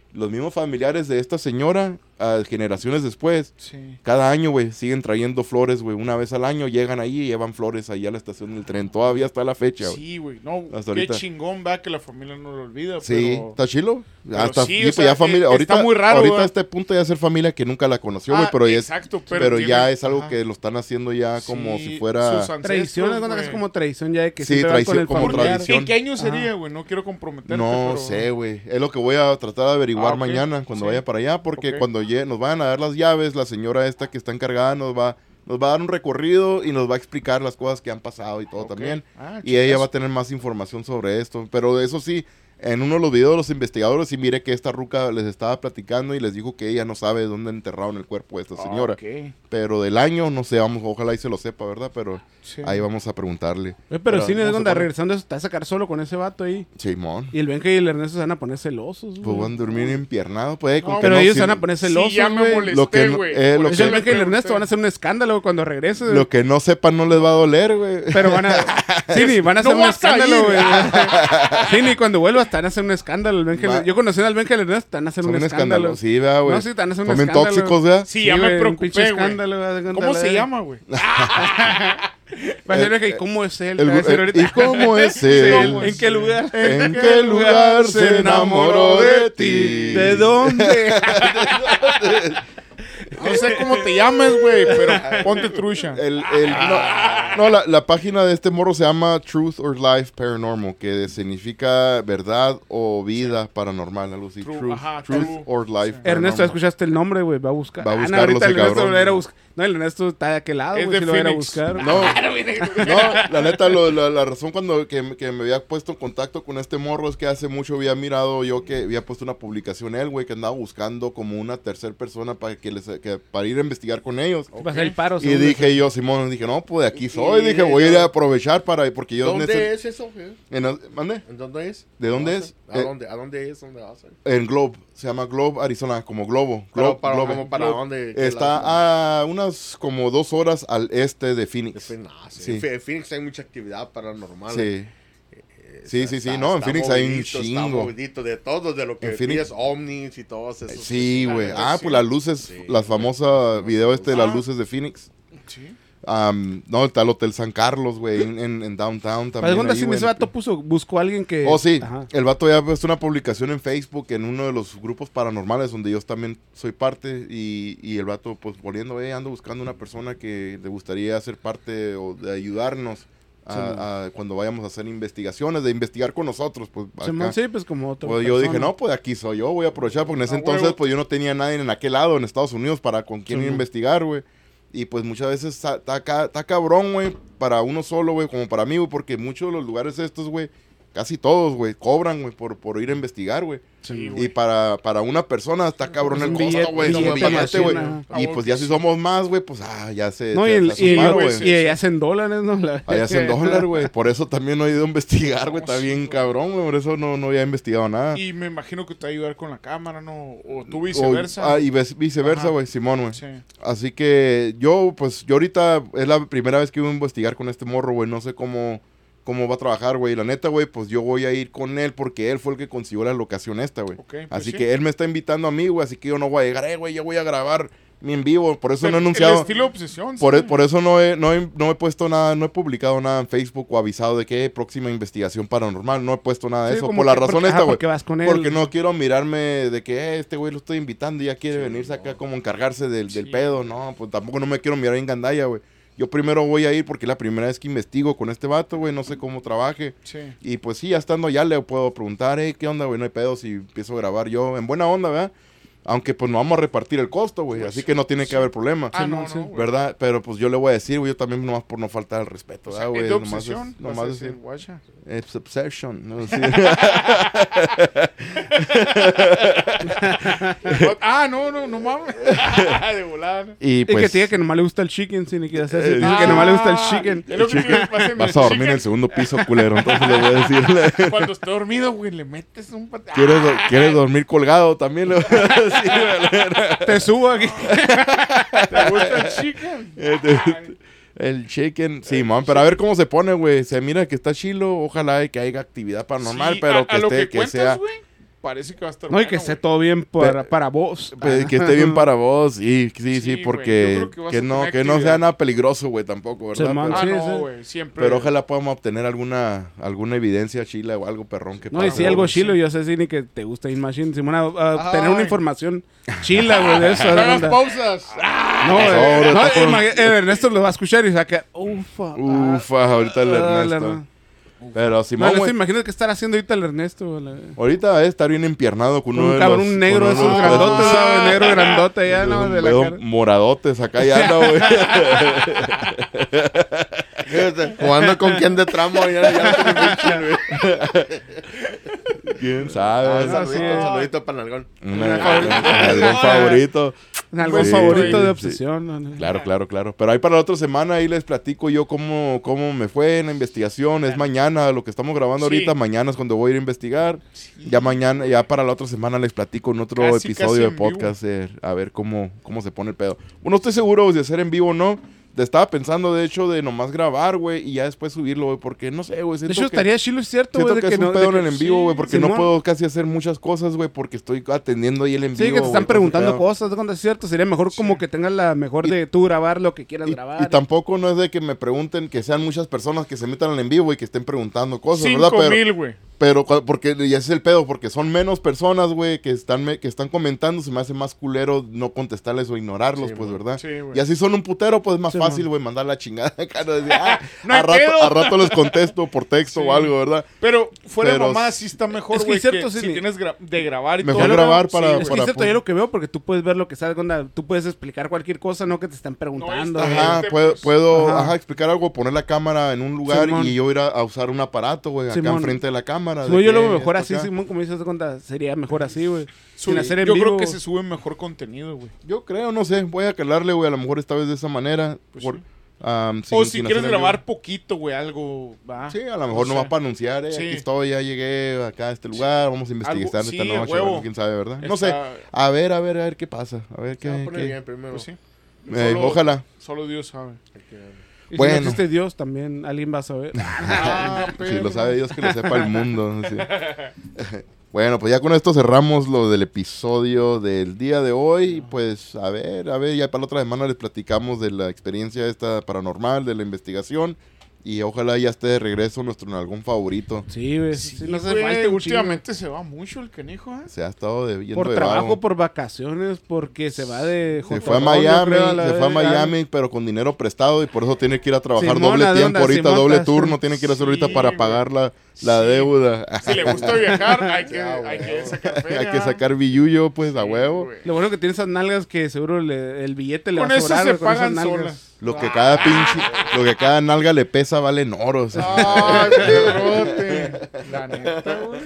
A: los mismos familiares de esta señora, generaciones después,
B: Sí.
A: cada año, güey, siguen trayendo flores, güey. Una vez al año llegan ahí y llevan flores ahí a la estación del tren. Todavía está la fecha, güey.
B: Sí, güey. No,
A: Hasta
B: qué
A: ahorita.
B: chingón, va, que la familia no lo olvida.
A: Sí,
B: pero...
A: está chilo.
B: pero
A: Hasta
B: sí, o
A: pues
B: sea,
A: ya familia.
B: está
A: Ahorita,
B: muy raro,
A: ahorita
B: ¿verdad?
A: a este punto ya ser familia que nunca la conoció, güey, pero ya es,
B: exacto,
A: pero
B: tiene-
A: ya es algo
B: ajá.
A: que lo están haciendo ya como
B: Sí,
A: si fuera.
B: sus ancestros,
C: Tradición, es
B: güey.
C: como tradición ya de que
A: Sí,
C: siempre van con
A: tradición,
C: el
A: como
C: familiar.
A: tradición.
B: ¿En qué año sería,
C: Ajá.
B: güey? No quiero comprometerte,
A: No
B: pero...
A: sé, güey. Es lo que voy a tratar de averiguar
B: ok.
A: mañana cuando
B: Sí.
A: vaya para allá, porque
B: Ok.
A: cuando nos vayan a dar las llaves, la señora esta que está encargada nos va a dar un recorrido y nos va a explicar las cosas que han pasado y todo
B: Ok.
A: también.
B: Ah,
A: Y ella
B: chingazo.
A: va a tener más información sobre esto. Pero eso sí, en uno de los videos de los investigadores, sí mire que esta ruca les estaba platicando y les dijo que ella no sabe dónde enterraron el cuerpo de esta señora.
B: Ok.
A: Pero del año, no sé, vamos, ojalá y se lo sepa, ¿verdad? Pero
B: Sí.
A: ahí vamos a preguntarle.
C: Pero sí,
A: no se
C: onda,
A: pone-
C: regresando, te vas a sacar solo con ese vato ahí.
A: Simón.
C: Y el Benja y el Ernesto se van a poner celosos,
A: Pues
C: güey.
A: van a dormir empiernados, pues. con
B: No,
A: que
C: Pero
A: no,
C: ellos
A: sí,
C: se van a poner celosos,
B: Sí, ya me
C: güey.
B: molesté,
A: Lo que no-
B: güey.
A: lo
B: Por
A: que-
B: eso
C: El
B: le
C: Benja y el
B: pregunté.
C: Ernesto van a hacer un escándalo cuando regrese. güey.
A: Lo que no sepan no les va a doler, güey.
C: Pero van a... Sí, ni van a hacer
B: No
C: un
B: vas a
C: escándalo,
B: ir.
C: güey. Sí, ni cuando vuelvas te van a hacer un escándalo. El Benja y el-
A: Va-
C: Yo conocí al Benja y el Ernesto, te van a hacer
A: Son
C: un
A: un
C: escándalo.
A: escándalo. Sí, vea, güey.
C: No, sí, te van a hacer un
A: Son bien
C: escándalo.
A: tóxicos, ¿ya?
B: Sí, ya me
C: güey, un
B: preocupé,
C: pinche
B: güey.
C: escándalo, haz de cuenta,
B: ¿Cómo
C: la
B: se
C: de-
B: llama, güey?
C: Va a ser el Benja, ¿y cómo es él? Te
A: El-
C: va a decir ahorita.
A: ¿Y cómo es él?
C: ¿En qué lugar?
A: ¿En qué lugar se enamoró de ti?
C: ¿De dónde?
B: No sé cómo te llamas, güey, pero ponte trucha.
A: No, la página de este morro se llama Truth or Life Paranormal, que significa verdad o vida paranormal, algo así.
B: True,
A: Truth,
B: ajá,
A: truth
B: true.
A: or Life
C: Ernesto,
A: Paranormal.
C: ¿ya escuchaste el nombre, güey? Va a buscar.
A: Va a
C: no,
A: buscarlo
C: ahorita
A: ese
C: el Ernesto
A: cabrón.
C: lo va a ir a buscar. No, el Ernesto está de aquel lado,
B: Es
C: güey.
B: de
C: Si lo va a ir a
B: Phoenix.
C: buscar.
A: No, la neta, la razón cuando que me había puesto en contacto con este morro es que hace mucho había mirado yo que había puesto una publicación él, güey, que andaba buscando como una tercera persona para para ir a investigar con ellos.
C: Va a ser el paro.
A: Y
C: según
A: dije yo, Simón, dije, no, pues de aquí soy. Dije, voy a ir a aprovechar porque yo...
D: ¿Dónde es eso, güey?
A: ¿Mande?
D: ¿En dónde es?
A: ¿De dónde es?
D: ¿A dónde es? ¿Dónde vas a ir?
A: En Globe. Se llama Globe, Arizona, como Globo.
D: Pero
A: Globe, Globe.
D: ¿cómo para dónde? ¿Qué lado?
A: Está a unas como 2 horas al este de Phoenix.
D: Sí.
A: Sí.
D: En Phoenix hay mucha actividad paranormal.
A: Sí. Sí,
D: Está-
A: no, en
D: está
A: Phoenix hay un
D: movidito,
A: chingo.
D: Está movidito de todo, de lo que
A: En Phoenix-
D: pides ovnis y todos esos.
A: Sí, güey.
B: neta,
A: Pues las luces,
D: Sí.
A: las famosas video de las
B: Ah.
A: luces de Phoenix.
B: Sí.
A: No, está el Hotel San Carlos, güey, en Downtown
C: Para
A: también.
C: segunda,
A: ahí,
C: si
A: güey.
C: ese vato buscó a alguien que...
A: Oh, sí.
C: Ajá.
A: El vato ya ha puesto una publicación en Facebook en uno de los grupos paranormales donde yo también soy parte. Y el vato, pues, poniendo, ando buscando una persona que le gustaría ser parte o de ayudarnos a cuando vayamos a hacer investigaciones, de investigar con nosotros, pues, acá.
C: Sí, pues como otro.
A: Pues yo dije, no, pues aquí soy yo, voy a aprovechar, porque en ese
B: Ah,
A: entonces,
B: huevo.
A: pues yo no tenía nadie en aquel lado, en Estados Unidos, para con quién
C: Sí,
A: ir a
C: mo.
A: investigar, güey. Y pues muchas veces está cabrón, güey, para uno solo, güey, como para mí, güey, porque muchos de los lugares estos, güey, casi todos, güey, cobran, güey, por ir a investigar, güey.
B: Sí,
A: Y para una persona está cabrón
C: Es
A: el
C: un
A: costo,
C: billete,
A: güey, es un
C: billete
A: billete, güey.
C: machín,
B: ajá.
A: Y pues ya si somos más, güey, pues ya se
C: No,
A: se
C: y
A: hace un paro, güey.
B: sí.
C: y hacen dólares, ¿no?
A: Allá hacen dólar, güey. Por eso también no he ido a investigar, güey.
B: No,
A: Está
B: sí,
A: bien
B: güey.
A: cabrón, güey. Por eso no había investigado nada.
B: Y me imagino que te va a ayudar con la cámara, ¿no? O tú
A: O-
B: viceversa.
A: y viceversa,
B: Ajá.
A: güey, Simón, güey.
B: Sí.
A: Así que yo ahorita es la primera vez que voy a investigar con este morro, güey. No sé cómo va a trabajar, güey. La neta, güey, pues yo voy a ir con él porque él fue el que consiguió la locación esta, güey.
B: Ok, pues
A: Así
B: sí.
A: que él me está invitando a mí, güey. Así que yo no voy a llegar, güey, yo voy a grabar mi en vivo. Por eso
B: Pero
A: no he
B: el
A: anunciado.
B: estilo de obsesión.
A: Por
B: sí.
A: eso no he puesto nada, no he publicado nada en Facebook o avisado de que próxima investigación paranormal. No he puesto nada de
C: Sí,
A: eso.
C: como
A: Por la
C: que-
A: razón
C: porque-
A: esta,
C: ajá,
A: güey.
C: porque vas con él.
A: Porque no quiero mirarme de que este güey lo estoy invitando y ya quiere venirse acá como encargarse del
B: Sí.
A: pedo. No, pues tampoco no me quiero mirar en gandalla, güey. Yo primero voy a ir porque es la primera vez que investigo con este vato, güey. No sé cómo trabaje.
B: Sí.
A: Y pues sí, ya estando allá le puedo preguntar, ¿qué onda, güey? No hay pedo si empiezo a grabar yo en buena onda, ¿verdad? Aunque pues no vamos a repartir el costo, güey.
B: Pues,
A: así que no tiene que haber problema.
B: Ah, no,
C: no, sí.
B: no. güey.
A: ¿Verdad? Pero pues yo le voy a decir, güey, yo también nomás por no faltar al respeto,
B: O sea,
A: ¿verdad,
B: es
A: güey?
B: de
A: Nomás
B: obsesión.
A: nomás
B: vas a
A: decir,
B: decir, guacha.
A: it's obsession. ¿no? Sí.
B: No mames. De volar.
A: Y
C: Y
A: pues
C: que te diga que nomás le gusta el chicken, sin ni que hacer así.
A: Eh,
C: Dice que nomás le gusta el chicken.
B: Es lo que te pasa en
A: vas
B: el
A: a dormir en el
B: chicken.
A: segundo piso, culero. Entonces le voy a decir,
B: Cuando esté dormido, güey, le metes un pat...
A: ¿quieres dormir colgado también? Le voy a decir, güey.
C: Te subo aquí.
B: ¿Te gusta el chicken? Ay,
A: El chicken, sí, man, pero a ver cómo se pone, güey. Se mira que está chilo, ojalá y que haya actividad paranormal,
B: sí,
A: pero
B: a
A: que
B: lo
A: esté, que
B: cuentas,
A: sea,
B: güey, parece que va a estar
C: No, y que esté todo bien para vos.
A: Que esté bien para vos. Sí,
B: Sí,
A: porque
B: güey, yo creo que vas a
A: que no
B: tener
A: sea
B: actividad.
A: nada peligroso, güey, tampoco, ¿verdad?
C: Simón,
B: Ah,
C: sí,
B: no,
C: sí.
B: güey, siempre.
A: Pero ojalá podamos obtener alguna evidencia chila o algo perrón que
C: No, y
A: pase,
C: si algo
A: güey.
C: chilo, yo sé, sí, ni que te gusta Machine. Simona, tener una información chila, güey, de eso. ¿de
B: Hagas
C: onda?
B: pausas.
C: No,
A: Sobre
C: no,
A: todo.
C: Ernesto lo va a escuchar y saca, ufa.
A: Ufa, ahorita el Ernesto. Pero Simón,
C: No,
A: güey,
C: imagínate qué estará haciendo ahorita el Ernesto. Güey.
A: ahorita va a estar bien empiernado con
C: Con
A: uno
C: un
A: de
C: cabrón
A: los...
C: negro de
A: con uno
C: esos
A: de los-
C: grandotes, ¿sabes? Negro grandote ya, ¿no? De la
A: Veo
C: cara.
A: moradotes acá ya anda, güey.
D: Fíjate, jugando con quién de tramo. Ya no tiene pinche, güey.
A: ¿Quién sabe?
C: sí.
D: Saludito para Nalgón.
A: Algún favorito.
C: Algo
A: Sí,
C: favorito
A: sí.
C: de obsesión. ¿no?
A: Claro. Pero ahí para la otra semana ahí les platico yo cómo me fue en la investigación. Es mañana lo que estamos grabando
B: Sí.
A: ahorita. Mañana es cuando voy a ir a investigar. Ya mañana, ya para la otra semana les platico en otro
B: Casi
A: episodio de
B: en vivo.
A: podcast. A ver cómo se pone el pedo. Bueno, no estoy seguro de hacer en vivo o no. Estaba pensando, de hecho, de nomás grabar, güey, y ya después subirlo, güey, porque no sé, güey.
C: De hecho, estaría chilo, es cierto,
A: Siento
C: güey.
A: que es un pedo en el en vivo, güey, porque no
C: Simón.
A: puedo casi hacer muchas cosas, güey, porque estoy atendiendo ahí el en
C: Sí,
A: vivo.
C: que te están
A: güey,
C: preguntando
A: todo ese pedo.
C: cosas, ¿no? Es cierto, sería mejor como que tengas la mejor de tú grabar lo que quieras
A: Y
C: grabar.
A: tampoco no es de que me pregunten que sean muchas personas que se metan al en vivo y que estén preguntando cosas, ¿verdad?
B: 5,000, güey.
A: Pero porque ya ese es el pedo, porque son menos personas, güey, que están comentando, se me hace más culero no contestarles o ignorarlos,
D: Sí,
A: pues,
D: man.
A: ¿verdad?
B: Sí, güey.
A: Y así son un putero, pues es más
C: Sí,
A: fácil,
C: man.
A: güey, mandar la chingada acá, ¿no? Decir,
B: No hay pedo.
A: a rato les contesto por texto
B: Sí.
A: o algo, ¿verdad?
B: Pero fuera de
A: Pero
B: mamá sí está mejor,
C: es que
B: güey,
C: es cierto,
B: que
C: sí,
B: si
C: ni-
B: tienes de grabar y
A: Mejor
B: todo.
A: grabar
B: Sí,
A: para-
B: güey.
C: Es que
A: para-
C: es cierto, yo lo que veo, porque tú puedes ver lo que sale, onda, tú puedes explicar cualquier cosa, no que te estén preguntando.
B: No,
C: güey.
A: Ajá,
B: Este,
A: puedo,
B: pues,
C: Ajá.
A: explicar algo, poner la cámara en un lugar
C: Simón.
A: y yo ir a usar un aparato, güey, acá
C: Simón.
A: enfrente de la cámara.
C: No,
A: de
C: yo lo
A: que
C: veo mejor
A: esto
C: así,
A: acá.
C: Simón, como dices, cuenta, sería mejor así, güey.
B: Sí,
C: Sin hacer en
B: yo
C: vivo.
B: creo que se sube mejor contenido, güey.
A: Yo creo, no sé, voy a calarle, güey, a lo mejor esta vez de esa manera.
B: Pues
A: por-
B: sí.
A: sin-
B: O si
A: sin
B: quieres
A: hacer en
B: grabar
A: vivo.
B: poquito, güey, algo, va.
A: Sí, a lo mejor
B: O
A: nomás
B: sea,
A: para anunciar,
B: sí.
A: aquí estoy, ya llegué acá a este lugar, vamos a investigar
B: Algo-
A: esta
B: sí,
A: noche,
B: huevo.
A: a ver, quién sabe, ¿verdad? No sé,
B: Está-
A: a ver qué pasa, a ver
D: Se va a
A: qué...
D: poner
A: qué-
D: bien primero.
B: Pues sí.
A: Ojalá.
B: Solo Dios sabe.
C: Y si
A: Bueno.
C: no existe Dios, también alguien va a saber.
A: Si lo sabe Dios, que lo sepa el mundo. Sí. Bueno, pues ya con esto cerramos lo del episodio del día de hoy. Pues a ver, ya para la otra semana les platicamos de la experiencia esta paranormal, de la investigación. Y ojalá ya esté de regreso nuestro nalgón favorito.
C: Sí, güey.
B: Sí,
C: Sí, no hace
B: güey,
C: falta un
B: últimamente se va mucho el canijo, ¿eh?
A: Se ha estado yendo
C: chingo. Por
A: de
C: trabajo,
A: vago.
C: por vacaciones, porque se va de...
A: Se fue a
C: jotorrón, yo
A: Miami,
C: creo, la
A: se fue a
C: verga.
A: Miami, pero con dinero prestado y por eso tiene que ir a trabajar
C: Simona,
A: doble
C: ¿de
A: tiempo
C: onda?
A: ahorita,
C: Simona,
A: doble
C: está-
A: turno, tiene que ir a hacer ahorita
B: Sí,
A: para
B: güey.
A: pagar la
B: Sí.
A: deuda.
B: Si le gusta viajar, hay que
D: güey.
B: sacar feria.
A: Hay que sacar billullo, pues, a
B: Sí,
A: huevo.
B: güey.
C: Lo bueno que tiene esas nalgas que seguro el billete le
B: Con
C: va a
B: eso
C: sobrar.
B: se
C: güey, con esas
B: pagan
C: nalgas.
B: solas.
A: Lo que cada lo que cada nalga le pesa vale en oro. o sea.
B: Ay, perrote. La neta, güey.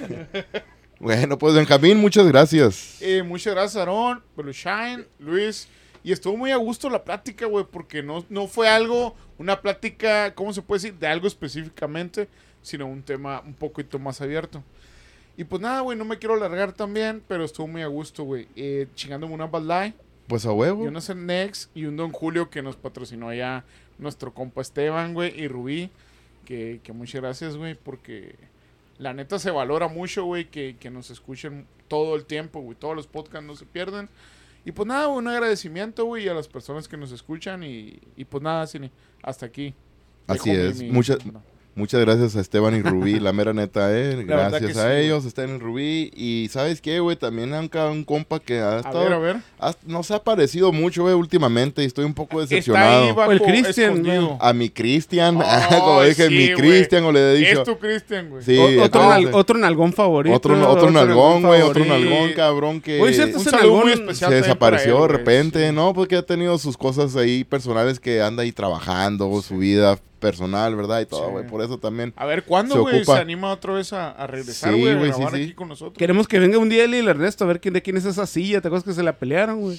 A: Bueno, pues Benjamín, muchas gracias.
B: Muchas gracias, Aarón, Belushine, Luis. Y estuvo muy a gusto la plática, güey, porque no fue una plática, ¿cómo se puede decir? De algo específicamente, sino un tema un poquito más abierto. Y pues nada, güey, no me quiero alargar también, pero estuvo muy a gusto, güey. Chingándome una Bud Light,
A: Pues a
B: y
A: huevo.
B: unos Next, y un Don Julio que nos patrocinó allá nuestro compa Esteban, güey, y Rubí, que muchas gracias, güey, porque la neta se valora mucho, güey, que nos escuchen todo el tiempo, güey, todos los podcasts no se pierden. Y pues nada, güey, un agradecimiento, güey, a las personas que nos escuchan, y pues nada, Cine, hasta aquí.
A: Así
B: Dejo
A: es. Muchas gracias a Esteban y Rubí, la mera neta,
B: verdad
A: Gracias
B: que
A: a
B: sí,
A: ellos, Esteban y Rubí. Y ¿sabes qué, güey? También un compa que ha
B: A
A: estado...
B: ver.
A: nos ha aparecido mucho, güey, últimamente. Y estoy un poco
B: Está
A: decepcionado.
B: ahí bajo
C: O el Cristian,
B: escondido.
A: A mi Cristian,
B: Oh,
A: como dije,
B: sí,
A: mi
B: güey.
A: Cristian, o le he dicho.
B: Es tu Cristian, güey.
A: Sí,
C: Otro nalgón favorito.
A: otro nalgón, güey, otro
C: favorito.
A: nalgón, cabrón, que
C: Oye, ¿cierto?
B: Un
C: Ese
B: saludo muy
C: nalgón
B: especial
A: se
B: también para
A: desapareció
B: él,
A: de
B: güey,
A: repente,
B: sí.
A: ¿no? Porque ha tenido sus cosas ahí personales que anda ahí trabajando, su vida personal, ¿verdad? Y todo,
B: Sí.
A: güey, por eso también.
B: A ver, ¿cuándo,
A: Se
B: güey,
A: ocupa.
B: se anima otra vez a regresar,
A: Sí,
B: güey, a
A: güey, sí,
B: grabar
A: sí.
B: aquí con nosotros?
C: Queremos que venga un día él y el Ernesto a ver de quién es esa silla. ¿Te acuerdas que se la pelearon, güey?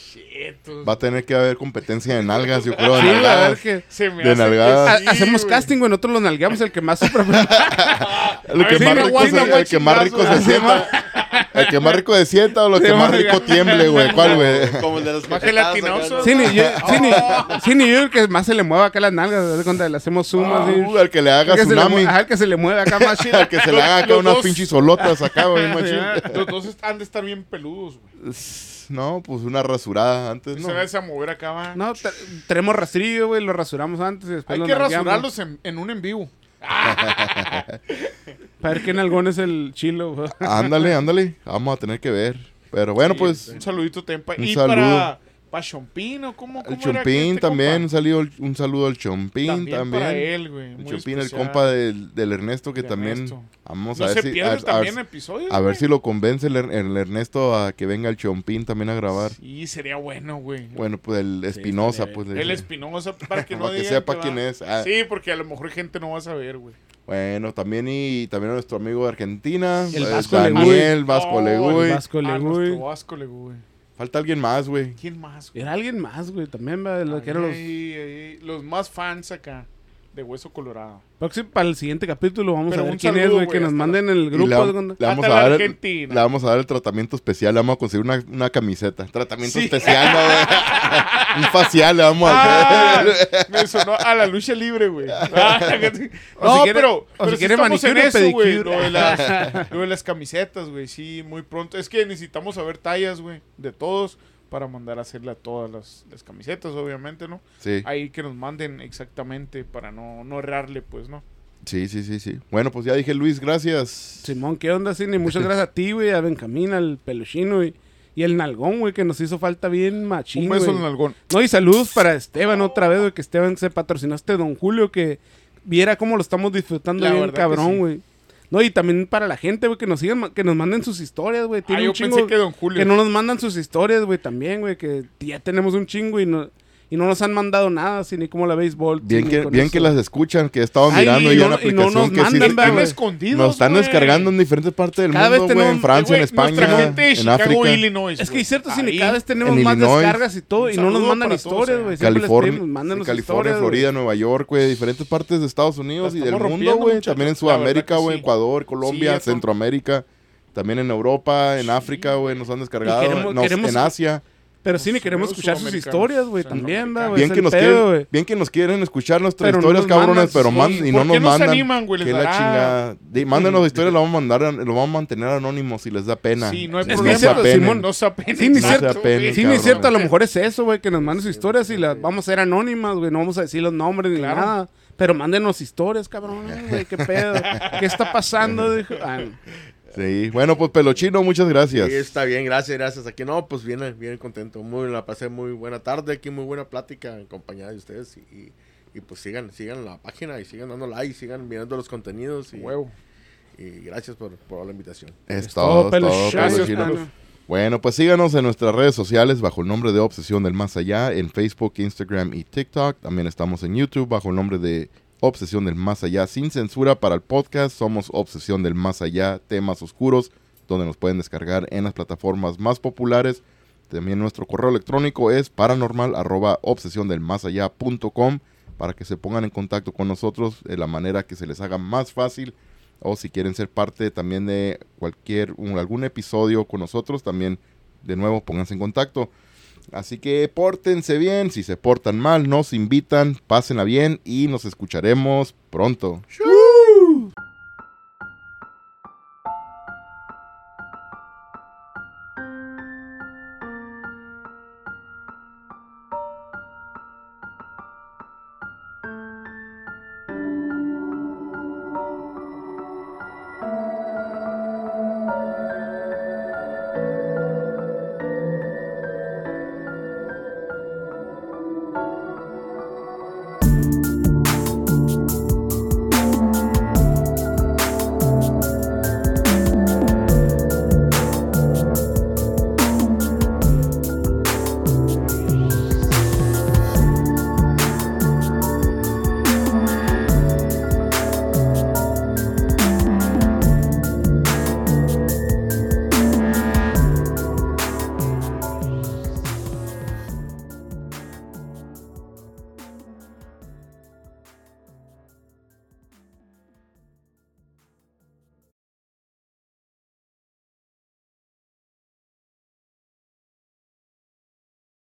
B: Shit,
A: Va a tener que haber competencia de nalgas, yo creo, de
C: Sí, a ver
A: nalgadas.
C: que...
B: se me
A: de
B: hace que
A: nalgadas.
B: sí,
C: Hacemos
B: güey.
C: casting, güey. Nosotros los nalgueamos el que más sufre.
A: El que
B: Sí,
A: más
B: me
A: rico
B: aguanta,
A: se-
B: güey,
A: el que más rico se
B: chingazo.
A: sienta. ¿El que más rico se sienta o lo que más rico tiemble, güey? ¿Cuál, güey?
D: Como el de los
B: Más
D: cachetadas
B: gelatinoso.
D: acá,
C: Sí, ni yo el que más se le mueva acá las nalgas. ¿Te das cuenta? Le hacemos zoom así.
A: Al que le haga
C: El que se le
A: tsunami.
C: ajá, el que se le mueve acá más chido.
A: Al que se le haga acá
B: Los
A: unas
B: dos.
A: pinches solotas acá, güey, machín.
B: Los dos han de estar bien peludos, güey.
A: No, pues una rasurada antes,
B: No
A: ¿no?
B: se vaya a mover acá, va.
C: No, tenemos rastrillo, güey. Lo rasuramos antes y después
B: Hay
C: lo
B: que
C: nalgueamos.
B: rasurarlos en un en vivo.
C: Para ver qué nalgón es el chilo, güey.
A: Ándale. Vamos a tener que ver. Pero bueno,
B: Sí,
A: pues
B: un saludito, Tempa.
A: un
B: Y
A: saludo.
B: para Chompín, ¿o cómo
A: el
B: era
A: Chompín
B: este
A: también,
B: compa?
A: un saludo al Chompín
B: También para
A: también.
B: él, güey.
A: El
B: muy
A: Chompín, el
B: especial.
A: compa del Ernesto, que
B: De
A: también
B: Ernesto.
A: vamos
B: No
A: a
B: se
A: ver si
B: pierde
A: a
B: también
A: ver,
B: episodios,
A: a ver
B: güey.
A: si lo convence el Ernesto a que venga el Chompín también a grabar.
B: Sí, sería bueno, güey.
A: Bueno, pues el Espinosa,
C: estaría
A: pues.
B: El Espinosa, para que no
A: Para que
B: digan
A: sepa
B: va.
A: quién es. Ah.
B: Sí, porque a lo mejor gente no va a saber, güey.
A: Bueno, también a nuestro amigo de Argentina,
C: El Vasco
A: Daniel Vasco
B: Oh,
A: Leguy.
C: el Vasco Leguy.
B: Nuestro Vasco Leguy.
A: Falta alguien más, güey.
B: ¿Quién más, güey?
C: Era alguien más, güey. También, ¿verdad? Lo que eran los...
B: Los más fans acá de Hueso Colorado.
C: Próximo, para el siguiente capítulo vamos
B: Pero
C: a ver
B: un
C: quién es,
B: saludo,
C: güey. Que
B: güey,
C: nos
B: hasta
C: manden en el
A: Y
C: grupo.
A: le vamos
B: Hasta
A: a
B: la
A: dar
B: Argentina.
A: le vamos a dar el tratamiento especial. Le vamos a conseguir una camiseta. Tratamiento
B: Sí.
A: especial, ¿no, güey? Un facial le vamos a
B: Ah,
A: hacer.
B: me sonó a la lucha libre, güey.
C: O
B: No,
C: si quiere-
B: pero
C: o si
B: sí
C: quiere
B: estamos en
C: manicure o
B: eso, güey.
C: pedicure.
B: Lo de las camisetas, güey. Sí, muy pronto. Es que necesitamos saber tallas, güey, de todos para mandar a hacerle a todas las camisetas, obviamente, ¿no?
A: Sí,
B: Ahí que nos manden exactamente para no errarle, pues, ¿no?
A: sí. Bueno, pues ya dije, Luis, gracias.
C: Simón, ¿qué onda, Cine? Muchas gracias a ti, güey, a Benjamín, al Peluchino y el Nalgón, güey, que nos hizo falta bien machín,
B: Un beso
C: güey.
B: en algón.
C: No, y saludos para Esteban otra vez, güey, que Esteban se patrocinó a este Don Julio, que viera cómo lo estamos disfrutando
B: La
C: bien,
B: verdad que
C: cabrón,
B: sí.
C: güey. No, y también para la gente, güey, que nos sigan, que nos manden sus historias, güey. Tiene
B: Yo
C: un chingo
B: pensé que Don Julio.
C: que no nos mandan sus historias, güey, también, güey, que ya tenemos un chingo y no nos han mandado nada, así ni como la béisbol.
A: Bien que las escuchan, que he estado
C: Ay,
A: mirando
C: y
A: ya
C: no-
A: en la
C: y no
A: aplicación
C: nos
A: que sí
C: mandan,
B: Están
C: güey.
B: escondidos,
A: nos están
B: güey.
A: descargando en diferentes partes del
C: Cada vez
A: mundo, güey. En
C: tenemos-
A: Francia, en
B: Güey, nuestra
A: España,
B: gente de
A: en
B: Chicago,
A: África.
B: Illinois,
C: Es que
B: güey.
C: es cierto, Cine,
B: Ahí.
C: cada vez tenemos
A: en
C: más
A: Illinois.
C: descargas y todo, y no nos
B: saludo
C: mandan
B: para todos,
C: historias, güey. Siempre les
A: California,
C: pedimos, mándanos
A: California,
C: historias, güey.
A: Florida, Nueva York, güey, diferentes partes de Estados Unidos
B: La
A: y del
B: estamos
A: mundo,
B: rompiendo,
A: güey.
B: muchachos.
A: También en
B: La verdad
A: Sudamérica,
B: que
A: güey,
B: sí.
A: Ecuador, Colombia,
B: Sí, eso.
A: Centroamérica, también en Europa, en África, güey, nos han descargado,
C: queremos-
A: en Asia.
C: Pero sí,
B: Los
C: queremos
B: nuevos
C: escuchar sus
B: sudamericanos,
C: historias, güey, también, ¿va, güey?
A: Bien
C: Es
A: que,
C: el
A: nos
C: pedo, güey.
A: bien que nos quieren escuchar nuestras
C: Pero no
A: historias,
C: nos
A: cabrones,
C: mandan,
A: pero
C: sí.
A: y no
B: ¿Por
A: nos
B: qué no se
A: mandan.
B: animan, güey? Les
A: Que la
B: dará-
A: chingada. Mándenos historias, lo vamos a mantener anónimos si les da pena.
B: Sí, no hay
C: Es que
B: problema.
C: es cierto,
A: apenen.
C: Simón.
B: No se apenen.
C: Sí, ni
A: No
C: cierto.
A: se apenen,
C: Sí, ni
A: cabrón.
C: cierto, a lo mejor es eso, güey, que nos manden sus historias y las vamos a hacer anónimas, güey, no vamos a decir los nombres ni
B: Claro.
C: nada. Pero mándenos historias, cabrón, güey, qué pedo. ¿Qué está pasando? Dijo.
A: Sí, bueno, pues Pelochino, muchas gracias.
D: Sí, está bien, gracias. Aquí no, pues bien contento. La pasé muy buena tarde aquí, muy buena plática en compañía de ustedes. Y pues sigan la página y sigan dando like, sigan mirando los contenidos.
B: Huevo.
D: Y gracias por la invitación.
A: Es todo,
C: Peluchino.
A: Peluchino. Bueno, pues síganos en nuestras redes sociales bajo el nombre de Obsesión del Más Allá, en Facebook, Instagram y TikTok. También estamos en YouTube bajo el nombre de Obsesión del Más Allá, sin censura para el podcast. Somos Obsesión del Más Allá, temas oscuros, donde nos pueden descargar en las plataformas más populares. También nuestro correo electrónico es paranormal@obsesiondelmasallá.com para que se pongan en contacto con nosotros de la manera que se les haga más fácil. O si quieren ser parte también de algún episodio con nosotros, también de nuevo pónganse en contacto. Así que pórtense bien, si se portan mal, nos invitan, pásenla bien y nos escucharemos pronto.